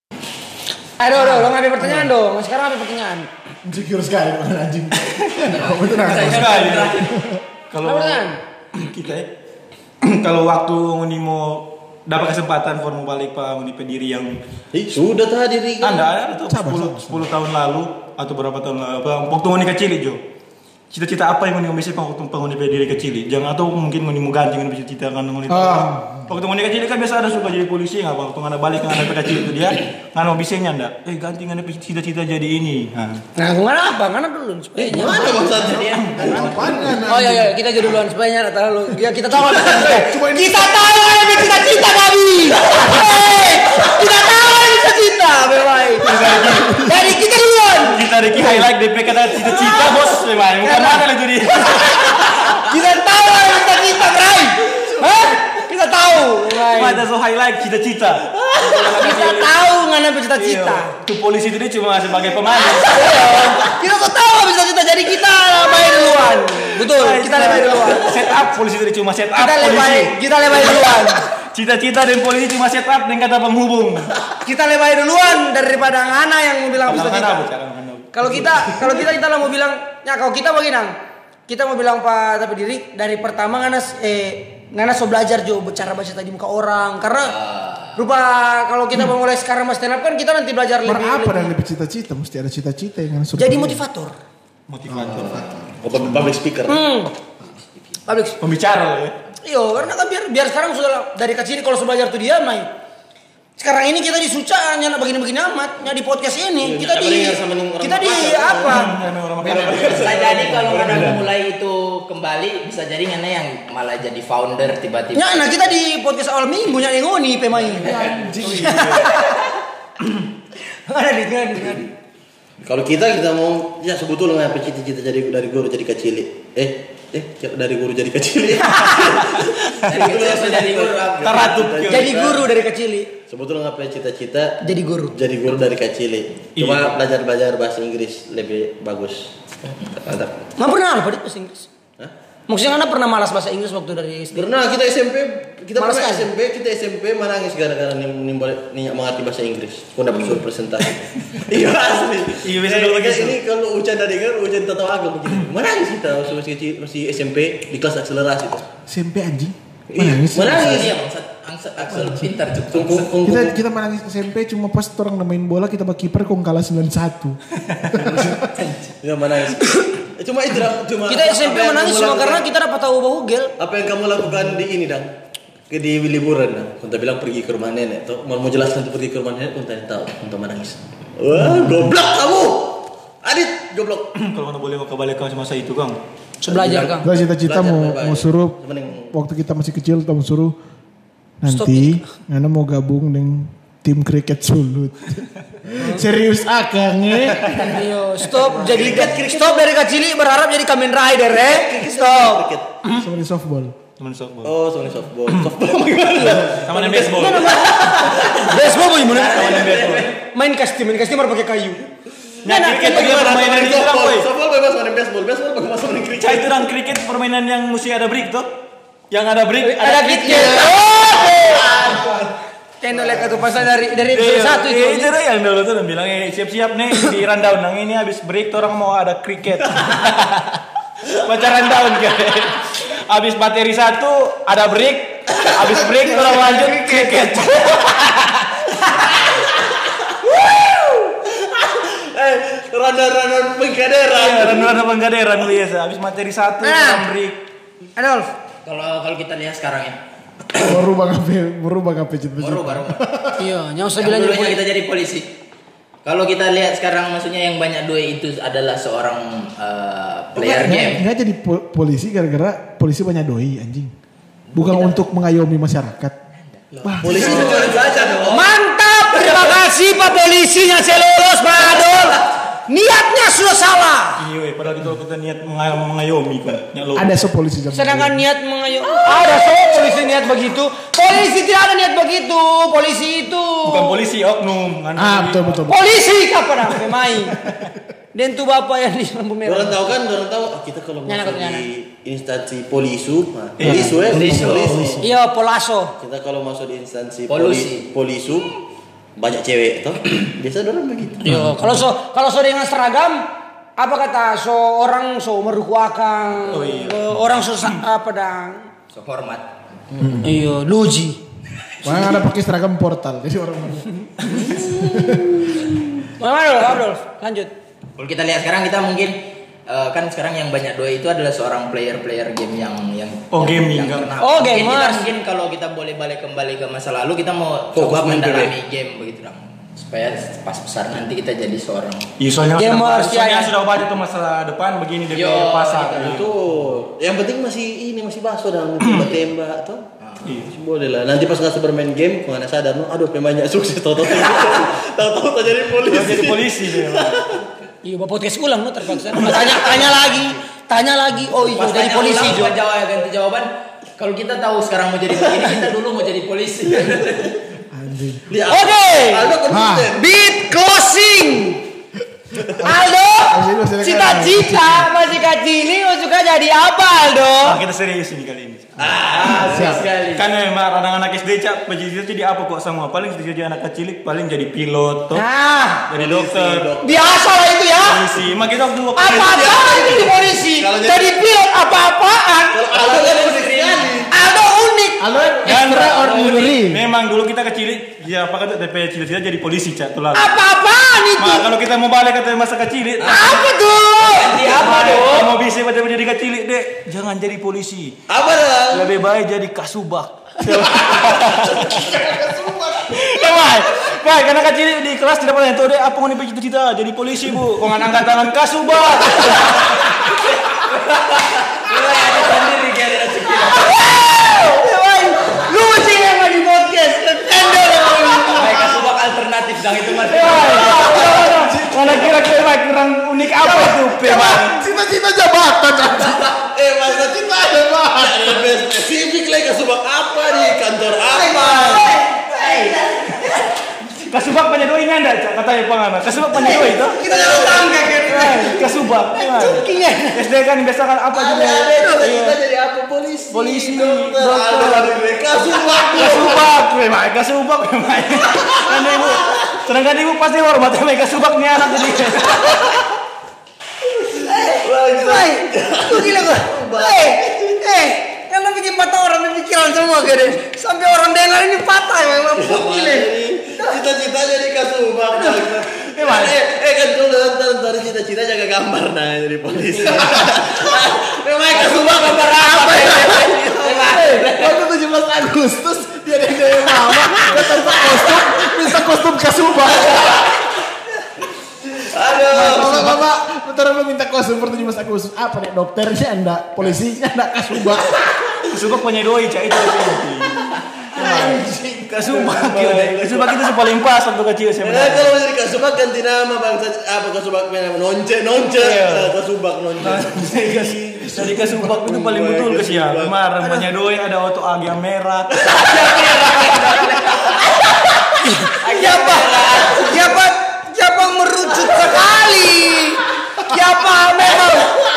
[SPEAKER 4] Aduh, aduh, lo ngambil pertanyaan dong. Sekarang ngambil pertanyaan.
[SPEAKER 5] Insecure sekali bukan anjing. Kamu tenang.
[SPEAKER 7] Sekali. Kalau
[SPEAKER 4] Ngambil pertanyaan.
[SPEAKER 7] kita ya, kalau waktu nguni mau dapat kesempatan for mau balik Pak nguni pediri yang
[SPEAKER 6] Ih, sudah tadi Rika.
[SPEAKER 7] Anda ada tuh sepuluh tahun lalu atau berapa tahun lalu apa waktu nguni kecil Jo. Cita-cita apa yang nguni bisa waktu nguni pediri kecil? Jangan atau mungkin nguni mau ganti nguni cita-cita kan nguni.
[SPEAKER 5] Ah.
[SPEAKER 7] Waktu nguni kecil kan biasa ada suka jadi polisi enggak waktu ngana balik ngana kecil itu dia ngana bisanya ndak. Eh ganti ngana cita-cita jadi ini. Nah.
[SPEAKER 4] Nah, aku ngana apa? Ngana dulu supaya
[SPEAKER 6] Mana maksudnya dia?
[SPEAKER 5] Apaan kan?
[SPEAKER 4] Oh iya iya, kita jadi duluan supaya nyala terlalu. Ya kita tahu apa cita-cita. Kita tahu apa cita-cita kami. Hei, kita tahu apa cita-cita, baik. Jadi kita duluan.
[SPEAKER 7] Kita Ricky highlight D P kata cita-cita bos memang bukan mana itu dia.
[SPEAKER 4] Kita tahu apa cita-cita, Bray. Hah? Kita tahu.
[SPEAKER 7] Cuma ada so highlight cita-cita.
[SPEAKER 4] Kita tahu ngana cita-cita.
[SPEAKER 7] Itu polisi itu dia cuma sebagai pemanis.
[SPEAKER 4] Kita tuh tahu apa cita-cita jadi kita lebay duluan. Betul, kita lebay duluan.
[SPEAKER 7] Set up polisi itu dia cuma set up
[SPEAKER 4] Kita lebay,
[SPEAKER 7] polisi.
[SPEAKER 4] kita lebay duluan.
[SPEAKER 7] Cita-cita dan polisi cuma set up dengan kata penghubung.
[SPEAKER 4] Kita lebay duluan daripada ngana yang mau bilang
[SPEAKER 7] Ngana
[SPEAKER 4] cita-cita.
[SPEAKER 7] apa cara ngana?
[SPEAKER 4] Kalau kita, kalau kita kita lah mau bilang, ya kalau kita bagaimana? Kita mau bilang Pak tapi diri dari pertama ngana eh ngana so belajar jo cara baca tadi muka orang karena rupa kalau kita mau mulai sekarang mas stand up kan kita nanti belajar lebih.
[SPEAKER 5] Apa
[SPEAKER 4] lebih.
[SPEAKER 5] dan lebih cita-cita? Mesti ada cita-cita yang harus.
[SPEAKER 4] Jadi motivator.
[SPEAKER 7] Motivator.
[SPEAKER 6] Oh, public speaker.
[SPEAKER 4] Hmm. Public.
[SPEAKER 7] Pembicara ya.
[SPEAKER 4] Iya, karena kan biar biar sekarang sudah dari kecil kalau sudah belajar tuh dia main. Sekarang ini kita di Suca hanya begini-begini amat, ya di podcast ini kita di kita di apa?
[SPEAKER 8] Bisa jadi kalau udah mulai itu kembali bisa jadi ngana yang malah jadi founder tiba-tiba.
[SPEAKER 4] Ya, nah kita di podcast awal minggu nyari ngoni pemain. Anjing. Ada di ada di.
[SPEAKER 6] Kalau kita kita mau ya sebetulnya apa cita-cita jadi dari guru jadi kecil. Eh eh dari guru jadi kecil.
[SPEAKER 8] Dari kecil jadi guru.
[SPEAKER 7] Taratuk.
[SPEAKER 4] Jadi guru dari kecil.
[SPEAKER 6] Sebetulnya apa cita-cita
[SPEAKER 4] Jadi guru.
[SPEAKER 6] jadi guru dari kecil. Cuma belajar-belajar bahasa Inggris lebih bagus. Mantap.
[SPEAKER 4] Nggak pernah apa bahasa Inggris? Hah? Maksudnya Anda pernah malas bahasa Inggris waktu dari S D?
[SPEAKER 6] Pernah kita S M P, kita
[SPEAKER 4] Malas
[SPEAKER 6] pernah
[SPEAKER 4] kan?
[SPEAKER 6] S M P, kita S M P menangis gara-gara nimbal ninyak mengerti bahasa Inggris. Kau dapat suruh presentasi. Iya asli.
[SPEAKER 7] Iya bisa dulu
[SPEAKER 6] Kayak
[SPEAKER 7] gitu.
[SPEAKER 6] ini kalau ujian dari kan ujian tahu agak begini. Menangis kita waktu masih kecil masih S M P di kelas akselerasi tuh.
[SPEAKER 5] S M P anjing.
[SPEAKER 6] Iya,
[SPEAKER 5] Menangis.
[SPEAKER 6] menangis.
[SPEAKER 8] Iya, bangsat angsat Axel pintar
[SPEAKER 6] Kung-
[SPEAKER 8] cukup.
[SPEAKER 6] kung- kung-
[SPEAKER 5] Kita kita menangis S M P cuma pas orang main bola kita bak kiper kok kalah sembilan satu.
[SPEAKER 6] Ya menangis. Cuma itu dah, cuma
[SPEAKER 4] Kita S M P
[SPEAKER 6] apa yang
[SPEAKER 4] menangis
[SPEAKER 6] kamu
[SPEAKER 4] cuma
[SPEAKER 6] lakukan-
[SPEAKER 4] karena kita dapat tahu bahwa Google.
[SPEAKER 6] apa yang kamu lakukan di ini dang ke di liburan dang kita bilang pergi ke rumah nenek tuh mau mau jelaskan tuh pergi ke rumah nenek untuk tahu untuk menangis wah goblok kamu Adit goblok
[SPEAKER 7] Kalau mana boleh mau balik ke masa itu Kang.
[SPEAKER 4] Belajar Kang.
[SPEAKER 5] Kita cita-cita
[SPEAKER 6] Belajar,
[SPEAKER 5] mau
[SPEAKER 6] belajar.
[SPEAKER 5] mau suruh
[SPEAKER 6] Mending-
[SPEAKER 5] waktu kita masih kecil kita mau suruh
[SPEAKER 4] Stop
[SPEAKER 5] nanti Ngana mau gabung dengan tim kriket Sulut. Serius akang ya.
[SPEAKER 4] Ayo, stop jadi stop dari kecil berharap jadi Kamen Rider eh. Stop.
[SPEAKER 6] Cricket.
[SPEAKER 5] Sorry softball.
[SPEAKER 7] Teman softball.
[SPEAKER 6] Oh soalnya softball softball gimana
[SPEAKER 7] Sama main baseball.
[SPEAKER 4] Baseball gimana?
[SPEAKER 7] Sama main baseball.
[SPEAKER 4] Main kasti, main kasti baru pakai kayu.
[SPEAKER 7] Nah, kriket juga permainan itu orang
[SPEAKER 6] softball
[SPEAKER 7] boy.
[SPEAKER 6] softball bebas main baseball baseball bebas main cricket
[SPEAKER 7] Cah itu orang kriket permainan yang mesti ada break tuh. Yang ada break,
[SPEAKER 4] Ada kriket. Kendo lek itu pasal dari dari episode satu itu.
[SPEAKER 7] Iya, itu tuh yang dulu tuh bilang eh, siap-siap nih di rundown nang ini habis break tuh orang mau ada kriket. Baca rundown kan. Habis materi satu ada break, habis break orang lanjut kriket.
[SPEAKER 6] eh rundown-rundown pengkaderan
[SPEAKER 7] Iya, rundown penggaderan biasa. Habis materi satu
[SPEAKER 4] Nah.
[SPEAKER 7] orang break.
[SPEAKER 4] Adolf.
[SPEAKER 8] Kalau kalau kita lihat sekarang ya.
[SPEAKER 5] Merubah ngapain? Merubah ngapain cita-cita?
[SPEAKER 8] Baru baru.
[SPEAKER 4] Iya, yang usah
[SPEAKER 8] Yang
[SPEAKER 4] bilang
[SPEAKER 8] dulunya
[SPEAKER 4] jadi
[SPEAKER 8] kita jadi polisi. Kalau kita lihat sekarang maksudnya yang banyak duit itu adalah seorang uh, player
[SPEAKER 5] Nggak-
[SPEAKER 8] game.
[SPEAKER 5] nggak jadi po- polisi gara-gara polisi banyak doi anjing. Bukan untuk mengayomi masyarakat. Wah,
[SPEAKER 6] polisi juga belajar dong
[SPEAKER 4] Mantap, terima kasih Pak Polisinya saya lolos Pak Adolf. Niatnya sudah salah.
[SPEAKER 7] Iya, padahal kita kita niat mengay- mengayomi kan. Nyalo.
[SPEAKER 5] Ada sepolisi jam.
[SPEAKER 4] Sedangkan niat mengayomi. Ada so polisi niat begitu. Polisi tidak ada niat begitu. Polisi itu.
[SPEAKER 7] Bukan polisi, oknum. Kan?
[SPEAKER 5] Ah, betul betul. betul.
[SPEAKER 4] Polisi kapan ah pemain. Dan tuh bapak yang di lampu merah.
[SPEAKER 6] Orang tahu kan, orang tahu ah, kita kalau
[SPEAKER 4] Nyana,
[SPEAKER 6] masuk
[SPEAKER 4] nyana.
[SPEAKER 6] di instansi polisu, nah,
[SPEAKER 7] Iya.
[SPEAKER 6] polisu ya, polisu.
[SPEAKER 4] Iya, Polaso.
[SPEAKER 6] Kita kalau masuk di instansi
[SPEAKER 8] Polusi.
[SPEAKER 6] poli, polisu banyak cewek toh. Biasa orang begitu.
[SPEAKER 4] Iya, kalau so kalau so dengan seragam apa kata so orang so meruku akang.
[SPEAKER 7] Oh, iya.
[SPEAKER 4] Eh, orang so sa- apa dang.
[SPEAKER 8] So hormat.
[SPEAKER 4] Iya, luji.
[SPEAKER 5] Mana ada pakai seragam portal. Jadi orang
[SPEAKER 4] Mana Adolf, Adolf, lanjut.
[SPEAKER 8] Kalau kita lihat sekarang kita mungkin eh, kan sekarang yang banyak doi itu adalah seorang player-player game yang yang
[SPEAKER 7] Oh,
[SPEAKER 8] yang,
[SPEAKER 7] gaming,
[SPEAKER 8] yang
[SPEAKER 7] kan?
[SPEAKER 8] terkenal.
[SPEAKER 4] Oh,
[SPEAKER 8] Mungkin kita
[SPEAKER 4] gamers.
[SPEAKER 8] mungkin kalau kita boleh balik kembali ke masa lalu kita mau
[SPEAKER 6] Fokus
[SPEAKER 8] coba
[SPEAKER 6] main
[SPEAKER 8] mendalami game begitu dong. Supaya pas besar nanti kita jadi seorang
[SPEAKER 7] Iya, soalnya
[SPEAKER 4] Gamers,
[SPEAKER 7] sudah, soalnya
[SPEAKER 4] ya.
[SPEAKER 7] sudah baca tuh masalah depan begini dia
[SPEAKER 8] Yo,
[SPEAKER 7] punya pasar.
[SPEAKER 8] gitu.
[SPEAKER 7] Iya.
[SPEAKER 6] Betul. Yang penting masih ini masih baso dan tembak-tembak toh. Masih boleh lah. Nanti pas nggak bermain game, kemana sadar, no, aduh pemainnya sukses, tahu-tahu tahu-tahu tak jadi polisi.
[SPEAKER 7] Dia jadi polisi dia.
[SPEAKER 4] Iya, bapak podcast ulang lo terpaksa. Tanya, tanya lagi, tanya lagi. Oh iya,
[SPEAKER 8] Pas
[SPEAKER 4] dari
[SPEAKER 8] tanya
[SPEAKER 4] polisi
[SPEAKER 8] ulang,
[SPEAKER 4] Jo.
[SPEAKER 8] pas jawab ganti jawaban. Kalau kita tahu sekarang mau jadi begini, kita dulu mau jadi polisi.
[SPEAKER 6] Lihat.
[SPEAKER 4] Oke.
[SPEAKER 6] Aldo konsisten.
[SPEAKER 4] Beat closing. Aldo, cita-cita masih kecil ini mau juga jadi apa Aldo?
[SPEAKER 7] Ah, kita serius ini kali ini.
[SPEAKER 8] Ah,
[SPEAKER 5] Siap.
[SPEAKER 8] sekali.
[SPEAKER 7] Kan memang anak-anak S D cak, cita jadi apa kok semua? Paling jadi anak kecil paling jadi pilot, toh.
[SPEAKER 4] Nah,
[SPEAKER 7] Jadi dokter,
[SPEAKER 4] biasa lah itu ya.
[SPEAKER 7] polisi. Emang kita waktu waktu
[SPEAKER 4] Apa-apaan itu di polisi.
[SPEAKER 6] Kalau jadi-
[SPEAKER 4] Jadi pilot apa-apaan.
[SPEAKER 6] Aldo kan unik sekali.
[SPEAKER 4] Aldo unik.
[SPEAKER 5] Halo,
[SPEAKER 7] Kan,
[SPEAKER 5] extraordinary.
[SPEAKER 7] memang dulu kita kecil, ya apa kata D P cita-cita jadi polisi cak tuh lah.
[SPEAKER 4] Apa-apaan itu.
[SPEAKER 7] Mak, kalau kita mau balik kata masa kecil,
[SPEAKER 4] Apa tuh?
[SPEAKER 8] Ganti apa
[SPEAKER 7] Mak,
[SPEAKER 8] dong?
[SPEAKER 7] mau bisa pada jadi kecil, dek, jangan jadi polisi.
[SPEAKER 6] Apa dah?
[SPEAKER 7] Lebih baik jadi kasubak. Ya, Mai. Mai, karena kecil di kelas tidak pernah itu, dek, apa mau nih cita-cita jadi polisi, Bu? Kok nggak angkat tangan kasubak?
[SPEAKER 8] Mulai ada sendiri kayak ada sekira.
[SPEAKER 4] Lu sih yang mau di podcast. Endor.
[SPEAKER 8] Baik kasubak alternatif dong itu mas.
[SPEAKER 7] Mana kira-kira Mai, kurang unik apa itu, Pe, Mai?
[SPEAKER 5] Cita-cita jabatan.
[SPEAKER 6] Eh masa kita ada banget. Lebih spesifik lagi kasubak apa di kantor apa?
[SPEAKER 7] Kasubak penyedoi enggak, Cak? Katanya pengana. Kasubak penyedoi itu?
[SPEAKER 4] Kita jadi tangga kan.
[SPEAKER 7] Eh, Kasubak.
[SPEAKER 4] Cungkinya.
[SPEAKER 7] S D kan biasa kan apa
[SPEAKER 6] Ada
[SPEAKER 7] juga?
[SPEAKER 6] ada
[SPEAKER 7] Iya.
[SPEAKER 6] kita jadi apa polisi?
[SPEAKER 7] Polisi,
[SPEAKER 6] dokter.
[SPEAKER 7] dokter.
[SPEAKER 6] Ada lagi kasubak.
[SPEAKER 7] Kasubak, Mai, kasubak, Mai. Kan ibu, sedangkan ibu pasti hormat sama kasubak nih anak jadi.
[SPEAKER 4] Woi, tuh gila gua. Eh, eh, yang bikin patah orang pikiran semua gede. Sampai orang dengar ini patah memang gile.
[SPEAKER 6] Cita-cita jadi kasubak.
[SPEAKER 7] Eh, Mai.
[SPEAKER 6] Eh, eh kan dulu nonton dari cita-cita jaga gambar nah jadi polisi. Memang kasubak gambar apa ya?
[SPEAKER 5] Waktu tujuh belas Agustus dia ada yang mama datang ke kostum minta kostum kasubah.
[SPEAKER 6] Aduh.
[SPEAKER 5] Bapak bapak bentar lu minta kostum per tujuh belas Agustus apa nih dokternya enggak polisinya enggak kasubah.
[SPEAKER 7] Kasubak penyedoi, Cak, itu. Kasubak, ya. Kasubak itu paling pas waktu kecil
[SPEAKER 6] Eh,
[SPEAKER 7] sebenarnya.
[SPEAKER 6] kalau jadi kasubak ganti nama bangsa apa kasubak nama nonce nonce
[SPEAKER 7] Iya.
[SPEAKER 6] Eh, kasubak nonce.
[SPEAKER 7] Jadi kasubak itu paling betul ke siapa? Kemarin penyedoi ada auto agi yang merah.
[SPEAKER 4] Siapa? Siapa? Siapa merucut sekali? Siapa memang?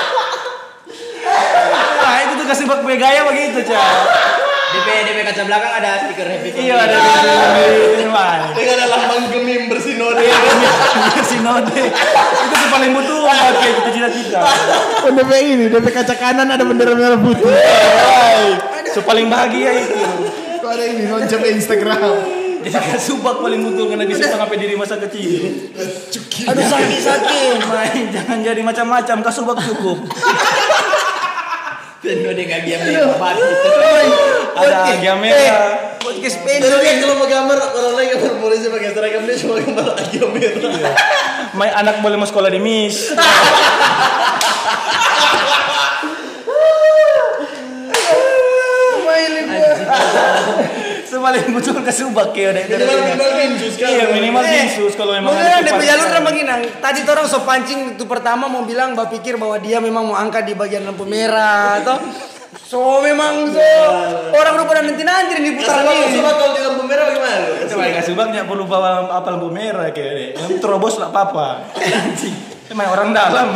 [SPEAKER 7] Nah, itu tuh kasubak begaya begitu, Cak.
[SPEAKER 8] D P D P kaca belakang ada stiker happy.
[SPEAKER 7] Iya, ada di Mai.
[SPEAKER 6] Dengan ada lambang gemim bersinode.
[SPEAKER 7] Sinode. Itu tuh paling butuh pakai gitu cita-cita.
[SPEAKER 5] Oh, D P ini D P kaca kanan ada bendera merah putih.
[SPEAKER 7] So paling bahagia itu.
[SPEAKER 5] Kok ada ini loncat ke Instagram.
[SPEAKER 7] Jadi kasubak paling butuh karena bisa mengapai diri masa kecil.
[SPEAKER 4] Aduh sakit-sakit.
[SPEAKER 7] Main jangan jadi macam-macam, kasubak cukup.
[SPEAKER 8] Penuh dengan game yang babat gitu.
[SPEAKER 7] Ada agi yang merah.
[SPEAKER 4] Podcast
[SPEAKER 6] Jadi
[SPEAKER 4] pendek.
[SPEAKER 6] dia kalau mau gambar orang lain gambar polisi pakai seragam dia cuma gambar lagi merah.
[SPEAKER 7] Main anak boleh mau sekolah di Miss. Sepaling betul Kasubak ya udah.
[SPEAKER 6] Minimal minimal binsus kan.
[SPEAKER 7] Iya minimal binsus kalau memang
[SPEAKER 4] Beneran
[SPEAKER 7] ada
[SPEAKER 4] D P jalur sama Ginang. Tadi orang so pancing itu pertama mau bilang mbak pikir bahwa dia memang mau angkat di bagian lampu merah atau so memang so orang udah pada nanti nanti di putaran
[SPEAKER 6] Kasubak
[SPEAKER 4] ini.
[SPEAKER 6] kasubak kalau di lampu merah gimana?
[SPEAKER 7] Coba Kasubak nggak perlu bawa apa lampu merah kayak deh. Yang terobos lah apa-apa. Emang orang dalam.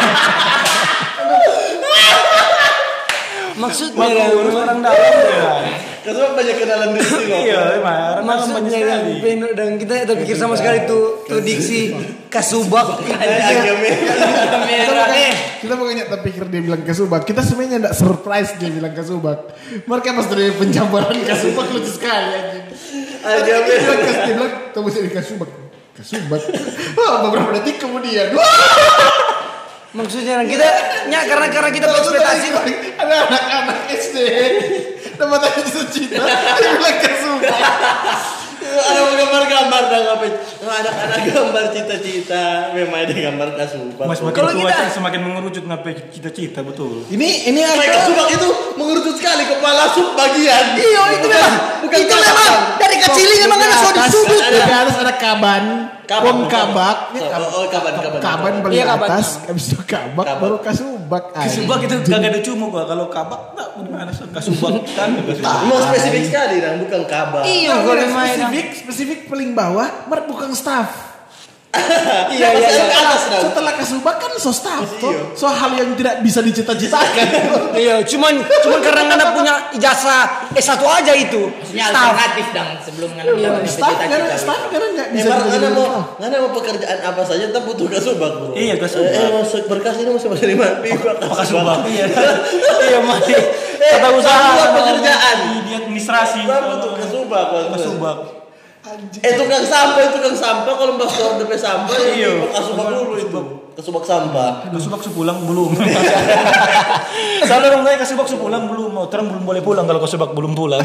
[SPEAKER 4] Maksudnya
[SPEAKER 7] Urus orang dalam ya.
[SPEAKER 6] Kasubak banyak kenalan diri sih kok.
[SPEAKER 7] Iya emang orang dalam banyak
[SPEAKER 4] maksudnya kan
[SPEAKER 7] sekali.
[SPEAKER 4] Beno dan kita terpikir sama sekali tuh tuh diksi kasubak.
[SPEAKER 6] Agak
[SPEAKER 8] Merah.
[SPEAKER 4] Eh,
[SPEAKER 5] Kita bukannya terpikir dia bilang Kasubak. Kita sebenarnya enggak surprise dia bilang Kasubak. Mereka pas dari penjabaran Kasubak lucu sekali anjing.
[SPEAKER 6] Agak
[SPEAKER 5] Dia
[SPEAKER 6] merah.
[SPEAKER 5] bilang Kas- dia bilang tunggu sini Kasubak. Kasubak. Wah, beberapa detik kemudian.
[SPEAKER 4] maksudnya kita ya karena karena kita berekspektasi Pak.
[SPEAKER 5] Ada anak-anak S D. Nama tadi cita-cita. Dia bilang Kasubak.
[SPEAKER 6] Ada gambar-gambar dah ngapain? Anak-anak gambar cita-cita. Memang ada gambar Kasubak.
[SPEAKER 7] Mas semakin
[SPEAKER 4] Kalau
[SPEAKER 7] tua
[SPEAKER 4] kita-
[SPEAKER 7] kita semakin mengerucut ngapain cita-cita betul.
[SPEAKER 5] Ini ini
[SPEAKER 6] Kayak
[SPEAKER 5] ada
[SPEAKER 6] Kasubak itu mengerucut sekali kepala sub bagian.
[SPEAKER 4] Iya itu memang
[SPEAKER 6] bukan
[SPEAKER 4] itu
[SPEAKER 6] kabak.
[SPEAKER 4] memang dari kecilnya memang ada so di sudut.
[SPEAKER 5] Di atas ada kaban,
[SPEAKER 6] Kabak.
[SPEAKER 5] pom kabak,
[SPEAKER 6] Oh, oh, kaban, kaban.
[SPEAKER 5] kaban paling
[SPEAKER 4] Iya, kaban.
[SPEAKER 5] atas, habis itu kabak,
[SPEAKER 6] Kabak.
[SPEAKER 5] baru kasubak.
[SPEAKER 7] Kasubak itu kagak ada cuma gua kalau kabak tak gimana sih kasubak kan kasubak.
[SPEAKER 6] Mau spesifik sekali dan bukan kabar.
[SPEAKER 4] Iya,
[SPEAKER 5] Nah,
[SPEAKER 4] kalau
[SPEAKER 5] udah
[SPEAKER 4] main
[SPEAKER 5] spesifik, spesifik paling bawah, mer bukan staff.
[SPEAKER 6] Iya, iya, iya. Ke atas dah.
[SPEAKER 5] Setelah kasubak kan so staff,
[SPEAKER 6] Iya.
[SPEAKER 5] toh. So hal yang tidak bisa dicita-citakan.
[SPEAKER 4] Iya, cuman cuman karena Anda punya ijazah S satu aja itu.
[SPEAKER 8] Maksudnya
[SPEAKER 4] Staff.
[SPEAKER 8] alternatif dong sebelum ngana bilang
[SPEAKER 5] Staff karena
[SPEAKER 8] cita-cita.
[SPEAKER 5] staff karena nggak bisa
[SPEAKER 6] Emang
[SPEAKER 5] jadi
[SPEAKER 6] ngana mau
[SPEAKER 5] staff.
[SPEAKER 6] ngana mau pekerjaan apa saja tetap butuh kasubak bro.
[SPEAKER 7] Iya, kasubak.
[SPEAKER 6] Eh, masuk berkas ini masih masih lima ribu
[SPEAKER 7] Apa kasubak? Iya. Iya mati.
[SPEAKER 6] Eh,
[SPEAKER 7] Kata usaha
[SPEAKER 6] buat pekerjaan.
[SPEAKER 7] di administrasi.
[SPEAKER 6] Tetap butuh kasubak.
[SPEAKER 7] Kasubak.
[SPEAKER 6] Eh tukang sampah itu tukang sampah kalau mbak store D P sampah
[SPEAKER 7] Iya.
[SPEAKER 6] ya kasubak dulu itu. Kasubak sampah.
[SPEAKER 7] Kasubak sepulang belum. Soalnya orang saya kasubak sepulang belum. Mau terang belum boleh pulang kalau kasubak belum pulang.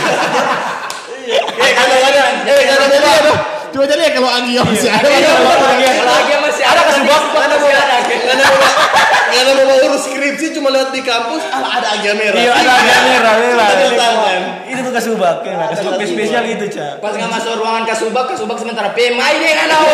[SPEAKER 6] Eh kalau ada, eh kalau ada.
[SPEAKER 5] Coba jadi ya kalau Anggi masih ada.
[SPEAKER 8] Kalau lagi masih ada kasubak
[SPEAKER 6] Karena mau karena mau karena mau urus skripsi cuma lewat di kampus, ah ada agak merah.
[SPEAKER 7] Iya ada agak merah merah.
[SPEAKER 6] Ada tangan.
[SPEAKER 7] Itu tuh kasubak ya. Kasubak
[SPEAKER 6] Ada
[SPEAKER 7] spesial
[SPEAKER 6] kasubak.
[SPEAKER 7] itu cak.
[SPEAKER 8] Pas nggak masuk ruangan kasubak, kasubak sementara P M I deh kan tau.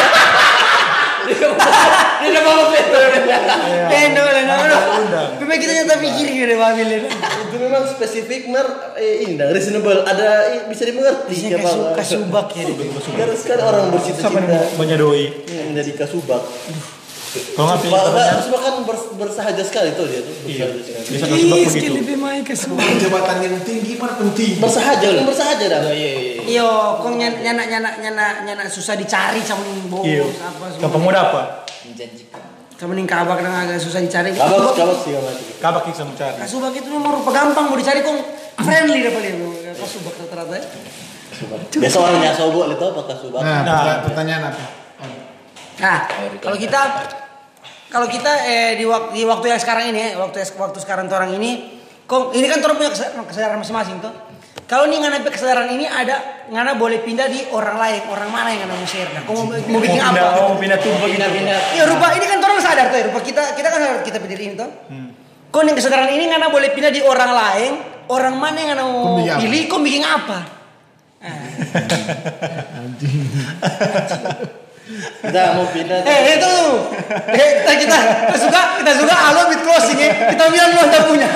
[SPEAKER 8] Dia udah bawa betul.
[SPEAKER 4] Eh, no, no, no, no.
[SPEAKER 7] Undang.
[SPEAKER 4] Memang kita nyata pikir gitu Pak Billy.
[SPEAKER 6] Itu memang spesifik mer eh, ini dah reasonable ada eh, bisa dimengerti
[SPEAKER 4] Isinya
[SPEAKER 6] siapa.
[SPEAKER 4] kasu, kasubak ya.
[SPEAKER 6] Karena sekarang orang
[SPEAKER 7] Siapa nih
[SPEAKER 6] bercita-cita
[SPEAKER 7] banyak doi.
[SPEAKER 6] hmm, menjadi kasubak.
[SPEAKER 7] Kalau nggak pilih
[SPEAKER 6] Pak,
[SPEAKER 7] temannya.
[SPEAKER 6] kasubak kan bers- bersahaja sekali tuh dia tuh.
[SPEAKER 7] Iya.
[SPEAKER 6] Bersahaja sekali.
[SPEAKER 7] Bisa kasubak
[SPEAKER 4] Ih,
[SPEAKER 7] begitu.
[SPEAKER 4] sekali pemain kasubak.
[SPEAKER 5] Jabatan yang tinggi mana penting.
[SPEAKER 6] Bersahaja, kan bersahaja dah.
[SPEAKER 4] Iya, kok nyan- nyana nyana nyana nyana susah dicari sama ning bos
[SPEAKER 7] Iya.
[SPEAKER 4] apa
[SPEAKER 7] Gampang mau dapat.
[SPEAKER 8] Menjanjikan.
[SPEAKER 4] sama ning kabak dan agak susah dicari.
[SPEAKER 6] Kabak kabak sih kabak.
[SPEAKER 7] Kabak kita mencari.
[SPEAKER 4] Kasubak itu memang rupa gampang mau dicari kok friendly dah paling kasubak rata-rata. ya.
[SPEAKER 6] Biasa orang yang sobok itu apa kasubak?
[SPEAKER 5] Nah,
[SPEAKER 7] Nah.
[SPEAKER 5] perta- pertanyaan apa?
[SPEAKER 4] Nah, kalau kita kalau kita eh di waktu di waktu yang sekarang ini, ya, waktu waktu sekarang tuh orang ini, kok ini kan orang punya kesa- kesadaran masing-masing tuh. Kalau nih ngana kesadaran ini ada ngana boleh pindah di orang lain, orang mana yang ngana mau share. Nah, kau mau, mau bikin
[SPEAKER 7] pindah,
[SPEAKER 4] apa?
[SPEAKER 7] mau pindah tuh begitu.
[SPEAKER 8] Pindah-pindah.
[SPEAKER 4] Ya rupa ini kan orang sadar tuh, ya, rupa kita kita kan sadar kita pilih ini tuh. Kau nih kesadaran ini ngana boleh pindah di orang lain, orang mana yang ngana mau
[SPEAKER 5] Kau bikin apa?
[SPEAKER 4] pilih, kau bikin apa?
[SPEAKER 6] Kita mau pindah.
[SPEAKER 4] Eh itu, eh kita kita, kita suka kita suka alo bit closing ya. Kita bilang lu anda punya.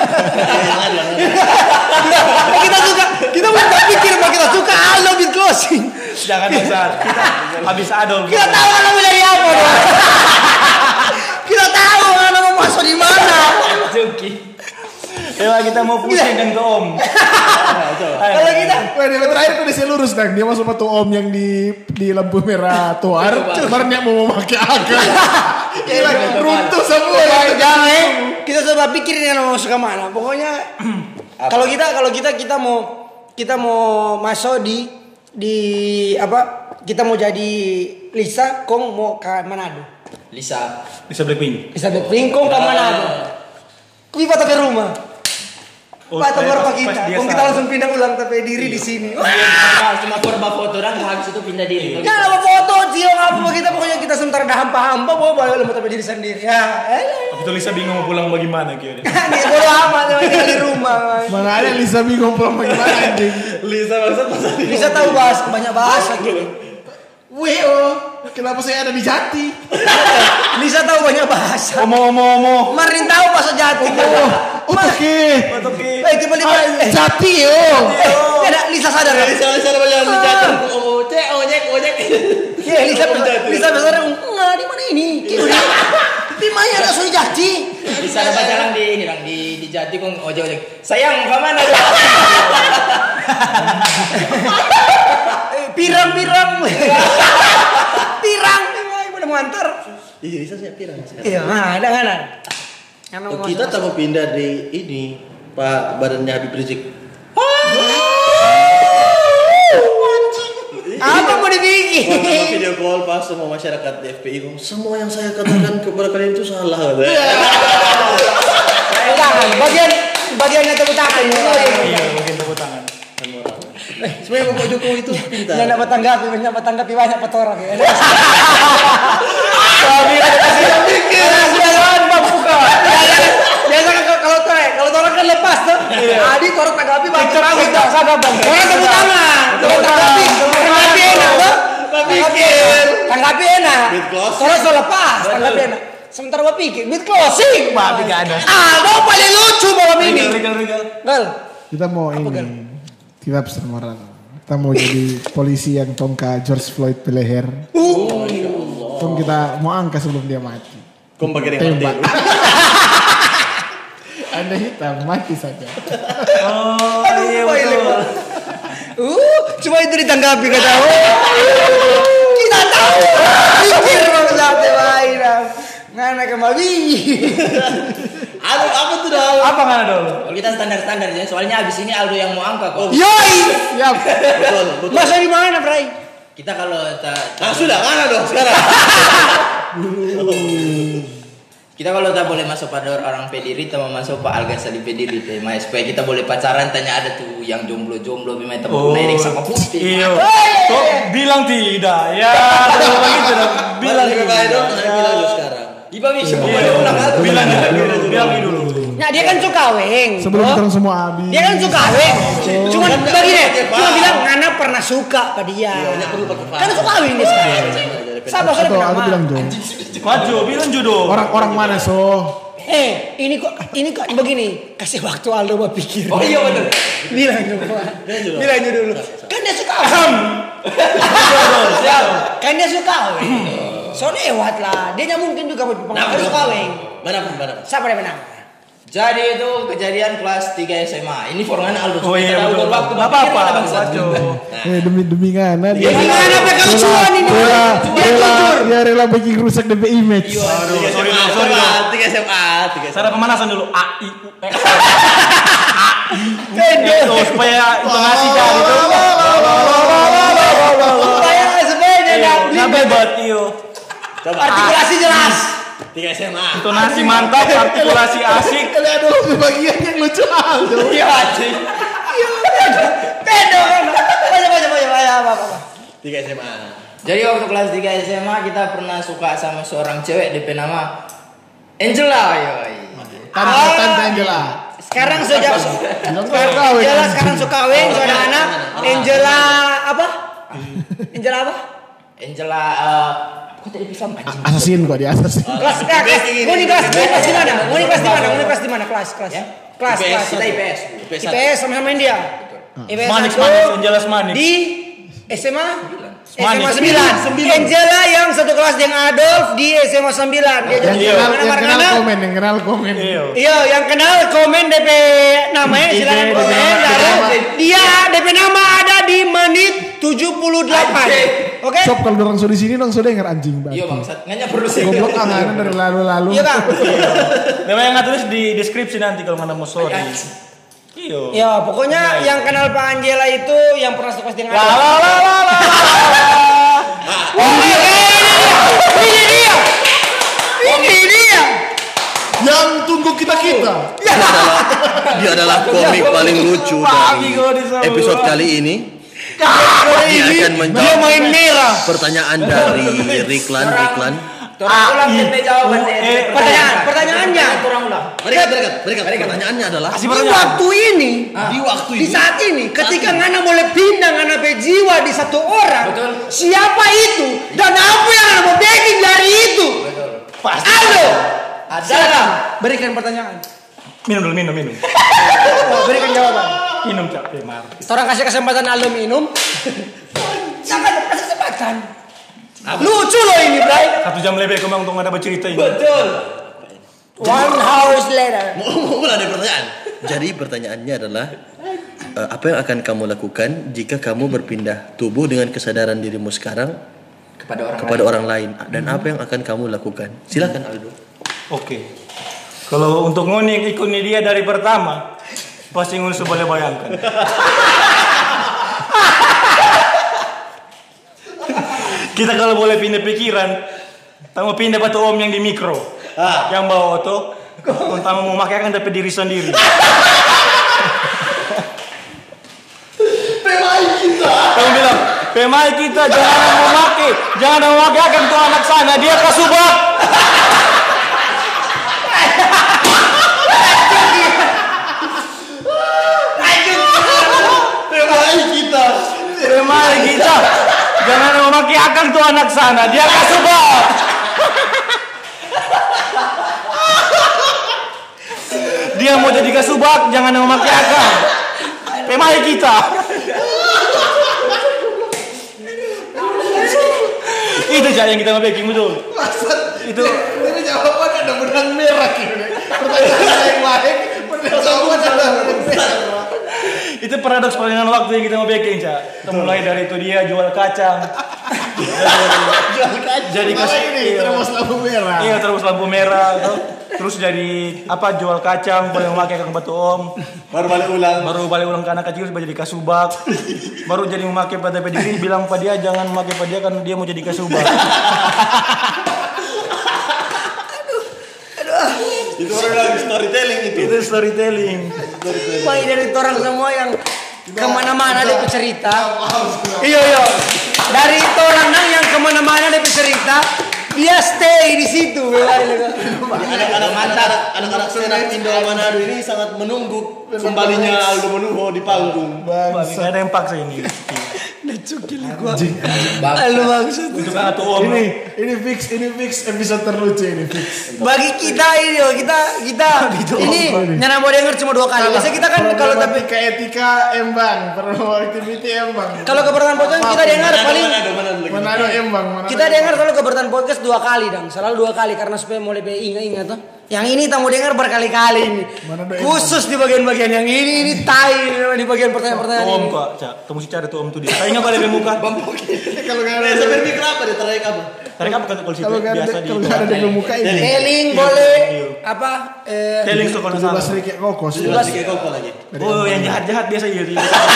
[SPEAKER 4] kita suka kita mau pikir bahwa kita suka alo bit closing.
[SPEAKER 7] Jangan besar. Kita habis adol.
[SPEAKER 4] Kita tahu anda mau jadi apa dong. Kita tahu anda mau masuk di mana.
[SPEAKER 8] Joki.
[SPEAKER 7] Ya kita mau pusing dan ke om.
[SPEAKER 4] Kalau kita
[SPEAKER 5] Wah, di terakhir tuh dia lurus dang. Dia masuk satu om yang di di lampu merah tuar. Kemarin dia mau memakai agak. Gila, runtuh semua.
[SPEAKER 4] jangan eh. Kita coba pikirin yang mau suka mana. Pokoknya kalau kita kalau kita kita mau kita mau masuk di di apa? Kita mau jadi Lisa, Kong mau ke Manado.
[SPEAKER 8] Lisa.
[SPEAKER 7] Bisa Blackpink.
[SPEAKER 4] Bisa Blackpink, Kong ke Manado. Kuwi foto ke rumah.
[SPEAKER 7] Oh,
[SPEAKER 4] Pak
[SPEAKER 7] supaya
[SPEAKER 4] Togor
[SPEAKER 7] pas-
[SPEAKER 4] Pak kita.
[SPEAKER 7] pas dia
[SPEAKER 4] Om kita
[SPEAKER 7] sadar.
[SPEAKER 4] langsung pindah ulang tapi diri di sini. Wah,
[SPEAKER 8] Cuma- Cuma korban foto dan habis itu pindah diri.
[SPEAKER 4] ya apa foto Cio apa kita pokoknya kita sementara dah hampa-hampa bawa balik lemah tapi diri sendiri. Ya. Eh.
[SPEAKER 7] Waktu itu Lisa bingung mau pulang bagaimana kira.
[SPEAKER 4] Ini bodo amat sama tinggal di rumah. Man.
[SPEAKER 5] Mana ada Lisa bingung pulang bagaimana anjing.
[SPEAKER 6] Lisa maksud pas
[SPEAKER 4] Bisa tahu bahas banyak bahasa gitu.
[SPEAKER 5] Weh, oh, kenapa saya ada di Jati?
[SPEAKER 4] Bisa tahu banyak bahasa.
[SPEAKER 7] Omo omo omo.
[SPEAKER 4] Marin tahu bahasa Jati.
[SPEAKER 5] Oh, oke.
[SPEAKER 7] Oke.
[SPEAKER 4] Eh, tiba-tiba eh,
[SPEAKER 5] Jati yo.
[SPEAKER 4] eh, ada Lisa sadar. kan?
[SPEAKER 6] Lisa Lisa ada banyak jatuh. Oh, cek ojek ojek.
[SPEAKER 4] Iya, Lisa Lisa sadar. Enggak, di mana ini? Gitu di. Di mana ada soal Jati?
[SPEAKER 8] Bisa ada jalan di ini dong di di Jati kong ojek ojek. Sayang, ke mana?
[SPEAKER 4] Eh, pirang-pirang. Pirang. Ay, boleh mau antar.
[SPEAKER 6] Iya, Lisa siap pirang.
[SPEAKER 4] Iya, nah, ada kan.
[SPEAKER 6] Oh, kita tak mau pindah di ini Pak badannya Habib Rizik.
[SPEAKER 4] Apa mau dibikin?
[SPEAKER 6] Waktu video call pas semua masyarakat di F P I ngomong, semua yang saya katakan kepada kalian itu salah.
[SPEAKER 4] Jangan, bagian bagiannya tepuk tangan.
[SPEAKER 7] Iya, mungkin tepuk tangan.
[SPEAKER 6] Sebenarnya Bapak Jokowi itu pintar.
[SPEAKER 4] Yang dapat tanggapi, banyak dapat tanggapi banyak petorang ya.
[SPEAKER 7] Kami ada kasih
[SPEAKER 4] Mikir, jangan buka. Biasa kan kalau torek, kalau torek kan lepas tuh. Adi torek tanggapi banyak rambut. Sadar bang. Orang tepuk tangan. Tepuk tanggapi. Tanggapi enak tuh.
[SPEAKER 6] Pikir.
[SPEAKER 4] Tanggapi enak.
[SPEAKER 6] Beat closing.
[SPEAKER 4] Torek so lepas. Tanggapi enak. Sementara gua pikir, beat closing.
[SPEAKER 7] Babi gak ada.
[SPEAKER 4] Ah, gua paling lucu malam ini.
[SPEAKER 7] Regal regal.
[SPEAKER 4] Gal.
[SPEAKER 5] Kita mau ini. Kita pesan moral. Kita mau jadi polisi yang tongka George Floyd di leher.
[SPEAKER 4] Uh.
[SPEAKER 5] Tong kita mau angkat sebelum dia mati.
[SPEAKER 6] Kau bagian yang
[SPEAKER 5] Tembak.
[SPEAKER 6] mati.
[SPEAKER 5] Anda hitam mati saja.
[SPEAKER 7] Oh,
[SPEAKER 4] Aduh,
[SPEAKER 7] iya
[SPEAKER 4] baik
[SPEAKER 7] betul.
[SPEAKER 4] lepas. Uh, cuma itu ditanggapi kata. Oh, kita tahu. Pikir bang sate baik dah. Ngana kembali.
[SPEAKER 6] Aduh, apa tuh dah?
[SPEAKER 7] Apa nggak ada dulu?
[SPEAKER 8] Kalau kita standar-standar ya, soalnya abis ini Aldo yang mau angkat kok.
[SPEAKER 4] Yoi.
[SPEAKER 5] Siap.
[SPEAKER 6] Betul, betul.
[SPEAKER 4] Masa di mana, Bray?
[SPEAKER 8] Kita kalau tak
[SPEAKER 6] Ah, sudah, mana dong sekarang?
[SPEAKER 8] kita kalau tak boleh masuk pada orang pediri, kita mau masuk Pak Algasali pediri teh. Mas supaya kita boleh pacaran, tanya ada tuh yang jomblo-jomblo bima teman naik sama putih.
[SPEAKER 7] Iya. Kok bilang tidak? Ya, kalau begitu dong. Bilang
[SPEAKER 6] Bilang baik dong, bilang dulu sekarang.
[SPEAKER 8] Iba bisa boleh ulang Aldo.
[SPEAKER 7] Bilang dulu. Bilang dulu.
[SPEAKER 4] Nah, dia kan suka weng.
[SPEAKER 5] Sebelum kita semua habis.
[SPEAKER 4] Dia kan suka weng. Cuma begini, cuma bilang Ngana pernah suka pada dia.
[SPEAKER 6] Hanya perlu pakai
[SPEAKER 4] Kan suka weng dia sekarang. Sabar, saya
[SPEAKER 5] Atau aku
[SPEAKER 4] nama.
[SPEAKER 5] bilang Jo.
[SPEAKER 7] Maju, bilang jodoh.
[SPEAKER 5] Orang-orang mana so?
[SPEAKER 4] Eh, ini kok ini kok begini. Kasih waktu Aldo berpikir.
[SPEAKER 8] Oh iya betul.
[SPEAKER 4] Bilang dulu. Bilang aja dulu. Kan dia suka. Kan dia suka weng. So lewat lah. Dia nggak mungkin juga berpengaruh suka weng.
[SPEAKER 6] Mana pun, mana pun.
[SPEAKER 4] Siapa dia menang?
[SPEAKER 8] Jadi itu kejadian kelas tiga S M A. Ini forman Aldo.
[SPEAKER 7] Oh iya
[SPEAKER 8] Kita
[SPEAKER 7] betul.
[SPEAKER 8] udah waktu
[SPEAKER 7] Enggak
[SPEAKER 8] berpikir
[SPEAKER 7] apa-apa.
[SPEAKER 8] mana bangsa.
[SPEAKER 7] Maju.
[SPEAKER 5] Eh demi demi Ngana dia.
[SPEAKER 4] Demi Ngana pegang cuan ini.
[SPEAKER 5] Rela,
[SPEAKER 4] Dia
[SPEAKER 5] rela,
[SPEAKER 4] jujur.
[SPEAKER 5] dia rela bikin rusak D P image.
[SPEAKER 7] Aduh,
[SPEAKER 6] Tiga
[SPEAKER 7] sorry
[SPEAKER 6] S M A,
[SPEAKER 7] dong, sorry dong.
[SPEAKER 6] tiga S M A, tiga S M A.
[SPEAKER 7] Cara pemanasan dulu. A I U E. Oh, supaya intonasi dari itu.
[SPEAKER 4] Supaya sebenarnya nggak
[SPEAKER 7] Nggak bebas, iyo.
[SPEAKER 6] Coba.
[SPEAKER 4] artikulasi jelas.
[SPEAKER 6] Tiga S M A.
[SPEAKER 7] Intonasi mantap, artikulasi asik.
[SPEAKER 5] Aduh, bagian yang lucu Aldo.
[SPEAKER 4] Iya anjing. Iya pedo kan. Baca baca baca baca apa apa.
[SPEAKER 6] Tiga S M A.
[SPEAKER 8] Jadi waktu kelas tiga S M A kita pernah suka sama seorang cewek D P nama Angela. Yoi.
[SPEAKER 5] Tante tante Angela.
[SPEAKER 4] Sekarang sudah
[SPEAKER 5] Sekarang
[SPEAKER 4] Angela sekarang suka weng sudah anak. Angela apa? Angela apa?
[SPEAKER 8] Angela eh kok tadi bisa anjing.
[SPEAKER 5] Asasin kok dia asasin.
[SPEAKER 4] Kelas kelas. Mau di kelas mau kelas di mana? Mau di kelas di mana? Mau di kelas di mana? Kelas kelas. Kelas
[SPEAKER 6] I P S,
[SPEAKER 4] kelas.
[SPEAKER 6] kita
[SPEAKER 8] I P S.
[SPEAKER 6] I P S.
[SPEAKER 4] I P S sama-sama India. I P S
[SPEAKER 7] Manis,
[SPEAKER 4] satu
[SPEAKER 7] manis, Angela manis.
[SPEAKER 4] Di S M A S M A
[SPEAKER 7] Manis.
[SPEAKER 4] sembilan. Angela yang satu kelas dengan Adolf di S M A sembilan. Dia
[SPEAKER 5] Yang
[SPEAKER 4] jadi
[SPEAKER 5] kenal,
[SPEAKER 4] mana
[SPEAKER 5] yang kenal
[SPEAKER 4] mana?
[SPEAKER 5] komen, yang kenal komen.
[SPEAKER 7] Iyo.
[SPEAKER 4] Iya, yang kenal komen D P namanya silakan
[SPEAKER 7] D P
[SPEAKER 4] komen.
[SPEAKER 7] nama.
[SPEAKER 4] Lalu dia D P nama ada di menit tujuh puluh delapan. Oke?
[SPEAKER 5] Sob kalau orang so di sini dong so denger anjing banget.
[SPEAKER 8] Iya bangsat, nganya perlu sih.
[SPEAKER 5] Goblok anganan dari lalu-lalu.
[SPEAKER 4] Iya, Kang.
[SPEAKER 7] Memang yang tulis di deskripsi nanti kalau mana mau sorry. Iyo.
[SPEAKER 4] Ya, pokoknya yang kenal Pak Angela itu yang pernah sekelas dengan
[SPEAKER 7] La
[SPEAKER 4] Adolf.
[SPEAKER 7] la la la la.
[SPEAKER 4] Wah, ini dia. Ini dia. Ini dia.
[SPEAKER 5] Yang tunggu kita-kita.
[SPEAKER 6] Dia adalah, dia adalah komik paling lucu dari episode kali ini. Dia akan menjawab
[SPEAKER 4] main merah.
[SPEAKER 6] pertanyaan dari Riklan Riklan.
[SPEAKER 8] Orang ulang tempe jawaban eh,
[SPEAKER 4] Pertanyaan, pertanyaannya.
[SPEAKER 8] Orang ulang.
[SPEAKER 6] Mereka, mereka, mereka, pertanyaannya adalah
[SPEAKER 4] Di waktu ini,
[SPEAKER 6] di waktu
[SPEAKER 4] di
[SPEAKER 6] ini.
[SPEAKER 4] saat ini, ketika Ngana boleh pindah, Ngana berjiwa di satu orang,
[SPEAKER 8] Betul.
[SPEAKER 4] siapa itu dan apa yang Ngana mau bikin dari itu?
[SPEAKER 7] Pasti.
[SPEAKER 4] Ayo,
[SPEAKER 8] Adalah
[SPEAKER 4] berikan pertanyaan.
[SPEAKER 7] Minum dulu, minum, minum.
[SPEAKER 4] Oh, berikan jawaban.
[SPEAKER 7] Minum Cak, eh, Mar.
[SPEAKER 4] Orang kasih kesempatan Aldo minum. Jangan kasih kesempatan. Lucu loh ini, Bray.
[SPEAKER 7] Satu jam lebih kemang untuk ada bercerita ini.
[SPEAKER 8] betul.
[SPEAKER 4] One hours later.
[SPEAKER 6] Mau mau mulai ada pertanyaan. Jadi pertanyaannya adalah eh, apa yang akan kamu lakukan jika kamu berpindah tubuh dengan kesadaran dirimu sekarang
[SPEAKER 8] Kepada orang
[SPEAKER 6] kepada
[SPEAKER 8] lain.
[SPEAKER 6] orang lain dan apa yang akan kamu lakukan? Silakan Aldo.
[SPEAKER 7] Oke. Kalau untuk nguning ikutnya dia dari pertama, pasti ngun boleh bayangkan. Kita kalau boleh pindah pikiran, kamu pindah batu om yang di mikro,
[SPEAKER 6] Ah.
[SPEAKER 7] yang bawa oto, pertama mau pakai akan dapat diri sendiri.
[SPEAKER 5] Pemain kita.
[SPEAKER 7] Kamu bilang, pemain kita jangan mau pakai, jangan mau pakai akan tuh anak sana dia kasubak.
[SPEAKER 6] Pemain kita.
[SPEAKER 7] Pemain kita jangan mau pakai akan tuh anak sana dia kasubak. Dia mau jadi kasubak jangan mau pakai akan. Pemain kita. Itu aja yang kita mau baking betul. Itu
[SPEAKER 5] Ini jawaban ada benang merah gitu. Pertanyaan yang lain, jawaban ada benang merah.
[SPEAKER 7] itu paradoks perjalanan waktu yang kita mau baking, Cak. Kita mulai dari itu dia jual kacang.
[SPEAKER 6] Jual kacang.
[SPEAKER 7] Jadi kas
[SPEAKER 5] Malah ini
[SPEAKER 7] iya.
[SPEAKER 5] terus lampu merah.
[SPEAKER 7] Iya, terus lampu merah tuh. Terus jadi apa jual kacang, boleh memakai kang batu om.
[SPEAKER 6] Baru balik ulang.
[SPEAKER 7] Baru balik ulang ke anak kecil supaya jadi kasubak. Baru jadi memakai pada diri bilang pada dia jangan memakai pada dia kan dia mau jadi kasubak.
[SPEAKER 6] Itu orang lagi storytelling itu.
[SPEAKER 7] Itu storytelling.
[SPEAKER 4] Wah, dari orang semua yang kemana-mana dia bercerita. Iya, iya. Dari orang nang yang kemana-mana dia bercerita, dia stay di situ.
[SPEAKER 6] Anak-anak mantap, anak-anak stand Indo Manado ini sangat menunggu kembalinya Aldo Menuho di panggung.
[SPEAKER 7] Gak ada yang paksa ini.
[SPEAKER 4] Cukil gua. Halo maksud.
[SPEAKER 7] Untuk anak tuh om.
[SPEAKER 5] Ini ini fix ini fix episode terlucu ini fix.
[SPEAKER 4] Bagi kita ini loh, kita kita ini nyana mau denger cuma dua kali. Biasanya kita kan kalau tapi
[SPEAKER 5] Problematika etika embang, productivity embang.
[SPEAKER 4] kalau keberatan podcast kita dengar paling
[SPEAKER 5] Manado embang, Manado.
[SPEAKER 4] kita dengar kalau keberatan podcast dua kali dong, selalu dua kali karena supaya mau lebih ingat-ingat tuh. Yang ini tamu dengar berkali-kali ini.
[SPEAKER 5] Manado
[SPEAKER 4] Khusus di bagian-bagian yang ini ini tai di bagian pertanyaan-pertanyaan
[SPEAKER 7] Om
[SPEAKER 4] ini.
[SPEAKER 7] kok, Cak. Kamu mesti cari tuh om tuh dia. Saya nggak balik muka.
[SPEAKER 5] Kalau nggak ada
[SPEAKER 6] Sampai mikro apa dia tarik apa?
[SPEAKER 7] Tarik apa kan kalau situ
[SPEAKER 5] kalau nggak ada
[SPEAKER 7] biasa di.
[SPEAKER 5] kalau nggak ada dengan muka ini.
[SPEAKER 4] Teling
[SPEAKER 7] Iya,
[SPEAKER 4] boleh
[SPEAKER 7] iya.
[SPEAKER 4] apa eh
[SPEAKER 7] Teling tuh kalau
[SPEAKER 5] tujuh belas
[SPEAKER 7] salah.
[SPEAKER 5] ringgit kokos.
[SPEAKER 6] Jelas kayak koko lagi.
[SPEAKER 7] Oh, yang jahat-jahat biasa gitu.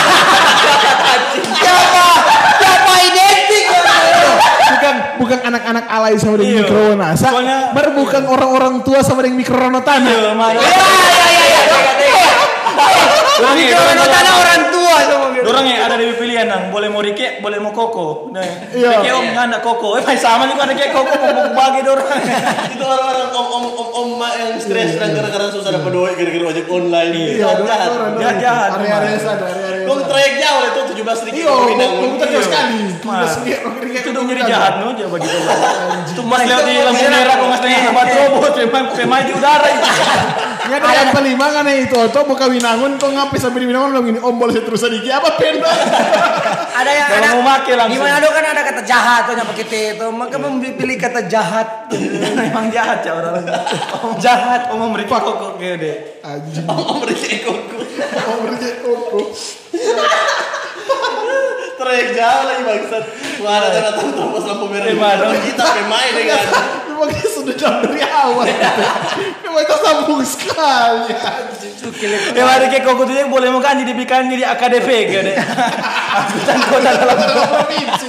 [SPEAKER 4] siapa siapa identik
[SPEAKER 5] Bukan bukan anak-anak alay sama dengan
[SPEAKER 7] Iya.
[SPEAKER 5] mikro nasa.
[SPEAKER 7] Soalnya-
[SPEAKER 5] Baru bukan orang-orang tua sama dengan mikro tanah.
[SPEAKER 7] Iya, mana?
[SPEAKER 4] ya ya ya ya
[SPEAKER 7] Dorang ya,
[SPEAKER 4] kalau
[SPEAKER 7] dorang-
[SPEAKER 4] tanah orang tua sama gitu.
[SPEAKER 7] Dorang ya ada di pilihan nang, boleh mau rike, boleh mau koko. Nah,
[SPEAKER 5] Iya.
[SPEAKER 7] rike om nggak ada koko. Eh, sama juga ada kayak koko mau bagi dorang.
[SPEAKER 6] Itu orang-orang om-om om-om mak yang stres dan kadang-kadang susah dapat duit gara-gara ojek online.
[SPEAKER 5] Iya,
[SPEAKER 6] Jahat.
[SPEAKER 7] Jahat-jahat.
[SPEAKER 5] Area-area sana, area-area.
[SPEAKER 6] Kau trayek jauh itu tujuh belas ringgit.
[SPEAKER 5] Iya,
[SPEAKER 6] Pinang.
[SPEAKER 5] mau kita jauh sekali.
[SPEAKER 7] Mas.
[SPEAKER 5] tujuh belas ringgit, ringgit.
[SPEAKER 7] Itu dong jadi jahat no, coba gitu. Itu mas lihat di lampu merah kok mas tengah tempat robot, memang pemain di udara itu.
[SPEAKER 5] Nggak ada yang kelima kan itu Oto buka Winangun kok ngapain sampai di Winangun bilang gini om boleh saya terus sedikit apa pendek
[SPEAKER 4] Ada yang
[SPEAKER 7] Kalau
[SPEAKER 4] ada
[SPEAKER 7] mau make langsung.
[SPEAKER 4] di Manado kan ada kata jahat tuh nyapa kita itu, maka memilih kata jahat.
[SPEAKER 7] Memang jahat ya orang. Om jahat, om memberi koko kayak deh.
[SPEAKER 5] anjing
[SPEAKER 6] Om rejek koko.
[SPEAKER 5] om berjek koko
[SPEAKER 6] Trayek jauh lagi bangsat. Mana tengah tahu terus lampu merah.
[SPEAKER 7] Gimana?
[SPEAKER 6] Kita pemain dengan.
[SPEAKER 5] memang dia sudah jauh dari awal memang kita sambung sekali anjing
[SPEAKER 7] Yang ada kayak koko tuh yang boleh mau kan jadi bikin jadi A K D P kayak deh. Angkutan kota dalam
[SPEAKER 5] provinsi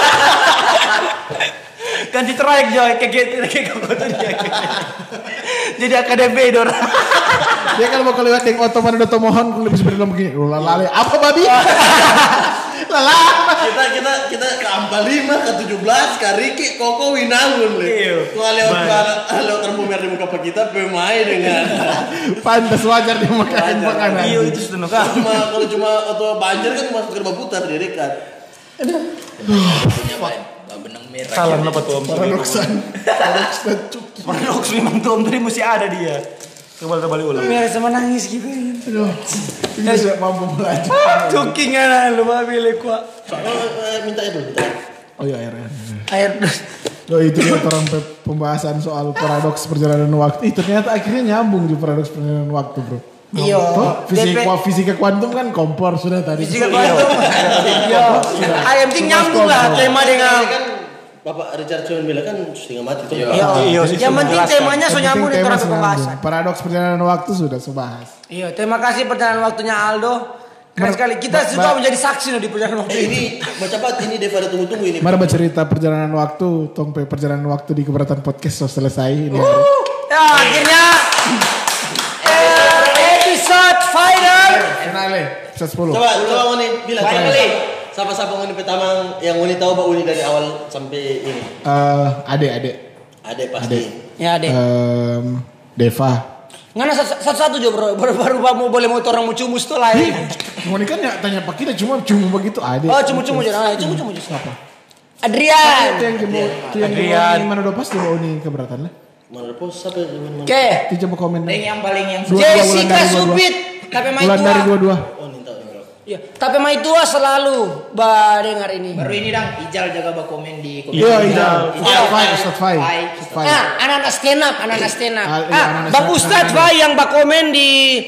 [SPEAKER 7] kan di trayek jauh kayak kayak kayak koko tuh dia.
[SPEAKER 4] Jadi A K D B dor.
[SPEAKER 5] Dia kalau mau kelewat yang oto mana oto mohon kalau bisa bilang begini. Lalale apa babi? Lala.
[SPEAKER 6] Kita kita kita ke Ampal lima, ke tujuh belas, ke Riki, Koko, Winangun le.
[SPEAKER 7] Iya.
[SPEAKER 6] Tuh lewat lewat terbumer di muka kita pemain dengan
[SPEAKER 5] Pantas wajar dia makan makanan.
[SPEAKER 7] Iya itu sudah kan.
[SPEAKER 6] cuma kalau cuma atau banjir kan masuk ke gerbang putar dia dekat.
[SPEAKER 8] Punya bahan benang merah.
[SPEAKER 7] Salah kenapa tuh Om?
[SPEAKER 5] Paradoksan. Paradoksan cuk.
[SPEAKER 7] Paradoks memang tuh Om tadi mesti ada dia. Coba kita balik ulang.
[SPEAKER 4] Mereka sama nangis gitu.
[SPEAKER 5] Aduh. Ini sudah mampu belajar.
[SPEAKER 4] Cuking anak lu babi lekwa.
[SPEAKER 6] Minta itu. Minta.
[SPEAKER 5] Oh iya air air.
[SPEAKER 4] Air.
[SPEAKER 5] Loh itu dia orang pembahasan soal paradoks perjalanan waktu. Ih ternyata akhirnya nyambung di paradoks perjalanan waktu bro.
[SPEAKER 4] Iya.
[SPEAKER 5] Toh, fisika, fisika kuantum kan kompor sudah tadi.
[SPEAKER 4] Fisika kuantum. Iya. Ayam ting nyambung lah tema dengan
[SPEAKER 6] kan Bapak Richard Feynman bilang kan setengah mati tuh.
[SPEAKER 4] Iya. Yang penting temanya so nyambung di orang pembahasan.
[SPEAKER 5] Paradoks perjalanan waktu sudah sebahas.
[SPEAKER 4] Iya, terima kasih perjalanan waktunya Aldo. Keren sekali. Kita juga menjadi saksi loh di perjalanan waktu
[SPEAKER 6] Eh,
[SPEAKER 4] ini.
[SPEAKER 6] ini baca banget ini Deva tunggu-tunggu ini.
[SPEAKER 5] Mari bercerita perjalanan waktu, tong pe perjalanan waktu di keberatan podcast so selesai ini.
[SPEAKER 4] Uh, ya akhirnya eh, episode final.
[SPEAKER 5] Finale episode sepuluh.
[SPEAKER 6] Coba coba Uni bilang.
[SPEAKER 8] Finally.
[SPEAKER 6] Siapa-siapa Uni pertama yang Uni tahu Pak Uni dari awal sampai ini?
[SPEAKER 5] Eh, ade ade.
[SPEAKER 6] Ade pasti.
[SPEAKER 4] Ya deh.
[SPEAKER 5] Em, Deva.
[SPEAKER 4] Ngana satu-satu juga bro. Baru-baru mau boleh motor orang mau cumus tuh lain.
[SPEAKER 5] Mau kan ya tanya Pak kita cuma cuma begitu ade.
[SPEAKER 4] Oh cumu-cumu aja. Cumu-cumu aja. Siapa? Adrian.
[SPEAKER 5] Itu yang kemo, itu yang
[SPEAKER 7] Adrian.
[SPEAKER 5] kemo mana udah pas dia Uni keberatan lah.
[SPEAKER 6] Mana pos siapa yang
[SPEAKER 4] Oke.
[SPEAKER 5] Itu coba komen.
[SPEAKER 8] Yang yang paling yang
[SPEAKER 5] Dua- dua
[SPEAKER 4] Jessica
[SPEAKER 5] bulan dari dua- dua.
[SPEAKER 4] Supit. Tapi main
[SPEAKER 5] Bulan dari
[SPEAKER 4] tua.
[SPEAKER 5] dua-dua.
[SPEAKER 6] Oh, ini tahu ini.
[SPEAKER 4] Iya. Tapi main tua selalu bah dengar ini.
[SPEAKER 8] baru ini dang Ijal jaga bak komen di komen.
[SPEAKER 5] Iya, iya.
[SPEAKER 8] Ijal.
[SPEAKER 5] Fai, Ustaz Fai.
[SPEAKER 8] Fai.
[SPEAKER 5] Ustaz Fai.
[SPEAKER 4] Nah, anak-anak stand up, anak-anak stand up.
[SPEAKER 5] Ah, iya,
[SPEAKER 4] Ah,
[SPEAKER 5] anak-anak
[SPEAKER 4] Bang
[SPEAKER 5] stand up.
[SPEAKER 4] Ustadz Fai yang bak komen di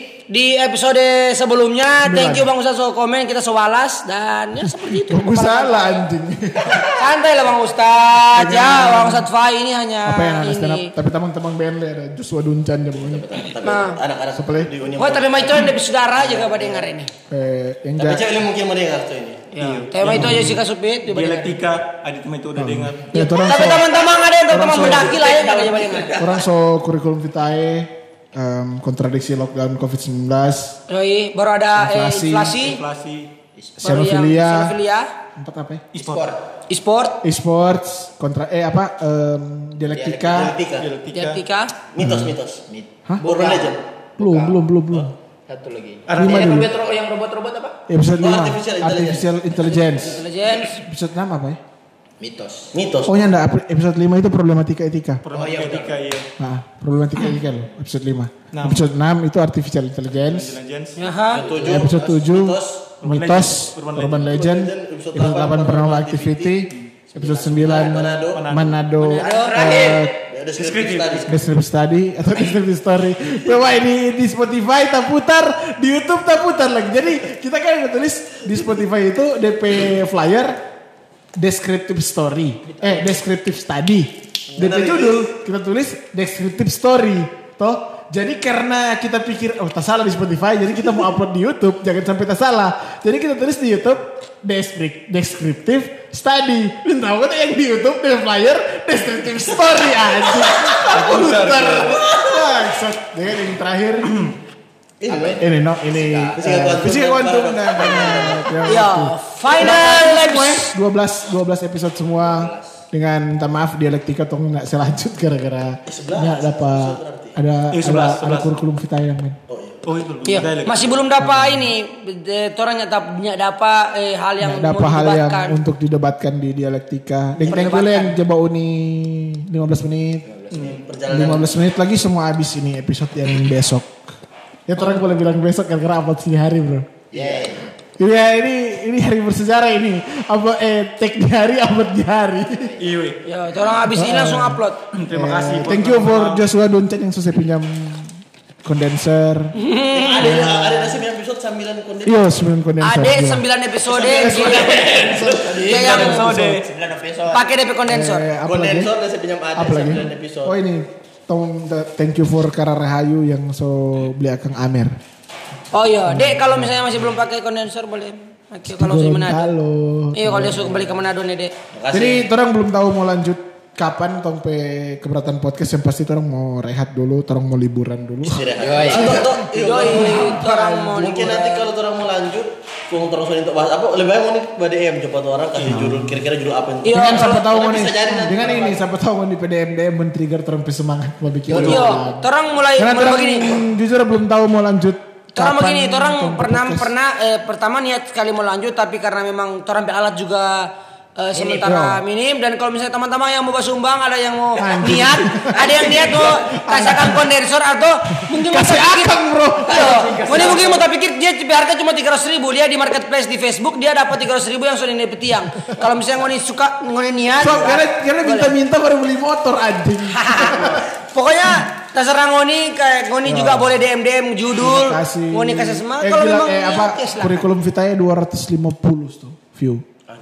[SPEAKER 4] di episode sebelumnya. Thank you Bang Ustadz so komen, kita so balas dan ya seperti itu.
[SPEAKER 5] Gue salah anjing.
[SPEAKER 4] Santai lah Bang Ustadz. Ya, Bang Ustadz Fai ini hanya
[SPEAKER 5] Apa yang anak stand up?
[SPEAKER 4] ini.
[SPEAKER 5] Tapi teman-teman band ada Joshua Duncan dia pokoknya.
[SPEAKER 6] Tapi
[SPEAKER 4] Nah.
[SPEAKER 6] anak-anak
[SPEAKER 5] Sepele.
[SPEAKER 6] di Uni.
[SPEAKER 4] Oh, tapi main itu ada saudara juga pada dengar ini.
[SPEAKER 5] Eh, yang
[SPEAKER 6] Tapi
[SPEAKER 5] ja-
[SPEAKER 6] cewek ini mungkin mau dengar tuh ini.
[SPEAKER 4] Ya, tema itu aja Jessica Supit. coba dengar.
[SPEAKER 7] Dialektika, adit itu udah dengar.
[SPEAKER 5] ya, orang
[SPEAKER 4] Tapi
[SPEAKER 5] so,
[SPEAKER 4] teman-teman ada yang teman-teman
[SPEAKER 5] so-
[SPEAKER 4] mendaki lah ya kalau coba dengar.
[SPEAKER 5] orang so kurikulum vitae em, kontradiksi lockdown covid sembilan belas,
[SPEAKER 4] Yoi, baru ada eh,
[SPEAKER 5] Inflasi.
[SPEAKER 4] inflasi.
[SPEAKER 7] Inflasi,
[SPEAKER 4] Baru yang
[SPEAKER 5] xenofilia,
[SPEAKER 4] xenofilia,
[SPEAKER 5] empat apa ya?
[SPEAKER 8] E-sport.
[SPEAKER 4] e-sport,
[SPEAKER 5] E-sports, kontra eh apa em, dialektika,
[SPEAKER 6] Dialektika.
[SPEAKER 7] dialektika.
[SPEAKER 4] dialektika.
[SPEAKER 6] Mitos-mitos.
[SPEAKER 5] Hah?
[SPEAKER 6] Urban legend.
[SPEAKER 5] belum belum belum belum.
[SPEAKER 8] Satu lagi.
[SPEAKER 7] Ada
[SPEAKER 5] Lima
[SPEAKER 8] yang
[SPEAKER 5] dulu.
[SPEAKER 8] robot yang robot-robot apa?
[SPEAKER 5] Episode
[SPEAKER 6] Oh,
[SPEAKER 5] lima
[SPEAKER 6] artificial
[SPEAKER 5] artificial intelligence.
[SPEAKER 4] Legends.
[SPEAKER 5] Episode enam apa ya?
[SPEAKER 8] Mitos.
[SPEAKER 6] Mitos.
[SPEAKER 5] Oh ya enggak, episode lima itu problematika etika.
[SPEAKER 7] Problematika etika iya.
[SPEAKER 5] Nah, problematika etika loh, episode lima.
[SPEAKER 7] Enam.
[SPEAKER 5] Episode enam itu artificial intelligence.
[SPEAKER 7] Intelligence.
[SPEAKER 4] Yaha.
[SPEAKER 6] Tujuh.
[SPEAKER 5] Episode tujuh
[SPEAKER 6] Mitos.
[SPEAKER 5] mitos,
[SPEAKER 7] Urban
[SPEAKER 5] urban legend.
[SPEAKER 6] Episode
[SPEAKER 5] Episode delapan paranormal activity. Episode sembilan
[SPEAKER 6] Manado.
[SPEAKER 5] Manado.
[SPEAKER 6] Terakhir.
[SPEAKER 5] eh,
[SPEAKER 6] Deskriptif tadi.
[SPEAKER 5] Descriptive study atau descriptive story. Coba ini di Spotify tak putar, di YouTube tak putar lagi. Jadi kita kan udah tulis di Spotify itu D P flyer descriptive story, eh descriptive study. D P judul kita tulis descriptive story, toh. Jadi karena kita pikir oh tak salah di Spotify, jadi kita mau upload di YouTube, jangan sampai tak salah. Jadi kita tulis di YouTube descriptive descriptive study. Lu tahu kan yang di YouTube di flyer descriptive story aja. Aku putar. Maksud, jadi yang terakhir ini no ini
[SPEAKER 6] Fisika kuantum.
[SPEAKER 5] fisika kuantum nah banyak.
[SPEAKER 4] Ya, final episode.
[SPEAKER 5] dua belas dua belas episode semua dengan minta maaf dialektika tong nggak selanjut gara-gara nggak dapat ada
[SPEAKER 7] Eh,
[SPEAKER 5] ada
[SPEAKER 7] sebelas,
[SPEAKER 5] ada
[SPEAKER 7] sebelas.
[SPEAKER 5] kurikulum kita yang main.
[SPEAKER 7] Oh itu.
[SPEAKER 4] Iya,
[SPEAKER 7] dialek.
[SPEAKER 4] masih belum dapat ini. Orang nyata dapat eh, hal yang
[SPEAKER 5] Nggak
[SPEAKER 4] mau
[SPEAKER 5] dapat hal yang
[SPEAKER 4] didebatkan.
[SPEAKER 5] untuk didebatkan di dialektika. Deng deng dulu yang coba uni lima belas menit.
[SPEAKER 6] Perjalanan.
[SPEAKER 5] lima belas menit lagi semua habis ini episode yang besok. Ya orang boleh bilang besok gara-gara upload di hari bro.
[SPEAKER 6] Yeah.
[SPEAKER 5] Iya ini ini hari bersejarah ini. Apa eh take di hari upload di hari.
[SPEAKER 7] Iya.
[SPEAKER 4] Ya, orang habis ini langsung upload.
[SPEAKER 7] Terima kasih.
[SPEAKER 5] Eh, thank you for Joshua Duncan yang susah pinjam kondenser.
[SPEAKER 6] Ada ada ada sembilan episode sembilan kondisi.
[SPEAKER 5] Iya sembilan kondenser.
[SPEAKER 4] Ada
[SPEAKER 5] gila.
[SPEAKER 4] sembilan episode dia yang
[SPEAKER 8] sembilan episode.
[SPEAKER 4] pakai D P kondensor.
[SPEAKER 5] Eh, apa lagi?
[SPEAKER 6] Kondensor dan saya pinjam ada
[SPEAKER 5] Apa lagi?
[SPEAKER 6] sembilan episode.
[SPEAKER 5] Oh ini Tom, thank you for Kara Rahayu yang so beli akang Amer.
[SPEAKER 4] Oh iya, Dek kalau misalnya masih belum pakai kondensor boleh. Oke, kalau di Manado.
[SPEAKER 5] Halo.
[SPEAKER 4] Iya, kalau dia suka balik ke Manado nih, Dek.
[SPEAKER 6] Makasih.
[SPEAKER 5] Jadi orang belum tahu mau lanjut kapan tong pe keberatan podcast yang pasti orang mau rehat dulu, orang mau liburan dulu.
[SPEAKER 8] Yoi.
[SPEAKER 4] Yoi, orang mau
[SPEAKER 6] Mungkin nanti kalau orang mau lanjut, kalau orang sudah untuk bahas apa, lebih baik mau nih B D M coba tuh orang kasih judul, kira-kira judul apa
[SPEAKER 4] Iya.
[SPEAKER 5] Dengan siapa tahu mau nih,
[SPEAKER 6] bisa jadi nanti.
[SPEAKER 5] dengan ini siapa tahu mau di P D M D M men-trigger orang pe semangat mau bikin.
[SPEAKER 4] Yo, orang mulai
[SPEAKER 5] Karena
[SPEAKER 4] mulai
[SPEAKER 5] orang
[SPEAKER 4] begini.
[SPEAKER 5] jujur belum tahu mau lanjut.
[SPEAKER 4] Orang
[SPEAKER 5] kapan
[SPEAKER 4] begini, orang
[SPEAKER 5] tong
[SPEAKER 4] pernah
[SPEAKER 5] podcast.
[SPEAKER 4] pernah eh, pertama niat sekali mau lanjut tapi karena memang orang alat juga eh, sementara minim dan kalau misalnya teman-teman yang mau sumbang ada yang mau
[SPEAKER 5] Anjing.
[SPEAKER 4] niat, ada yang niat mau kasihkan kondensor atau mungkin mau
[SPEAKER 5] Kasih
[SPEAKER 4] tak pikir,
[SPEAKER 5] akang, bro.
[SPEAKER 4] Ayo, mungkin mungkin mau tak pikir dia harga cuma tiga ratus ribu dia di marketplace di Facebook dia dapat tiga ratus ribu yang sudah di tiang. Kalau misalnya ngoni suka ngoni niat,
[SPEAKER 5] So, karena karena
[SPEAKER 4] boleh.
[SPEAKER 5] minta-minta baru beli motor anjing.
[SPEAKER 4] Pokoknya terserah ngoni kayak ngoni juga boleh D M D M judul,
[SPEAKER 5] Terima kasih.
[SPEAKER 4] ngoni kasih semangat
[SPEAKER 5] Eh,
[SPEAKER 4] kalau
[SPEAKER 5] gila,
[SPEAKER 4] memang
[SPEAKER 5] eh, apa
[SPEAKER 4] niat, ya silakan.
[SPEAKER 5] kurikulum vitae dua ratus lima puluh tuh view.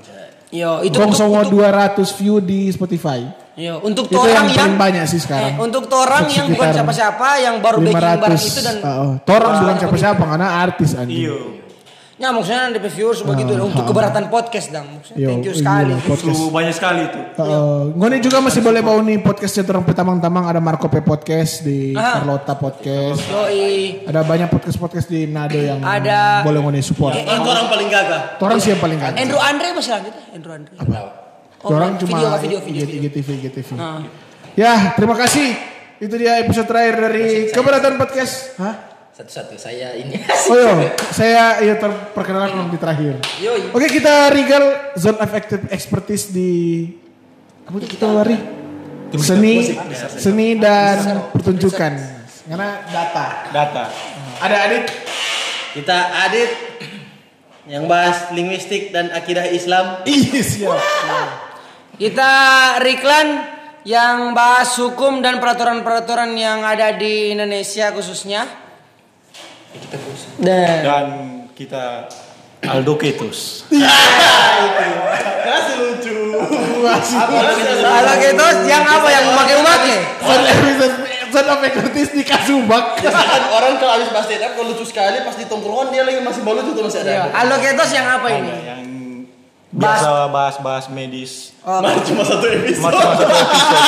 [SPEAKER 4] Yo, itu
[SPEAKER 5] Gong
[SPEAKER 4] untuk,
[SPEAKER 5] Songo
[SPEAKER 4] untuk,
[SPEAKER 5] dua ratus view di Spotify.
[SPEAKER 4] yo, untuk
[SPEAKER 5] Itu
[SPEAKER 4] tuh orang
[SPEAKER 5] yang paling banyak sih sekarang.
[SPEAKER 4] Eh, untuk tuh orang yang bukan
[SPEAKER 5] Sekitar
[SPEAKER 4] siapa-siapa yang baru
[SPEAKER 5] lima
[SPEAKER 4] baking barang
[SPEAKER 5] ratus.
[SPEAKER 4] itu dan
[SPEAKER 5] Uh, Torang bukan siapa-siapa karena artis anjing.
[SPEAKER 7] Iya.
[SPEAKER 4] ya maksudnya di viewers begitu
[SPEAKER 5] Ah,
[SPEAKER 4] untuk
[SPEAKER 5] ah.
[SPEAKER 4] keberatan podcast dong. Maksudnya,
[SPEAKER 5] Yo,
[SPEAKER 4] thank you
[SPEAKER 5] iya,
[SPEAKER 4] sekali.
[SPEAKER 5] podcast.
[SPEAKER 7] Lu banyak sekali itu.
[SPEAKER 5] Uh, Ngoni juga masih boleh bawa nih podcastnya orang Petamang-Tamang, ada Marco P Podcast di
[SPEAKER 4] Ah.
[SPEAKER 5] Carlota Podcast.
[SPEAKER 4] Yoi.
[SPEAKER 5] Ada banyak podcast-podcast di Nado yang
[SPEAKER 4] Ada-
[SPEAKER 5] boleh Ngoni support.
[SPEAKER 6] Itu orang paling gagah.
[SPEAKER 5] Orang sih yang paling kan.
[SPEAKER 4] Andrew Andre masih lanjut ya? Andrew Andre. Oh,
[SPEAKER 5] Orang
[SPEAKER 4] video,
[SPEAKER 5] cuma
[SPEAKER 4] video, video, video.
[SPEAKER 5] I G T V, I G T V.
[SPEAKER 4] Ah.
[SPEAKER 5] Ya, terima kasih. Itu dia episode terakhir dari Keberatan Podcast. Hah?
[SPEAKER 8] Satu-satu saya ini.
[SPEAKER 5] Oh iya, saya ya terperkenalkan di terakhir.
[SPEAKER 8] Yoi.
[SPEAKER 5] Oke, kita Regal Zone of Active Expertise di apa itu kita lari? Seni, seni dan pertunjukan. Karena data.
[SPEAKER 7] Data.
[SPEAKER 5] Ada Adit.
[SPEAKER 6] Kita Adit yang bahas linguistik dan akidah Islam.
[SPEAKER 5] Iya, siap.
[SPEAKER 4] Kita Riklan yang bahas hukum dan peraturan-peraturan yang ada di Indonesia khususnya. Dan
[SPEAKER 7] Dan kita Aldo Ketus.
[SPEAKER 6] Kasih lucu.
[SPEAKER 4] kalau gitu yang apa yang memakai-memakai?
[SPEAKER 5] Zone of- Zone of Expertise di Kasubak.
[SPEAKER 6] Kan orang kalau habis bahas stand up kalau lucu sekali pas di tongkrongan dia lagi masih balut itu masih
[SPEAKER 4] Iya,
[SPEAKER 6] ada.
[SPEAKER 4] Aloketos yang apa ini?
[SPEAKER 7] Ada yang biasa bahas-bahas medis.
[SPEAKER 4] Oh,
[SPEAKER 6] Mas cuma satu episode.
[SPEAKER 7] Cuma satu episode.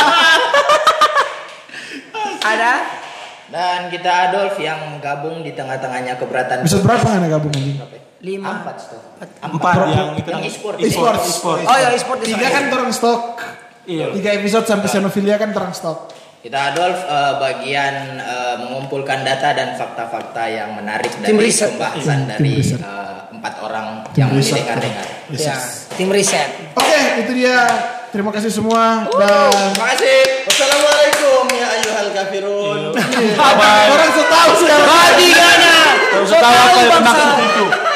[SPEAKER 4] ada
[SPEAKER 8] Dan kita Adolf yang gabung di tengah-tengahnya keberatan.
[SPEAKER 5] Episode berapa nggak gabung anjing?
[SPEAKER 4] lima.
[SPEAKER 8] Empat tuh.
[SPEAKER 7] Empat yang itu
[SPEAKER 8] Yang e-sport.
[SPEAKER 5] E-sport.
[SPEAKER 7] E-sport.
[SPEAKER 4] Oh ya, e-sport di
[SPEAKER 5] Tiga
[SPEAKER 4] sana.
[SPEAKER 5] kan orang stok.
[SPEAKER 7] Iya.
[SPEAKER 5] Tiga episode sampai Xenofilia kan orang stok.
[SPEAKER 8] Kita Adolf eh, bagian eh, mengumpulkan data dan fakta-fakta yang menarik
[SPEAKER 4] Tim
[SPEAKER 8] dari
[SPEAKER 4] riset.
[SPEAKER 8] pembahasan
[SPEAKER 5] Tim
[SPEAKER 8] dari
[SPEAKER 5] riset.
[SPEAKER 8] eh, empat orang yang
[SPEAKER 5] riset.
[SPEAKER 8] mendengar-dengar.
[SPEAKER 4] Ya, tim riset.
[SPEAKER 5] Oke, itu dia. Terima kasih semua dan
[SPEAKER 8] Terima kasih.
[SPEAKER 6] Wassalamualaikum ya ayyuhal kafirun.
[SPEAKER 5] orang setahu sekarang.
[SPEAKER 4] Badigana.
[SPEAKER 7] Tahu apa yang maksud itu?